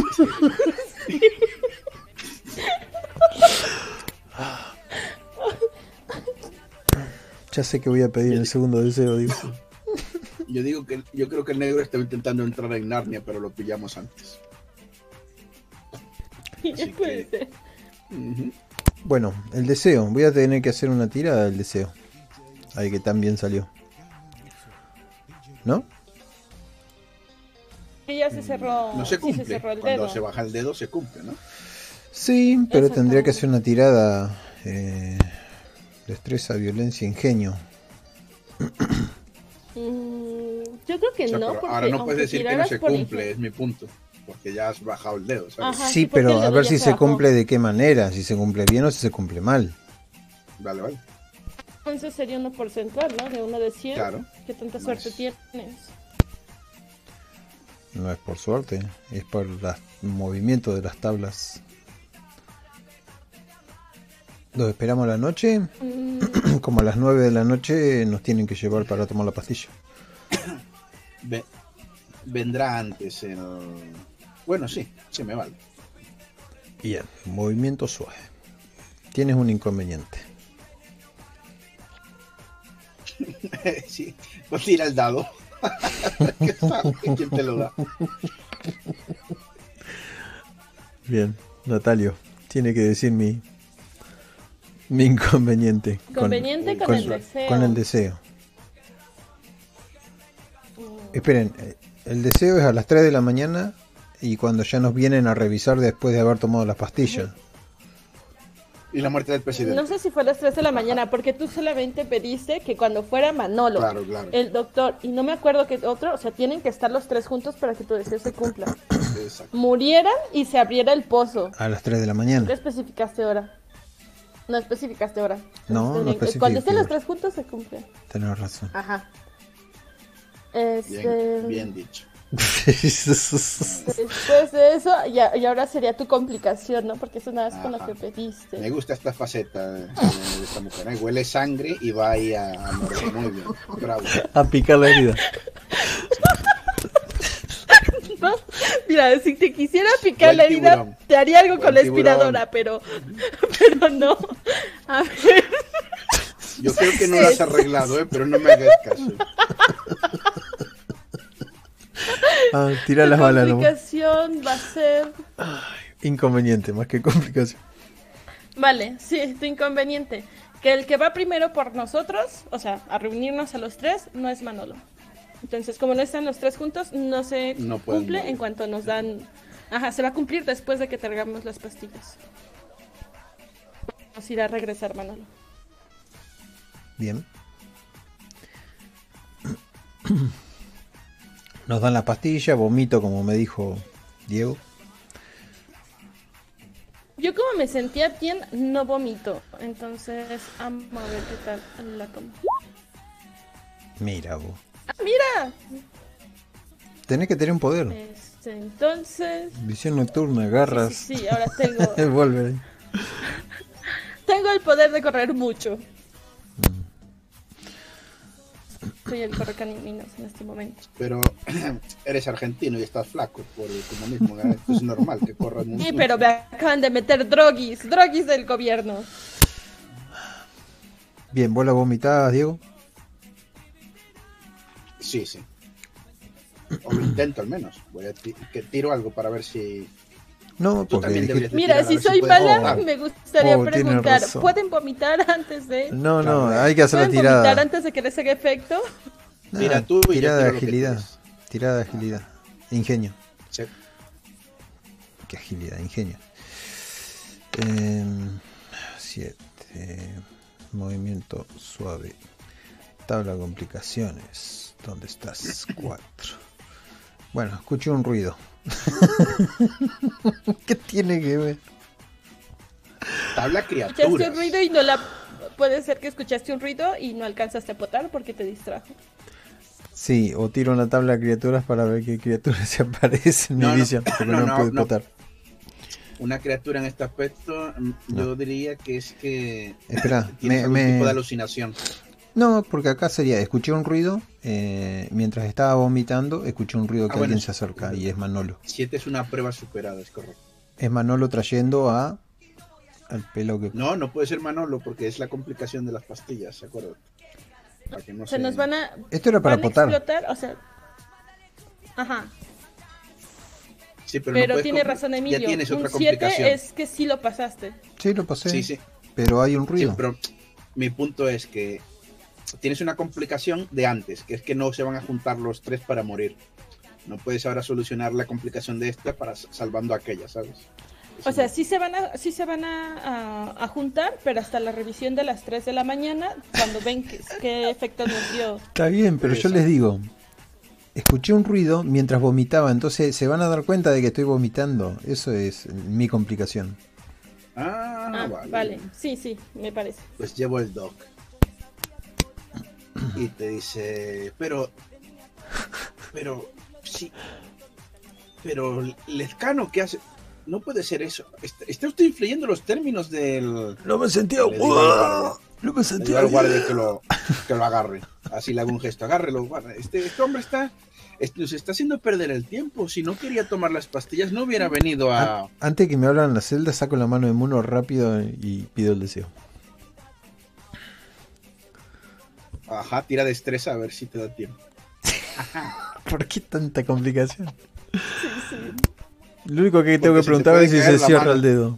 Ya sé que voy a pedir el segundo deseo, digo. Yo creo que el negro estaba intentando entrar en Narnia, pero lo pillamos antes. Así Puede que- ser. Ujú. Bueno, el deseo. Voy a tener que hacer una tirada del deseo. Ay, que tan bien salió. ¿No? Y ya se cerró. No se sí cumple. se cerró el Cuando dedo. se baja el dedo se cumple, ¿no? Sí, pero Eso tendría está que bien. hacer una tirada. Destreza, violencia, ingenio. Yo creo que O sea, no, pero porque ahora no aunque puedes decir que no tiraras se por cumple, ingenio- es mi punto. Porque ya has bajado el dedo, ¿sabes? Ajá. Sí, sí, porque pero el a dedo ver ya si se se bajó. cumple de qué manera. Si se cumple bien o si se cumple mal. Vale, vale. Entonces sería uno porcentual, ¿no? De 1 de 100. Claro. ¿Qué tanta No suerte es- tienes? No es por suerte, es por el movimiento de las tablas. ¿Los esperamos a la noche? Como a las 9 de la noche nos tienen que llevar para tomar la pastilla. Vendrá antes el... Bueno, sí, me vale. Bien, movimiento suave. Tienes un inconveniente. Sí, pues tira el dado. ¿Qué sabe? ¿Quién te lo da? Bien, Natalio, tiene que decir mi inconveniente. Inconveniente con el deseo. Con el deseo. Esperen, el deseo es a las 3 de la mañana y cuando ya nos vienen a revisar después de haber tomado las pastillas. Y la muerte del presidente. No sé si fue a las 3 de la mañana, porque tú solamente pediste que cuando fuera Manolo, Claro, claro. el doctor, y no me acuerdo qué otro, o sea, tienen que estar los tres juntos para que tu deseo se cumpla. Exacto. Murieran y se abriera el pozo. A las 3 de la ¿Qué mañana. especificaste hora? No especificaste hora. No, no especifiqué Cuando estén los hora. tres juntos se cumple. Tenés razón. Ajá. Bien, bien dicho. Después de eso, y ahora sería tu complicación, ¿no? Porque eso nada es con lo Ajá. que pediste. Me gusta esta faceta de esta mujer. ¿Eh? Huele sangre y va ahí a morir. Muy bien. Bravo. A picar la herida. ¿No? Mira, si te quisiera picar Buen la herida, tiburón. te haría algo Buen con la tiburón. aspiradora, pero no. A ver. Yo creo que no lo has arreglado, ¿eh? Pero no me hagas caso. Ah, tira Tu las balas, ¿no? complicación va a ser... Inconveniente, más que complicación. Vale, sí, tu inconveniente. Que el que va primero por nosotros, o sea, a reunirnos a los tres, no es Manolo. Entonces, como no están los tres juntos, no se No pueden cumple morir. en cuanto nos dan... Ajá, se va a cumplir después de que tragamos las pastillas. Nos irá a regresar Manolo. Bien. Nos dan la pastilla, vomito como me dijo Diego. Yo como me sentía bien, no vomito. Entonces, vamos a ver qué tal la tomo. Mira vos. ¡Ah, mira! Tenés que tener un poder. Entonces... Visión nocturna, garras. Sí, ahora tengo... El Wolverine. Tengo el poder de correr mucho. Soy el correcaminos en este momento. Pero eres argentino y estás flaco por el comunismo. Es normal que corras mucho. Sí, pero me acaban de meter droguis del gobierno. Bien, ¿vos la vomitabas, Diego? Sí. O lo intento al menos. Voy a que tiro algo para ver si... No, Tú porque también deberías de Mira, tirar, a si ver soy puedes mala, vomitar. me gustaría tiene preguntar, razón. ¿pueden vomitar antes de...? No, Claro, hay que hacer la ¿Pueden vomitar tirada. antes de que les haga efecto? Tira tú y yo tirada de tiro lo que agilidad. tienes. Tirada de agilidad. Ingenio. Sí. ¿Qué agilidad? Ingenio. 7. Movimiento suave. Tabla de complicaciones. ¿Dónde estás? 4. Bueno, escuché un ruido. ¿Qué tiene que ver? Tabla Escuchaste criaturas. un ruido y no la... Puede ser que escuchaste un ruido y no alcanzaste a potar porque te distrajo. Sí, o tiro una tabla de criaturas para ver qué criaturas se aparecen en mi visión, porque no puedo potar. Una criatura en este aspecto, yo diría que es que Espera, tienes algún tipo de alucinación. No, porque acá sería, escuché un ruido, mientras estaba vomitando, escuché un ruido que bueno, alguien se acerca y es Manolo. 7 es una prueba superada, es correcto. Es Manolo trayendo al pelo que... No puede ser Manolo porque es la complicación de las pastillas, ¿se acuerdan? Para que no Se nos van a... Esto era para van a potar. explotar, o sea... Ajá. Sí, pero Pero no puedes tiene razón Emilio. Ya tienes otra Un 7 complicación. es que sí lo pasaste. Sí, lo pasé, Sí. pero hay un Sí, ruido. pero mi punto es que tienes una complicación de antes, que es que no se van a juntar los 3 para morir. No puedes ahora solucionar la complicación de esta para salvando a aquella, ¿sabes? O sea, sí se van a juntar, pero hasta la revisión de las 3 de la mañana, cuando ven qué efecto nos dio. Está bien, pero yo les digo, escuché un ruido mientras vomitaba, entonces se van a dar cuenta de que estoy vomitando. Eso es mi complicación. Vale. Sí, me parece. Pues llevo el doc. Y te dice, pero sí, pero Lezcano, ¿qué hace? No puede ser eso. Está usted influyendo los términos del... No me sentía... Le digo al guardia. No me Le sentía digo al guardia bien. que lo agarre. Así le hago un gesto. Agárrelo, guardia. Este hombre nos está haciendo perder el tiempo. Si no quería tomar las pastillas, no hubiera venido a... Antes que me hablan en la celda, saco la mano de Muno rápido y pido el deseo. Ajá, tira destreza a ver si te da tiempo. ¿Por qué tanta complicación? Lo único que tengo Porque que se te preguntar puede es si caer se la cierra mano. el dedo.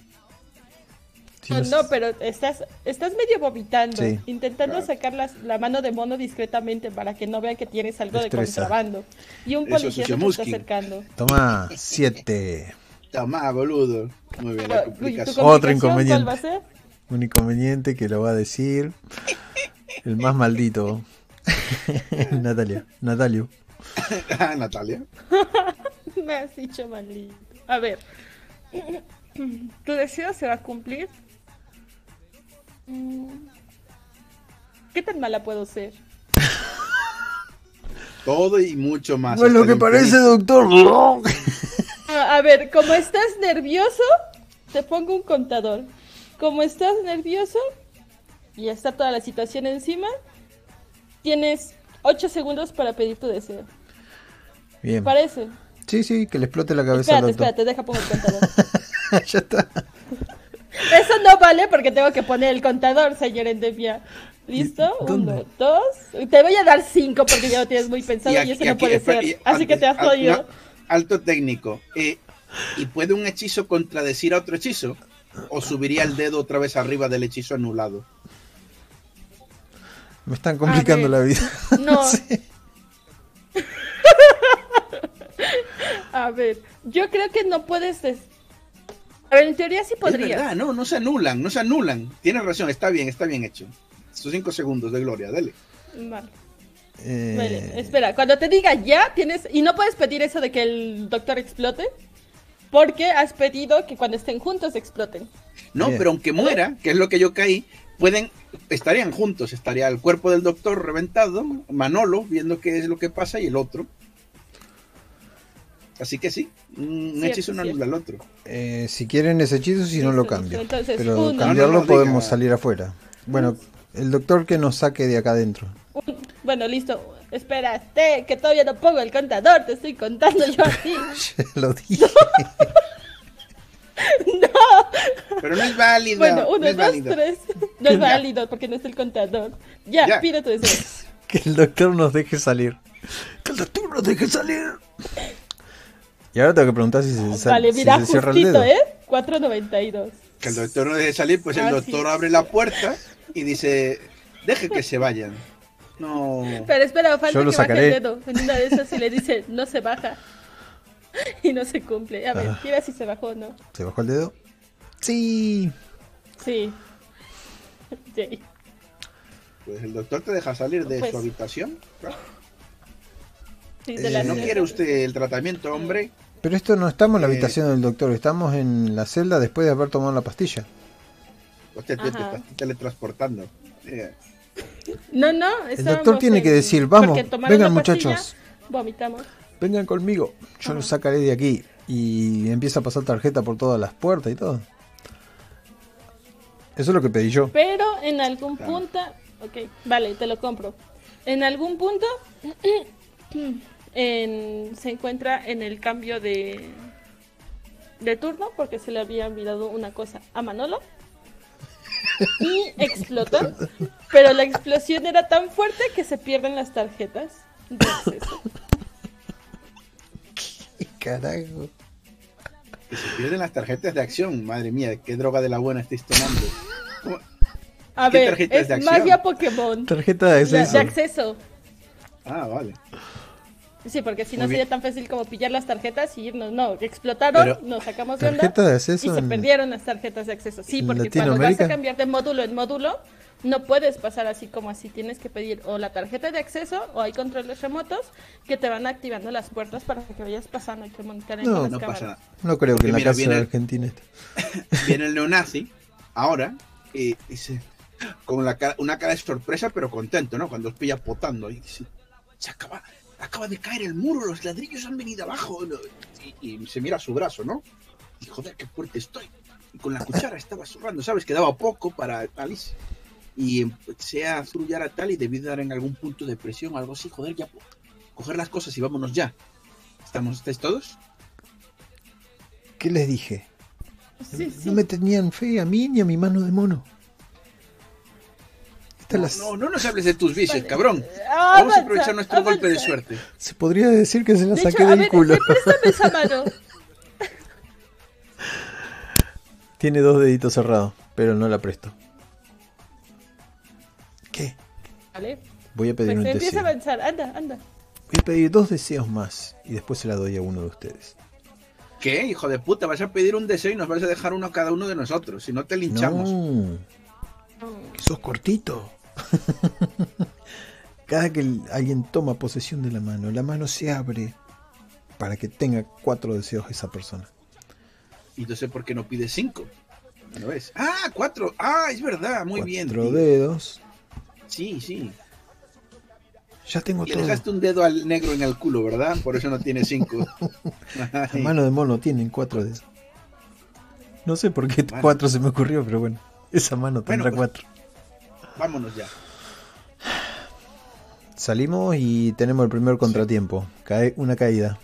Si No, pero estás medio vomitando, Sí. intentando Claro. sacar la mano de mono discretamente para que no vean que tienes algo de Destreza. contrabando. Y un Eso, policía se te está Susiomuskin. acercando. Toma, 7. Toma, boludo. Muy bien, la Pero, ¿y tu complicación. Otro complicación inconveniente. cuál va a ser? Un inconveniente que lo va a decir el más maldito. Natalio. Natalia. Me has dicho maldito. A ver. ¿Tu deseo se va a cumplir? ¿Qué tan mala puedo ser? Todo y mucho más. No es lo hasta que el parece, infinito. doctor. A ver, como estás nervioso, te pongo un contador. Como estás nervioso y está toda la situación encima, tienes 8 segundos para pedir tu deseo. Bien. ¿Parece? Sí, que le explote la cabeza al Espérate, doctor. deja pongo el contador. Ya está. Eso no vale porque tengo que poner el contador, señor Endemia. ¿Listo? ¿Dónde? 1, 2. Te voy a dar 5 porque ya lo tienes muy pensado y, eso no puede ser. Así que te has jodido. Alto técnico. ¿Y puede un hechizo contradecir a otro hechizo? ¿O subiría el dedo otra vez arriba del hechizo anulado? Me están complicando la vida. No. Sí. A ver, yo creo que no puedes... A ver, en teoría sí Es podrías. verdad, no se anulan. Tienes razón, está bien hecho. Estos 5 segundos de gloria, dale. Vale. Vale, espera, cuando te diga ya, tienes... Y no puedes pedir eso de que el doctor explote, porque has pedido que cuando estén juntos exploten. No, Bien. pero aunque muera, que es lo que yo caí, estarían juntos. Estaría el cuerpo del doctor reventado, Manolo viendo qué es lo que pasa y el otro. Así que sí, un Cierto, hechizo no anula al otro. Si quieren ese hechizo, si no lo Listo, cambio. entonces, Pero uno. cambiarlo No, no, podemos diga. salir afuera. Bueno, el doctor que nos saque de acá adentro. Bueno, listo. Espérate, que todavía no pongo el contador, te estoy contando yo a ti. Lo dije. Pero no es válido. Bueno, no 1, es 2, válido. 3. No es válido porque no es el contador. Ya. Pide tu deseo. Que el doctor nos deje salir. Que el doctor nos deje salir. Y ahora tengo que preguntar si se, Vale, si mira, se cierra el justito, dedo. 4.92. Que el doctor no deje salir, pues el doctor abre la puerta y dice, deje que se vayan. No. Pero espera, falta Yo lo que baje sacaré. el dedo. En una de esas se le dice, no se baja. Y no se cumple. A ver, mira si se bajó o no. ¿Se bajó el dedo? Sí. Sí. Sí. Pues el doctor te deja salir de Pues- su habitación. Claro. Sí, de la ¿No celda. quiere usted el tratamiento, hombre? Pero esto no estamos en la habitación del doctor, estamos en la celda después de haber tomado la pastilla. Usted te Ajá. está teletransportando. No, El doctor tiene que decir, vamos, vengan muchachos, Vomitamos. vengan conmigo. Yo lo sacaré de aquí. Y empieza a pasar tarjeta por todas las puertas y todo. Eso es lo que pedí yo. Pero en algún punto... Ok, vale, te lo compro. En algún punto... se encuentra en el cambio de turno porque se le había olvidado una cosa a Manolo y explotó, pero la explosión era tan fuerte que se pierden las tarjetas de acceso. Carajo. Que se pierden las tarjetas de acción. Madre mía, qué droga de la buena estáis tomando. ¿Cómo? A ¿Qué ver, tarjetas es de acción? magia Pokémon. Tarjeta de De acceso. acceso. Ah, vale. Sí, porque si Muy no bien. sería tan fácil como pillar las tarjetas y irnos. No, explotaron, Pero- nos sacamos de onda Tarjeta de y acceso se en- perdieron las tarjetas de acceso. Sí, ¿En porque cuando vas Latinoamérica? a cambiar de módulo en módulo, no puedes pasar así como así. Tienes que pedir o la tarjeta de acceso o hay controles remotos que te van activando las puertas para que vayas pasando y te monten No, con las No cámaras. pasa nada. No creo que en la Mira, casa viene- de Argentina esté. Viene el neonazi, ahora, y dice, con una cara de sorpresa, pero contento, ¿no? Cuando os pilla potando. Y dice, acaba de caer el muro, los ladrillos han venido abajo. ¿No? Y se mira su brazo, ¿no? Y joder, qué fuerte estoy. Y con la cuchara estaba zurrando, ¿sabes? Quedaba poco para Alice. Y empecé a zurullar a tal y debí dar en algún punto de presión o algo así. Joder, ya puedo coger las cosas y vámonos ya. ¿Estáis todos? ¿Qué les dije? Sí, sí. No me tenían fe a mí ni a mi mano de mono. Estas las- No nos hables de tus vicios, Vale. cabrón. Avanza, Vamos a aprovechar nuestro golpe de avanza. suerte. Se podría decir que se las De saqué hecho, a del ver, culo. préstame esa mano. Tiene 2 deditos cerrados, pero no la presto. ¿Qué? Vale, Voy a pedir pues un empieza a deseo. avanzar. Anda. Voy a pedir 2 deseos más y después se la doy a uno de ustedes. ¿Qué, hijo de puta? Vas a pedir un deseo y nos vas a dejar uno a cada uno de nosotros. Si no te linchamos. No, que sos cortito. Cada que alguien toma posesión de la mano se abre para que tenga 4 deseos esa persona. Y no sé por qué no pides 5. ¿No ves? Ah, 4. Ah, es verdad. Muy bien. 4 tío. dedos. Sí. Ya tengo Le todo. dejaste un dedo al negro en el culo, ¿verdad? Por eso no tiene 5. La mano de mono tienen 4 de esos. No sé por qué Vale. 4 se me ocurrió, pero bueno. Esa mano Bueno, tendrá pues. 4. Vámonos ya. Salimos y tenemos el primer contratiempo. Cae una caída.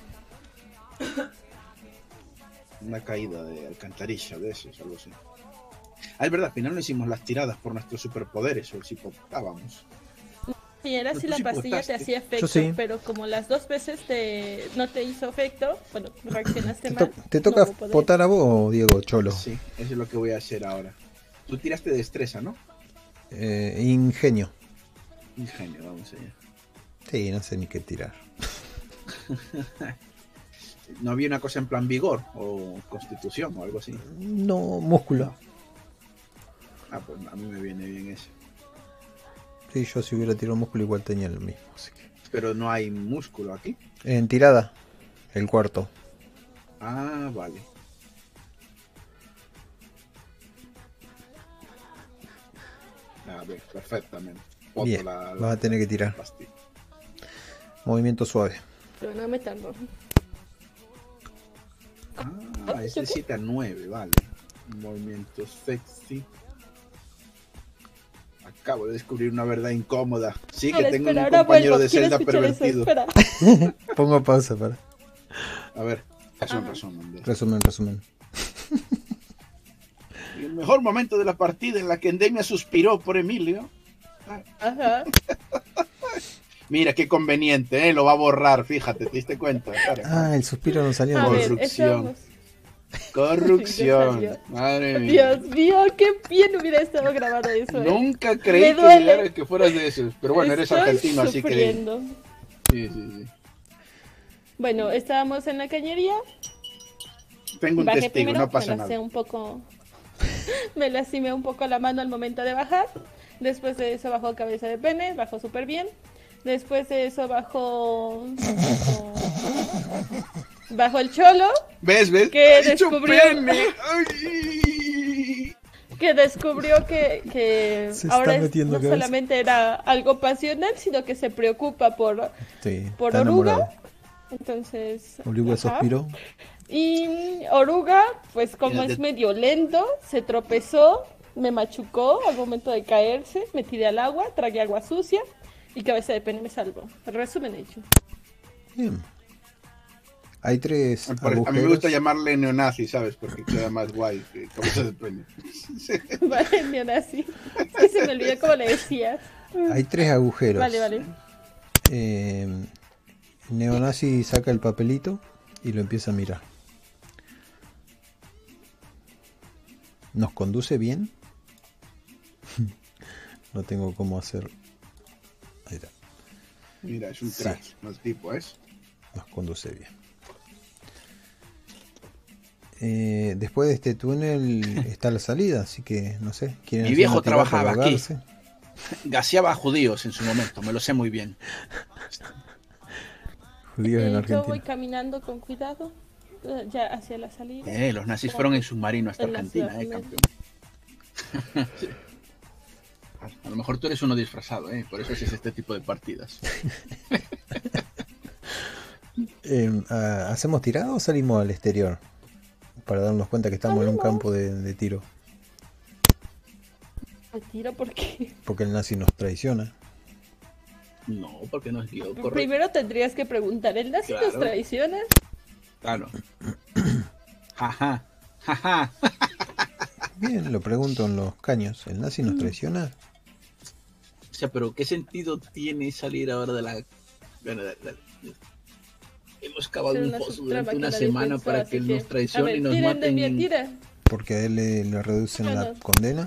Una caída de alcantarilla, de esos, algo así. Ah, es verdad, al final no hicimos las tiradas por nuestros superpoderes, o si potábamos. Sí, era No, si tú la sí pastilla votaste. te hacía efecto, Yo sí. pero como las 2 veces no te hizo efecto, bueno, reaccionaste Te, mal. te toca no hubo poder. potar a vos, Diego Cholo. Sí, eso es lo que voy a hacer ahora. Tú tiraste destreza, ¿no? Ingenio. Ingenio, vamos allá. Sí, no sé ni qué tirar. ¿No había una cosa en plan vigor o constitución o algo así? No, músculo. Ah, pues a mí me viene bien eso. Sí, yo si hubiera tirado músculo igual tenía lo mismo. Así que... Pero no hay músculo aquí. En tirada, el cuarto. Ah, vale. A ver, perfectamente. Boto Bien, vas a tener que tirar. pastilla. Movimiento suave. Pero no me tardo. Ah, es de 7 a 9, vale. Movimiento sexy. Acabo de descubrir una verdad incómoda. Sí, que tengo un compañero de celda pervertido. Pongo pausa para. A ver, resumen. Resumen. El mejor momento de la partida en la que Endemia suspiró por Emilio. Ajá. Mira, qué conveniente, ¿eh? Lo va a borrar, fíjate, ¿te diste cuenta? Ah, el suspiro no salió. A ver, Corrupción. Corrupción. Madre mía. Dios mío, qué bien hubiera estado grabado eso. Nunca Me creí duele. que fueras de esos. Pero bueno, eres Estoy argentino, así que... sufriendo. Sí. Bueno, estábamos en la cañería. Tengo un Bajé testigo, primero, no pasa me lastimé nada. un poco. Me lastimé un poco la mano al momento de bajar. Después de eso bajó cabeza de pene, bajó súper bien. Después de eso bajó el cholo. ¿Ves? Que ¡Ha dicho descubrió- pene! ¡Ay! Que descubrió que Se está ahora metiendo no cabeza. solamente era algo pasional, sino que se preocupa por Sí, por está Oruga. enamorado. Entonces, Oruga ajá. suspiró. Y Oruga, pues como Mira, es medio lento, se tropezó, me machucó al momento de caerse, me tiré al agua, tragué agua sucia y cabeza de pene me salvó. Resumen hecho. Bien. Hay 3 A mí me agujeros. gusta llamarle neonazi, ¿sabes? Porque queda más guay que cabeza de pene. Vale, neonazi. Es que se me olvidó cómo le decías. Hay 3 agujeros. Vale. Neonazi saca el papelito y lo empieza a mirar. ¿Nos conduce bien? No tengo cómo hacer. Ahí está. Mira, es un Sí. crack, no es tipo, ¿es? Nos conduce bien. Después de este túnel está la salida, así que no sé. ¿Quieren Mi hacer viejo una tirada para trabajaba aquí. ahogarse? Gaseaba a judíos en su momento, me lo sé muy bien. Judíos en Yo Argentina. voy caminando con cuidado, ya hacia la salida. Los nazis fueron en submarino hasta En la Argentina, ciudad, campeón. Sí. A lo mejor tú eres uno disfrazado, por eso haces este tipo de partidas. ¿Hacemos tirada o salimos al exterior? Para darnos cuenta que estamos en un campo de tiro. Me tiro porque Porque el nazi nos traiciona. No, porque nos guió correcto. primero tendrías que preguntar, ¿el nazi Claro. nos traiciona? Claro. Jaja. Bien, lo pregunto en los caños. ¿El nazi nos traiciona? O sea, pero ¿qué sentido tiene salir ahora de la... Bueno, hemos cavado Pero un no se pozo traba durante que una la semana defensa, para así que él nos A traicione ver, y nos tiren de maten. mí, tira. Porque a él le reducen la Bueno. condena.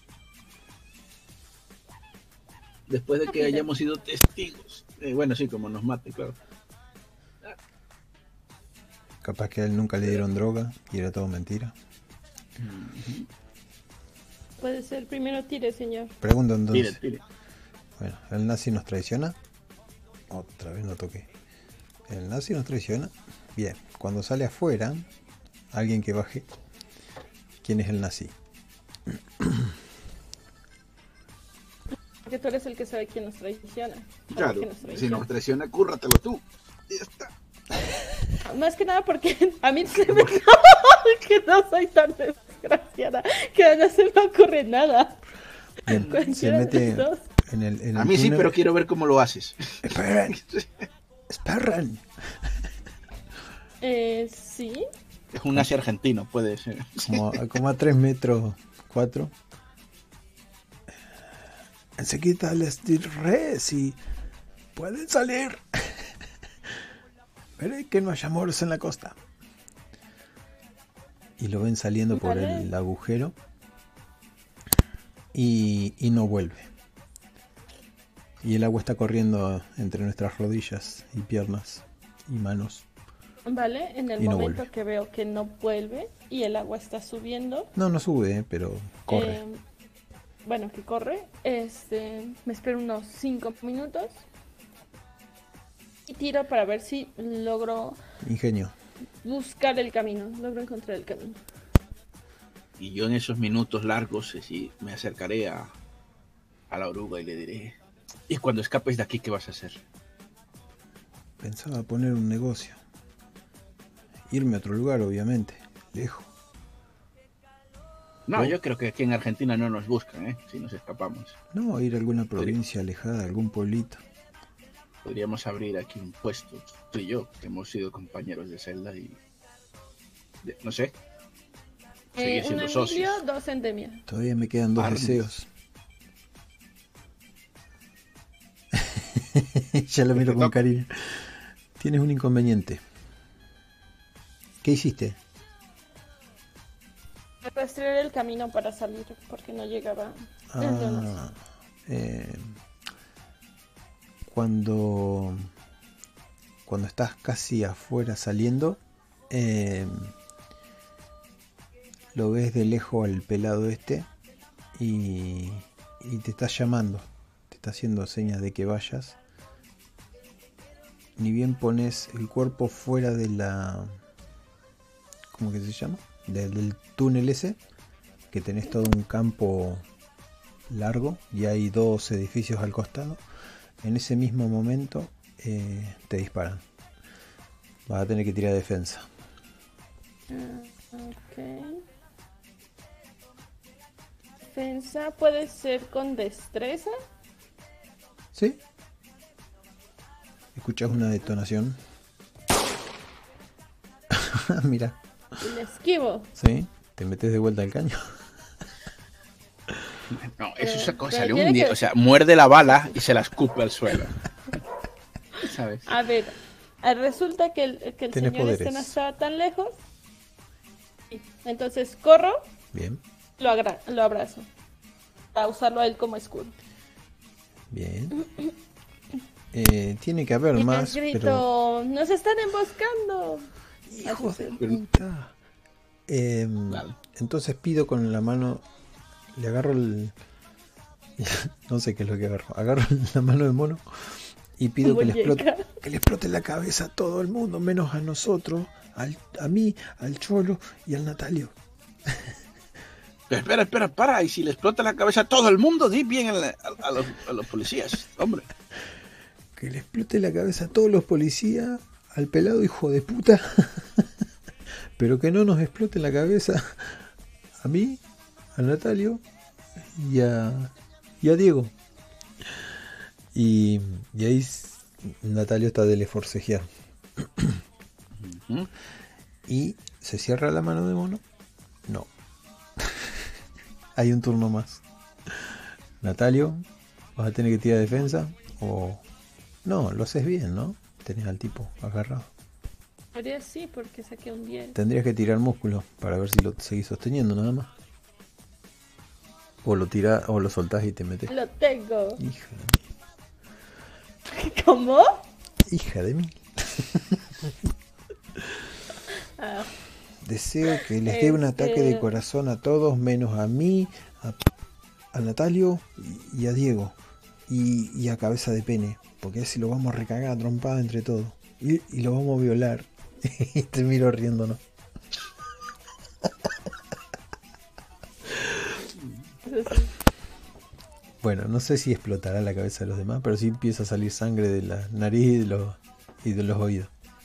Después de que hayamos sido testigos. Bueno, sí, como nos mate, claro. Capaz que a él nunca le dieron droga y era todo mentira. Puede ser, primero tire, señor. Pregunto entonces. Tire. Bueno, ¿el nazi nos traiciona? Otra vez no toqué. ¿El nazi nos traiciona? Bien, cuando sale afuera, alguien que baje. ¿Quién es el nazi? Porque tú eres el que sabe quién nos traiciona. Claro, ¿Quién nos si traiciona? nos traiciona, cúrratelo tú. Y ya está. Más que nada porque a mí se me... que no soy tan desgraciada que no se me ocurre nada. Bien, se Cualquiera de mete los dos. en el A mí sí, túnel. pero quiero ver cómo lo haces. ¡Esperen! ¡Esperen! Sí. Es un nazi argentino, puede ser. Como a 3 metros 4. Enseguida les diré si pueden salir. Veré que no haya moros en la costa. Y lo ven saliendo por Vale. el agujero. Y no vuelve. Y el agua está corriendo entre nuestras rodillas y piernas y manos. Vale, en el Y no momento vuelve. que veo que no vuelve y el agua está subiendo, No sube, pero corre. bueno, que corre, me espero unos 5 minutos y tiro para ver si logro Ingenio. buscar el camino, logro encontrar el camino. Y yo en esos minutos largos sí, me acercaré a la oruga y le diré: ¿y cuando escapes de aquí qué vas a hacer? Pensaba poner un negocio. Irme a otro lugar, obviamente. Lejos. No, yo creo que aquí en Argentina no nos buscan, si nos escapamos. No, ir a alguna provincia alejada, algún pueblito. Podríamos abrir aquí un puesto, tú y yo, que hemos sido compañeros de celda y... no sé. Seguir Un siendo socios. Emilio, 2 endemia. Todavía me quedan 2 deseos. Ya lo miro con cariño. Tienes un inconveniente. ¿Qué hiciste? Rastrear el camino para salir porque no llegaba. Cuando estás casi afuera saliendo, lo ves de lejos al pelado y te está llamando, te está haciendo señas de que vayas. Ni bien pones el cuerpo fuera de la... ¿cómo que se llama? Del túnel ese, que tenés todo un campo largo y hay 2 edificios al costado. En ese mismo momento te disparan. Vas a tener que tirar defensa. Ok. Defensa puede ser con destreza. ¿Sí? Escuchas una detonación. Mira. Y le esquivo. ¿Sí? Te metes de vuelta al caño. No, eso es cosa. Pero Un día, o sea, muerde la bala y se la escupe al suelo. ¿Sabes? A ver, resulta que el señor poderes. no estaba tan lejos. Entonces corro. Bien. Lo abrazo. Para usarlo a él como escudo. Bien. Tiene que haber Y más, les grito, pero... ¡nos están emboscando! ¡Hijos de puta! Vale. Entonces pido con la mano... Le agarro el... no sé qué es lo que agarro. Agarro la mano del mono y pido que le explote la cabeza a todo el mundo, menos a nosotros, a mí, al Cholo y al Natalio. Espera, para. Y si le explota la cabeza a todo el mundo, di bien a los policías, hombre. Que le explote la cabeza a todos los policías, al pelado hijo de puta. Pero que no nos explote la cabeza a mí, a Natalio y a Diego. Y ahí Natalio está de forcejear. Y se cierra la mano de mono. No. Hay un turno más. Natalio, vas a tener que tirar defensa. O no, lo haces bien, ¿no? Tenés al tipo agarrado. Podría sí, porque saqué un 10. Tendrías que tirar músculo para ver si lo seguís sosteniendo nada más. O lo tirás o lo soltás y te metes. Lo tengo. Hija de mí. ¿Cómo? Hija de mí. Deseo que les dé un ataque de corazón a todos, menos a mí, a Natalio y a Diego. Y a Cabeza de Pene. Porque así lo vamos a recagar a trompada entre todos. Y lo vamos a violar. Y te miro riéndonos. Bueno, no sé si explotará la cabeza de los demás, pero sí empieza a salir sangre de la nariz y de los oídos.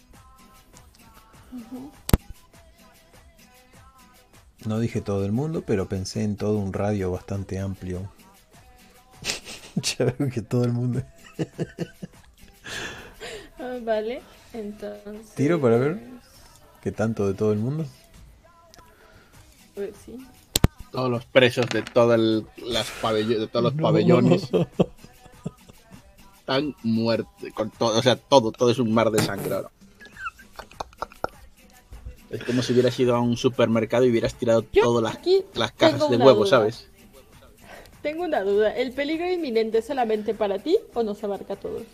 No dije todo el mundo, pero pensé en todo un radio bastante amplio. Ya veo que todo el mundo... Vale, entonces... ¿Tiro para ver qué tanto de todo el mundo? Pues sí. Todos los presos de todos los pabellones están muertos. Con todo, o sea, todo es un mar de sangre ahora. Es como si hubieras ido a un supermercado y hubieras tirado todas las cajas de huevos, ¿sabes? Tengo una duda. ¿El peligro inminente es solamente para ti o nos abarca a todos?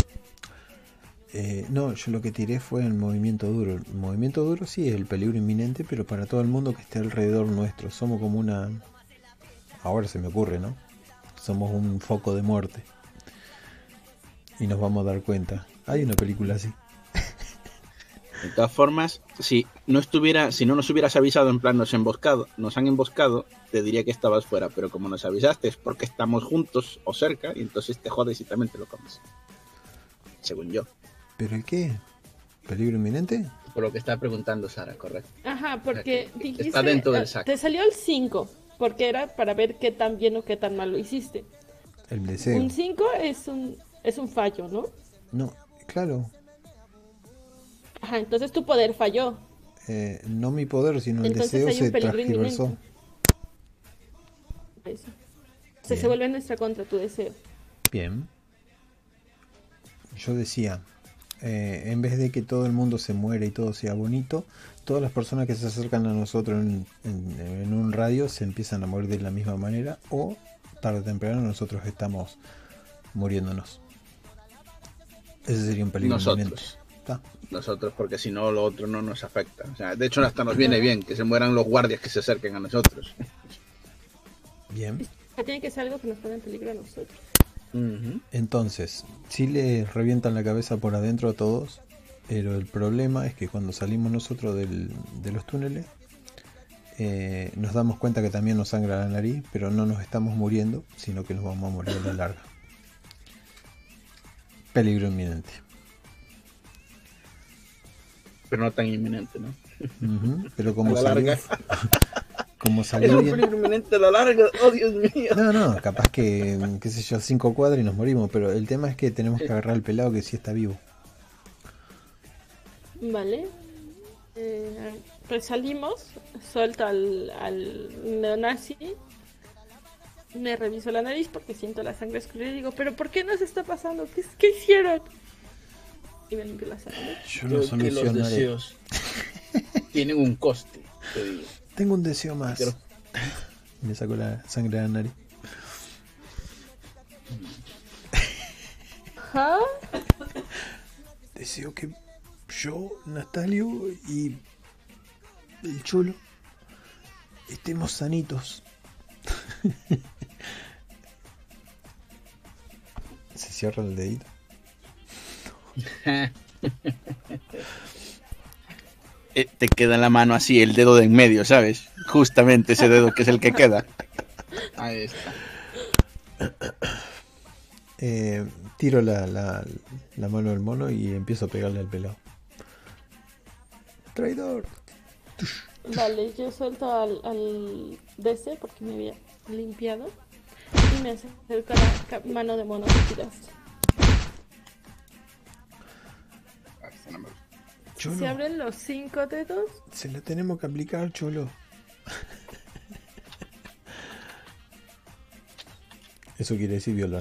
No, yo lo que tiré fue el movimiento duro. El movimiento duro sí es el peligro inminente, pero para todo el mundo que esté alrededor nuestro. Somos como una ahora se me ocurre, ¿no? Somos un foco de muerte. Y nos vamos a dar cuenta. Hay una película así. De todas formas, si no nos hubieras avisado en plan nos han emboscado, te diría que estabas fuera, pero como nos avisaste es porque estamos juntos o cerca, y entonces te jodes y también te lo comes. Según yo. ¿Pero el qué? ¿Peligro inminente? Por lo que está preguntando Sara, correcto. Ajá, porque dijiste... Está dentro del saco. Te salió el 5, porque era para ver qué tan bien o qué tan mal lo hiciste. El deseo. Un 5 es un fallo, ¿no? No, claro. Ajá, entonces tu poder falló. No mi poder, sino el Entonces deseo hay un se peligro transgiversó. inminente. Eso. Se vuelve en nuestra contra tu deseo. Bien. Yo decía, en vez de que todo el mundo se muera y todo sea bonito, todas las personas que se acercan a nosotros en un radio se empiezan a morir de la misma manera, o tarde o temprano nosotros estamos muriéndonos. Ese sería un peligro inminente. Nosotros, porque si no lo otro no nos afecta. O sea, de hecho hasta nos viene bien que se mueran los guardias que se acerquen a nosotros. Bien. Tiene que ser algo que nos ponga en peligro a nosotros. Entonces, si le revientan la cabeza por adentro a todos, pero el problema es que cuando salimos nosotros de los túneles, nos damos cuenta que también nos sangra la nariz, pero no nos estamos muriendo, sino que nos vamos a morir a la larga. Peligro inminente. Pero no tan inminente, ¿no? Pero como a la salió, larga. Como salió es un bien, peligro inminente a la larga. Oh, Dios mío. No, capaz que, qué sé yo, 5 cuadras y nos morimos, pero el tema es que tenemos que agarrar al pelado que sí está vivo. Vale. Pues salimos, suelto al neonazi, me reviso la nariz porque siento la sangre escurrir y digo, ¿pero por qué nos está pasando? ¿Qué hicieron? Y me limpio la sangre. Yo lo solucionaré. Los deseos tienen un coste, te digo. Tengo un deseo más. Pero... Me saco la sangre de la nariz. ¿Ah? Deseo que yo, Natalio y el Cholo estemos sanitos. Se cierra el dedito. Te queda en la mano así, el dedo de en medio, ¿sabes? Justamente ese dedo que es el que queda. Ahí está. Tiro la mano del mono y empiezo a pegarle al pelado. ¡Traidor! Vale, yo suelto al DC porque me había limpiado y me acerco a la mano de mono que tiraste. Cholo, ¿Se abren los 5 dedos? se la tenemos que aplicar, Cholo. Eso quiere decir violar.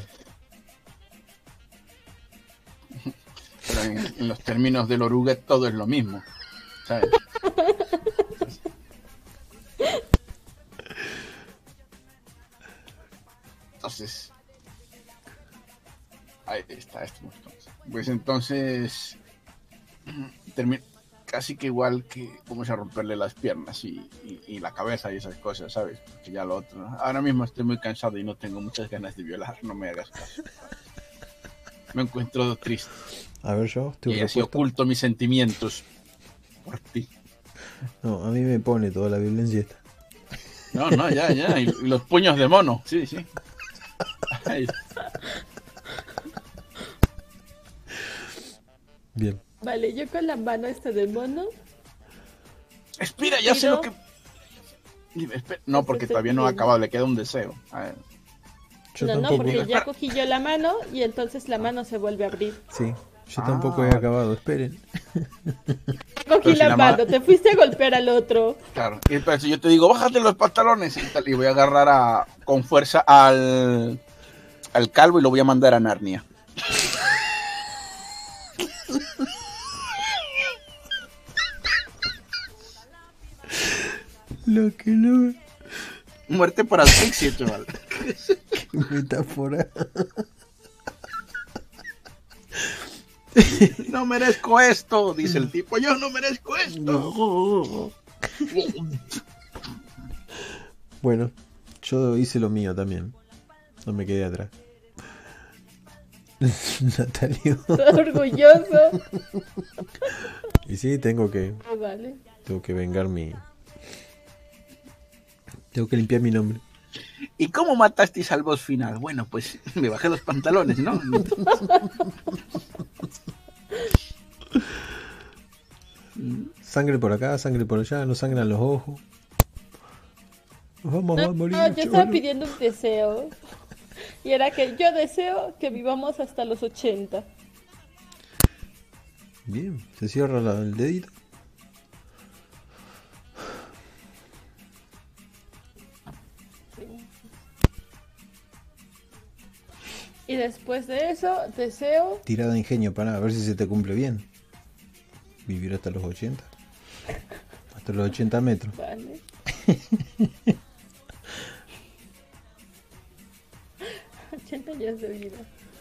Pero en los términos del oruga todo es lo mismo, ¿sabes? Entonces, ahí está esto. Pues entonces casi que igual que vamos a romperle las piernas y la cabeza y esas cosas, ¿sabes? Porque ya lo otro, ¿no? Ahora mismo estoy muy cansado y no tengo muchas ganas de violar, no me hagas caso, ¿sabes? Me encuentro triste. A ver, yo, y así oculto mis sentimientos por ti. No, a mí me pone toda la violencia esta. No, ya, y los puños de mono, sí. Ahí. Bien. Vale, yo con la mano de mono. Espera, ya sé lo que... Espera. No, porque todavía no ha acabado, le queda un deseo. A ver. No, porque ya cogí yo la mano y entonces la mano se vuelve a abrir. Sí, yo tampoco he acabado, esperen. Cogí la mano, te fuiste a golpear al otro. Claro, y entonces yo te digo, bájate los pantalones y tal, y voy a agarrar con fuerza al calvo y lo voy a mandar a Narnia. Lo que no... Muerte por asfixia, chaval. Qué metáfora. No merezco esto, dice el tipo. Yo no merezco esto. No. Bueno, Yo hice lo mío también. No me quedé atrás. Natalio. Orgulloso. Y sí, tengo que Vale. vengar tengo que limpiar mi nombre. ¿Y cómo matasteis al boss final? Bueno, pues me bajé los pantalones, ¿no? Sangre por acá, sangre por allá, no sangran los ojos. Vamos a morir. No, yo estaba pidiendo un deseo. Y era que yo deseo que vivamos hasta los 80. Bien, se cierra el dedito. Y después de eso, deseo... Tirada de ingenio para ver si se te cumple bien. Vivir hasta los 80. Hasta los 80 metros. Vale. años de vida.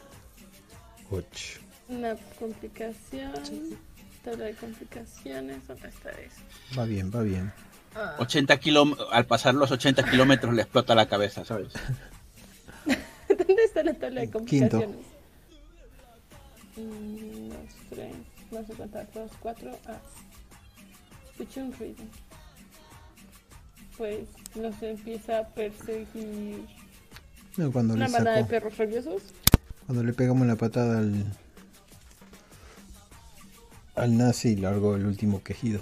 8. Una complicación. Tabla de complicaciones. ¿Dónde está eso? Va bien, va bien. 80 kilómetros, al pasar los 80 kilómetros le explota la cabeza, ¿sabes? ¿Dónde está la tabla de complicaciones? Quinto. 2, 3, no sé contar, 2, 4, escuché un ruido. Pues nos empieza a perseguir No, cuando una le manada de sacó, perros rabiosos. cuando le pegamos la patada al nazi, largó el último quejido.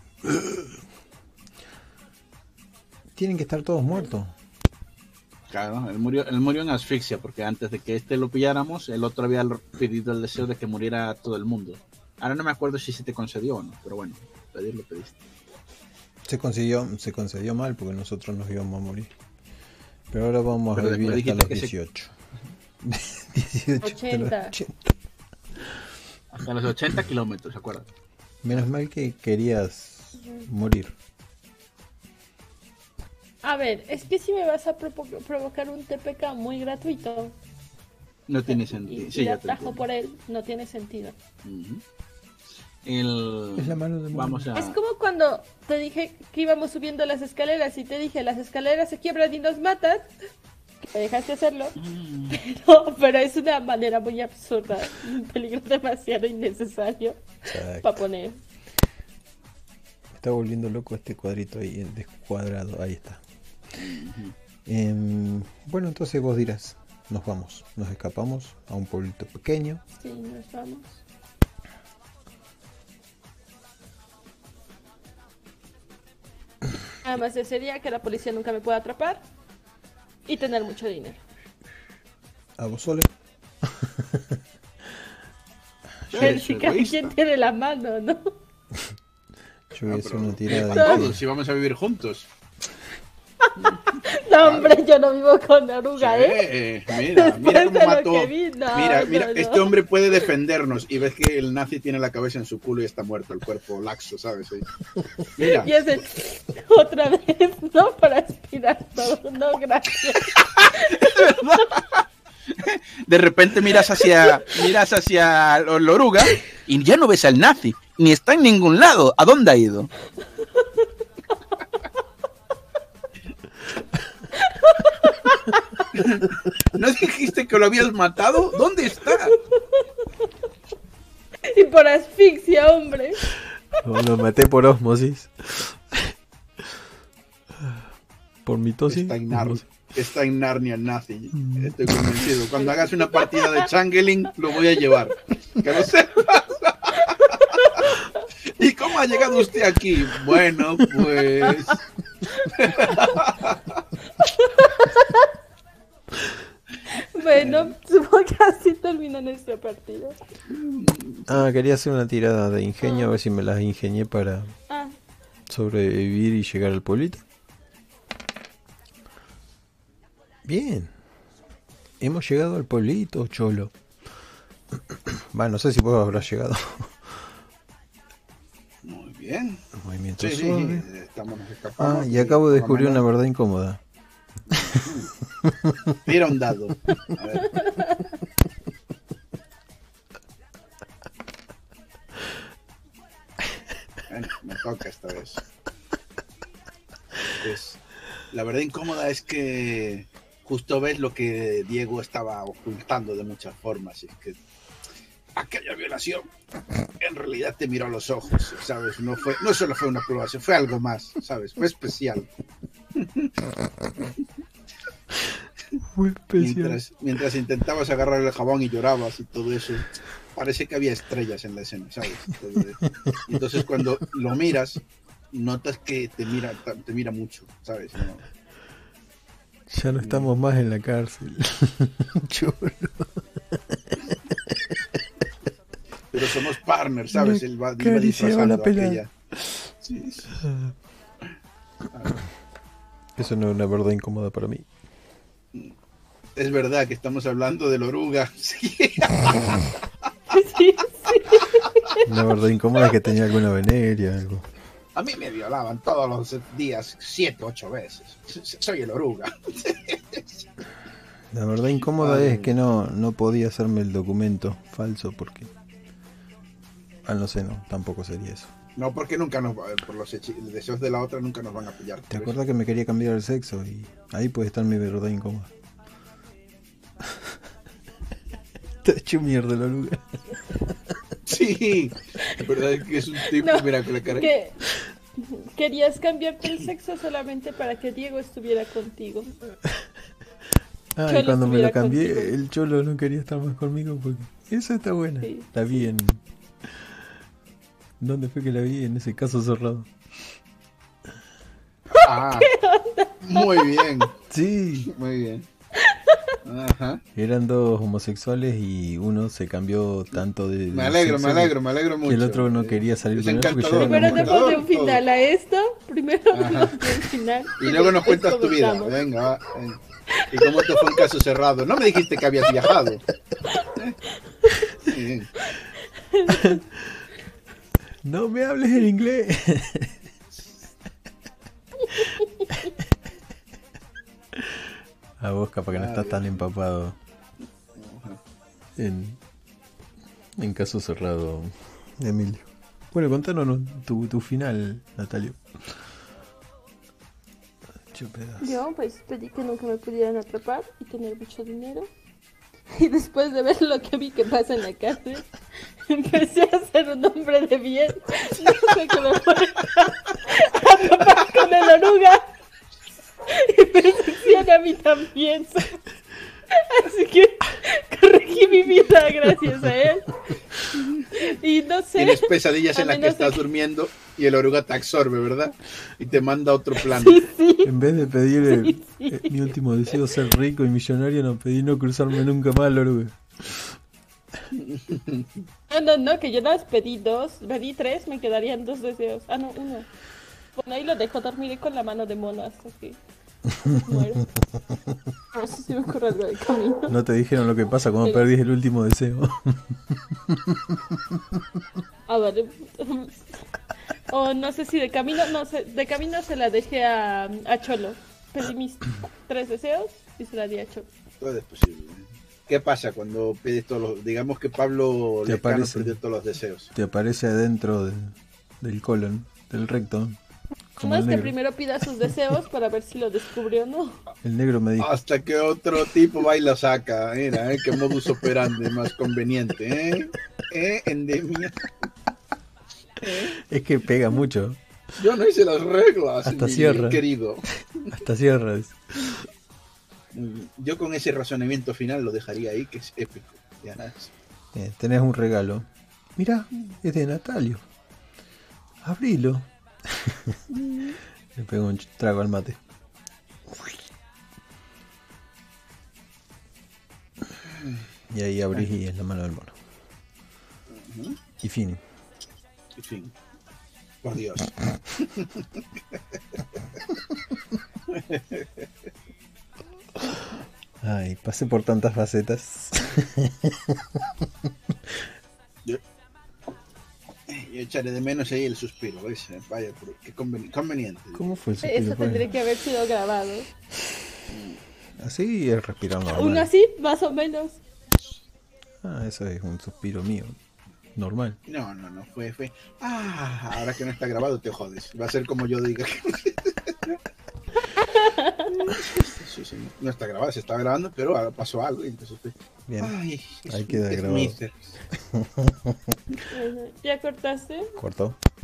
Tienen que estar todos muertos. Claro, él murió en asfixia, porque antes de que lo pilláramos, el otro había pedido el deseo de que muriera todo el mundo. Ahora no me acuerdo si se te concedió o no, pero bueno, pedirlo pediste. Se concedió mal porque nosotros nos íbamos a morir. Pero ahora vamos Pero a vivir después hasta los dijiste 18. 18 hasta los 80. 80. Hasta los 80 kilómetros, ¿se acuerdan? Menos mal que querías morir. A ver, es que si me vas a provocar un TPK muy gratuito No tiene y sentido. Sí, ir ya te atajo entiendo. por él, no tiene sentido. Ujú. Es la mano de Vamos a... Es como cuando te dije que íbamos subiendo las escaleras y te dije las escaleras se quiebran y nos matan, que me dejaste hacerlo. Pero es una manera muy absurda, un peligro demasiado innecesario Exacto. para poner. Me está volviendo loco este cuadrito ahí, descuadrado. Ahí está. Bueno, entonces vos dirás, nos vamos, nos escapamos a un pueblito pequeño. Sí, nos vamos. Además sería que la policía nunca me pueda atrapar y tener mucho dinero. A vos solo. Ver si cada quien tiene la mano, ¿no? Yo voy a hacer pero- una tirada para de todos, si vamos a vivir juntos. No, hombre, yo no vivo con oruga, Mira Después cómo de lo mató. que vi, no, mira, no. este hombre puede defendernos y ves que el nazi tiene la cabeza en su culo y está muerto, el cuerpo laxo, ¿sabes? Mira, Y ese otra vez, ¿no? Para aspirar todo, no, gracias. de repente miras hacia la oruga y ya no ves al nazi, ni está en ningún lado. ¿A dónde ha ido? ¿No dijiste que lo habías matado? ¿Dónde está? Y por asfixia, hombre. No, lo maté por osmosis. Por mitosis. Está en Narnia nazi. Estoy convencido. Cuando hagas una partida de Changeling, lo voy a llevar. Que lo sepas. ¿Y cómo ha llegado usted aquí? Bueno, pues... Bueno, supongo que así termina nuestra partida. Quería hacer una tirada de ingenio, a ver si me las ingenié para Ah, sobrevivir y llegar al pueblito. Bien. Hemos llegado al pueblito, cholo. Va, no sé si vos habrás llegado. Muy bien. Movimiento Sí, suave. estamos escapando. Y acabo de descubrir una verdad incómoda. Tira un dado. A ver. Bueno, me toca esta vez. Es La verdad incómoda es que justo ves lo que Diego estaba ocultando de muchas formas. Es que aquella violación en realidad te miró a los ojos, ¿sabes? No solo fue una aprobación, fue algo más, ¿sabes? Fue especial. Muy especial. Mientras intentabas agarrar el jabón y llorabas y todo eso, parece que había estrellas en la escena, ¿sabes? Entonces cuando lo miras, notas que te mira mucho, ¿sabes? No. Ya no estamos más en la cárcel. Chulo. Pero somos partners, ¿sabes? Él va Acariciaba disfrazando la pelada. aquella. Sí. Eso no es una verdad incómoda para mí. Es verdad que estamos hablando de la oruga. Sí. Sí. Una verdad incómoda es que tenía alguna veneria, algo. A mí me violaban todos los días 7, 8 veces. Soy el oruga. La verdad incómoda es que no podía hacerme el documento falso porque... no sé, no, tampoco sería eso. No, porque nunca por los deseos de la otra nunca nos van a pillar. ¿Te acuerdas que me quería cambiar el sexo? Y ahí puede estar mi verdad incómoda. Te ha hecho mierda la oruga. Sí, la verdad es que es un tipo, No, mira con la cara. Querías cambiarte el sexo solamente para que Diego estuviera contigo. Ah, Cholo y cuando me lo estuviera cambié, contigo. el cholo no quería estar más conmigo porque... Esa está buena. Sí. La vi en... ¿Dónde fue que la vi? En ese caso cerrado. Ah, muy bien, Sí. muy bien. Ajá. Eran dos homosexuales y uno se cambió tanto de... Me alegro mucho. Que el otro no quería salir Es con él porque ya encantador. era Primero una te mujer. pone un final a esto. Primero Ajá. te pone un final. Y luego nos después cuentas tu vida. comentamos. Venga, va. ¿Y cómo te fue un caso cerrado? No me dijiste que habías viajado. Bien. No me hables en inglés. A vos capaz que no estás tan empapado en caso cerrado, Emilio. Bueno, contanos tu final, Natalio. Yo pues pedí que nunca me pudieran atrapar y tener mucho dinero. Y después de ver lo que vi que pasa en la cárcel, empecé a ser un hombre de bien. No sé que me voy a topar con el oruga. Y percepción a mí también. Así que corregí mi vida gracias a él. Y no sé. Tienes pesadillas a en las que menos estás de durmiendo y el oruga te absorbe, ¿verdad? Y te manda a otro plano. Sí. En vez de pedir Sí. mi último deseo ser rico y millonario, no pedí no cruzarme nunca más la oruga. No, que yo no pedí 2, pedí 3, me quedarían 2 deseos. Ah, no, 1. Bueno, ahí lo dejo, dormiré con la mano de mono hasta que muero. No sé si me ocurre algo de camino. No te dijeron lo que pasa cuando Pero- perdís el último deseo. A ver. O no sé si de camino, no sé, de camino se la dejé a Cholo. Pedí mis 3 deseos y se la di a Cholo. Todo es posible. ¿Qué pasa cuando pides todos los... Digamos que Pablo Te Lescano aparece. perdió todos los deseos. Te aparece adentro del colon, del recto. Como No el es que negro. primero pida sus deseos para ver si lo descubrió o no. El negro me dijo. Hasta que otro tipo va y la saca. Mira, qué modus operandi más conveniente, endemia. Es que pega mucho. Yo no hice las reglas, Hasta mi cierra. querido. Hasta cierras. Yo con ese razonamiento final lo dejaría ahí, que es épico. Ya nada. Tenés un regalo. Mira, es de Natalio. Abrilo. Le pego un trago al mate. Y ahí abrís y es la mano del mono. Y fin. En fin. Por Dios. Ay, pasé por tantas facetas. Yo echaré de menos ahí el suspiro, ¿ves? Vaya, qué conveniente. ¿Cómo fue el suspiro? Eso tendría que haber sido grabado. Así es respirar Aún normal. así, más o menos. Ah, eso es un suspiro mío. Normal. No, fue. Ahora que no está grabado te jodes. Va a ser como yo diga. no está grabado, se está grabando, pero ahora pasó algo y entonces estoy... Bien, Ay, ahí queda es grabado. mister. ¿Ya cortaste? Cortó.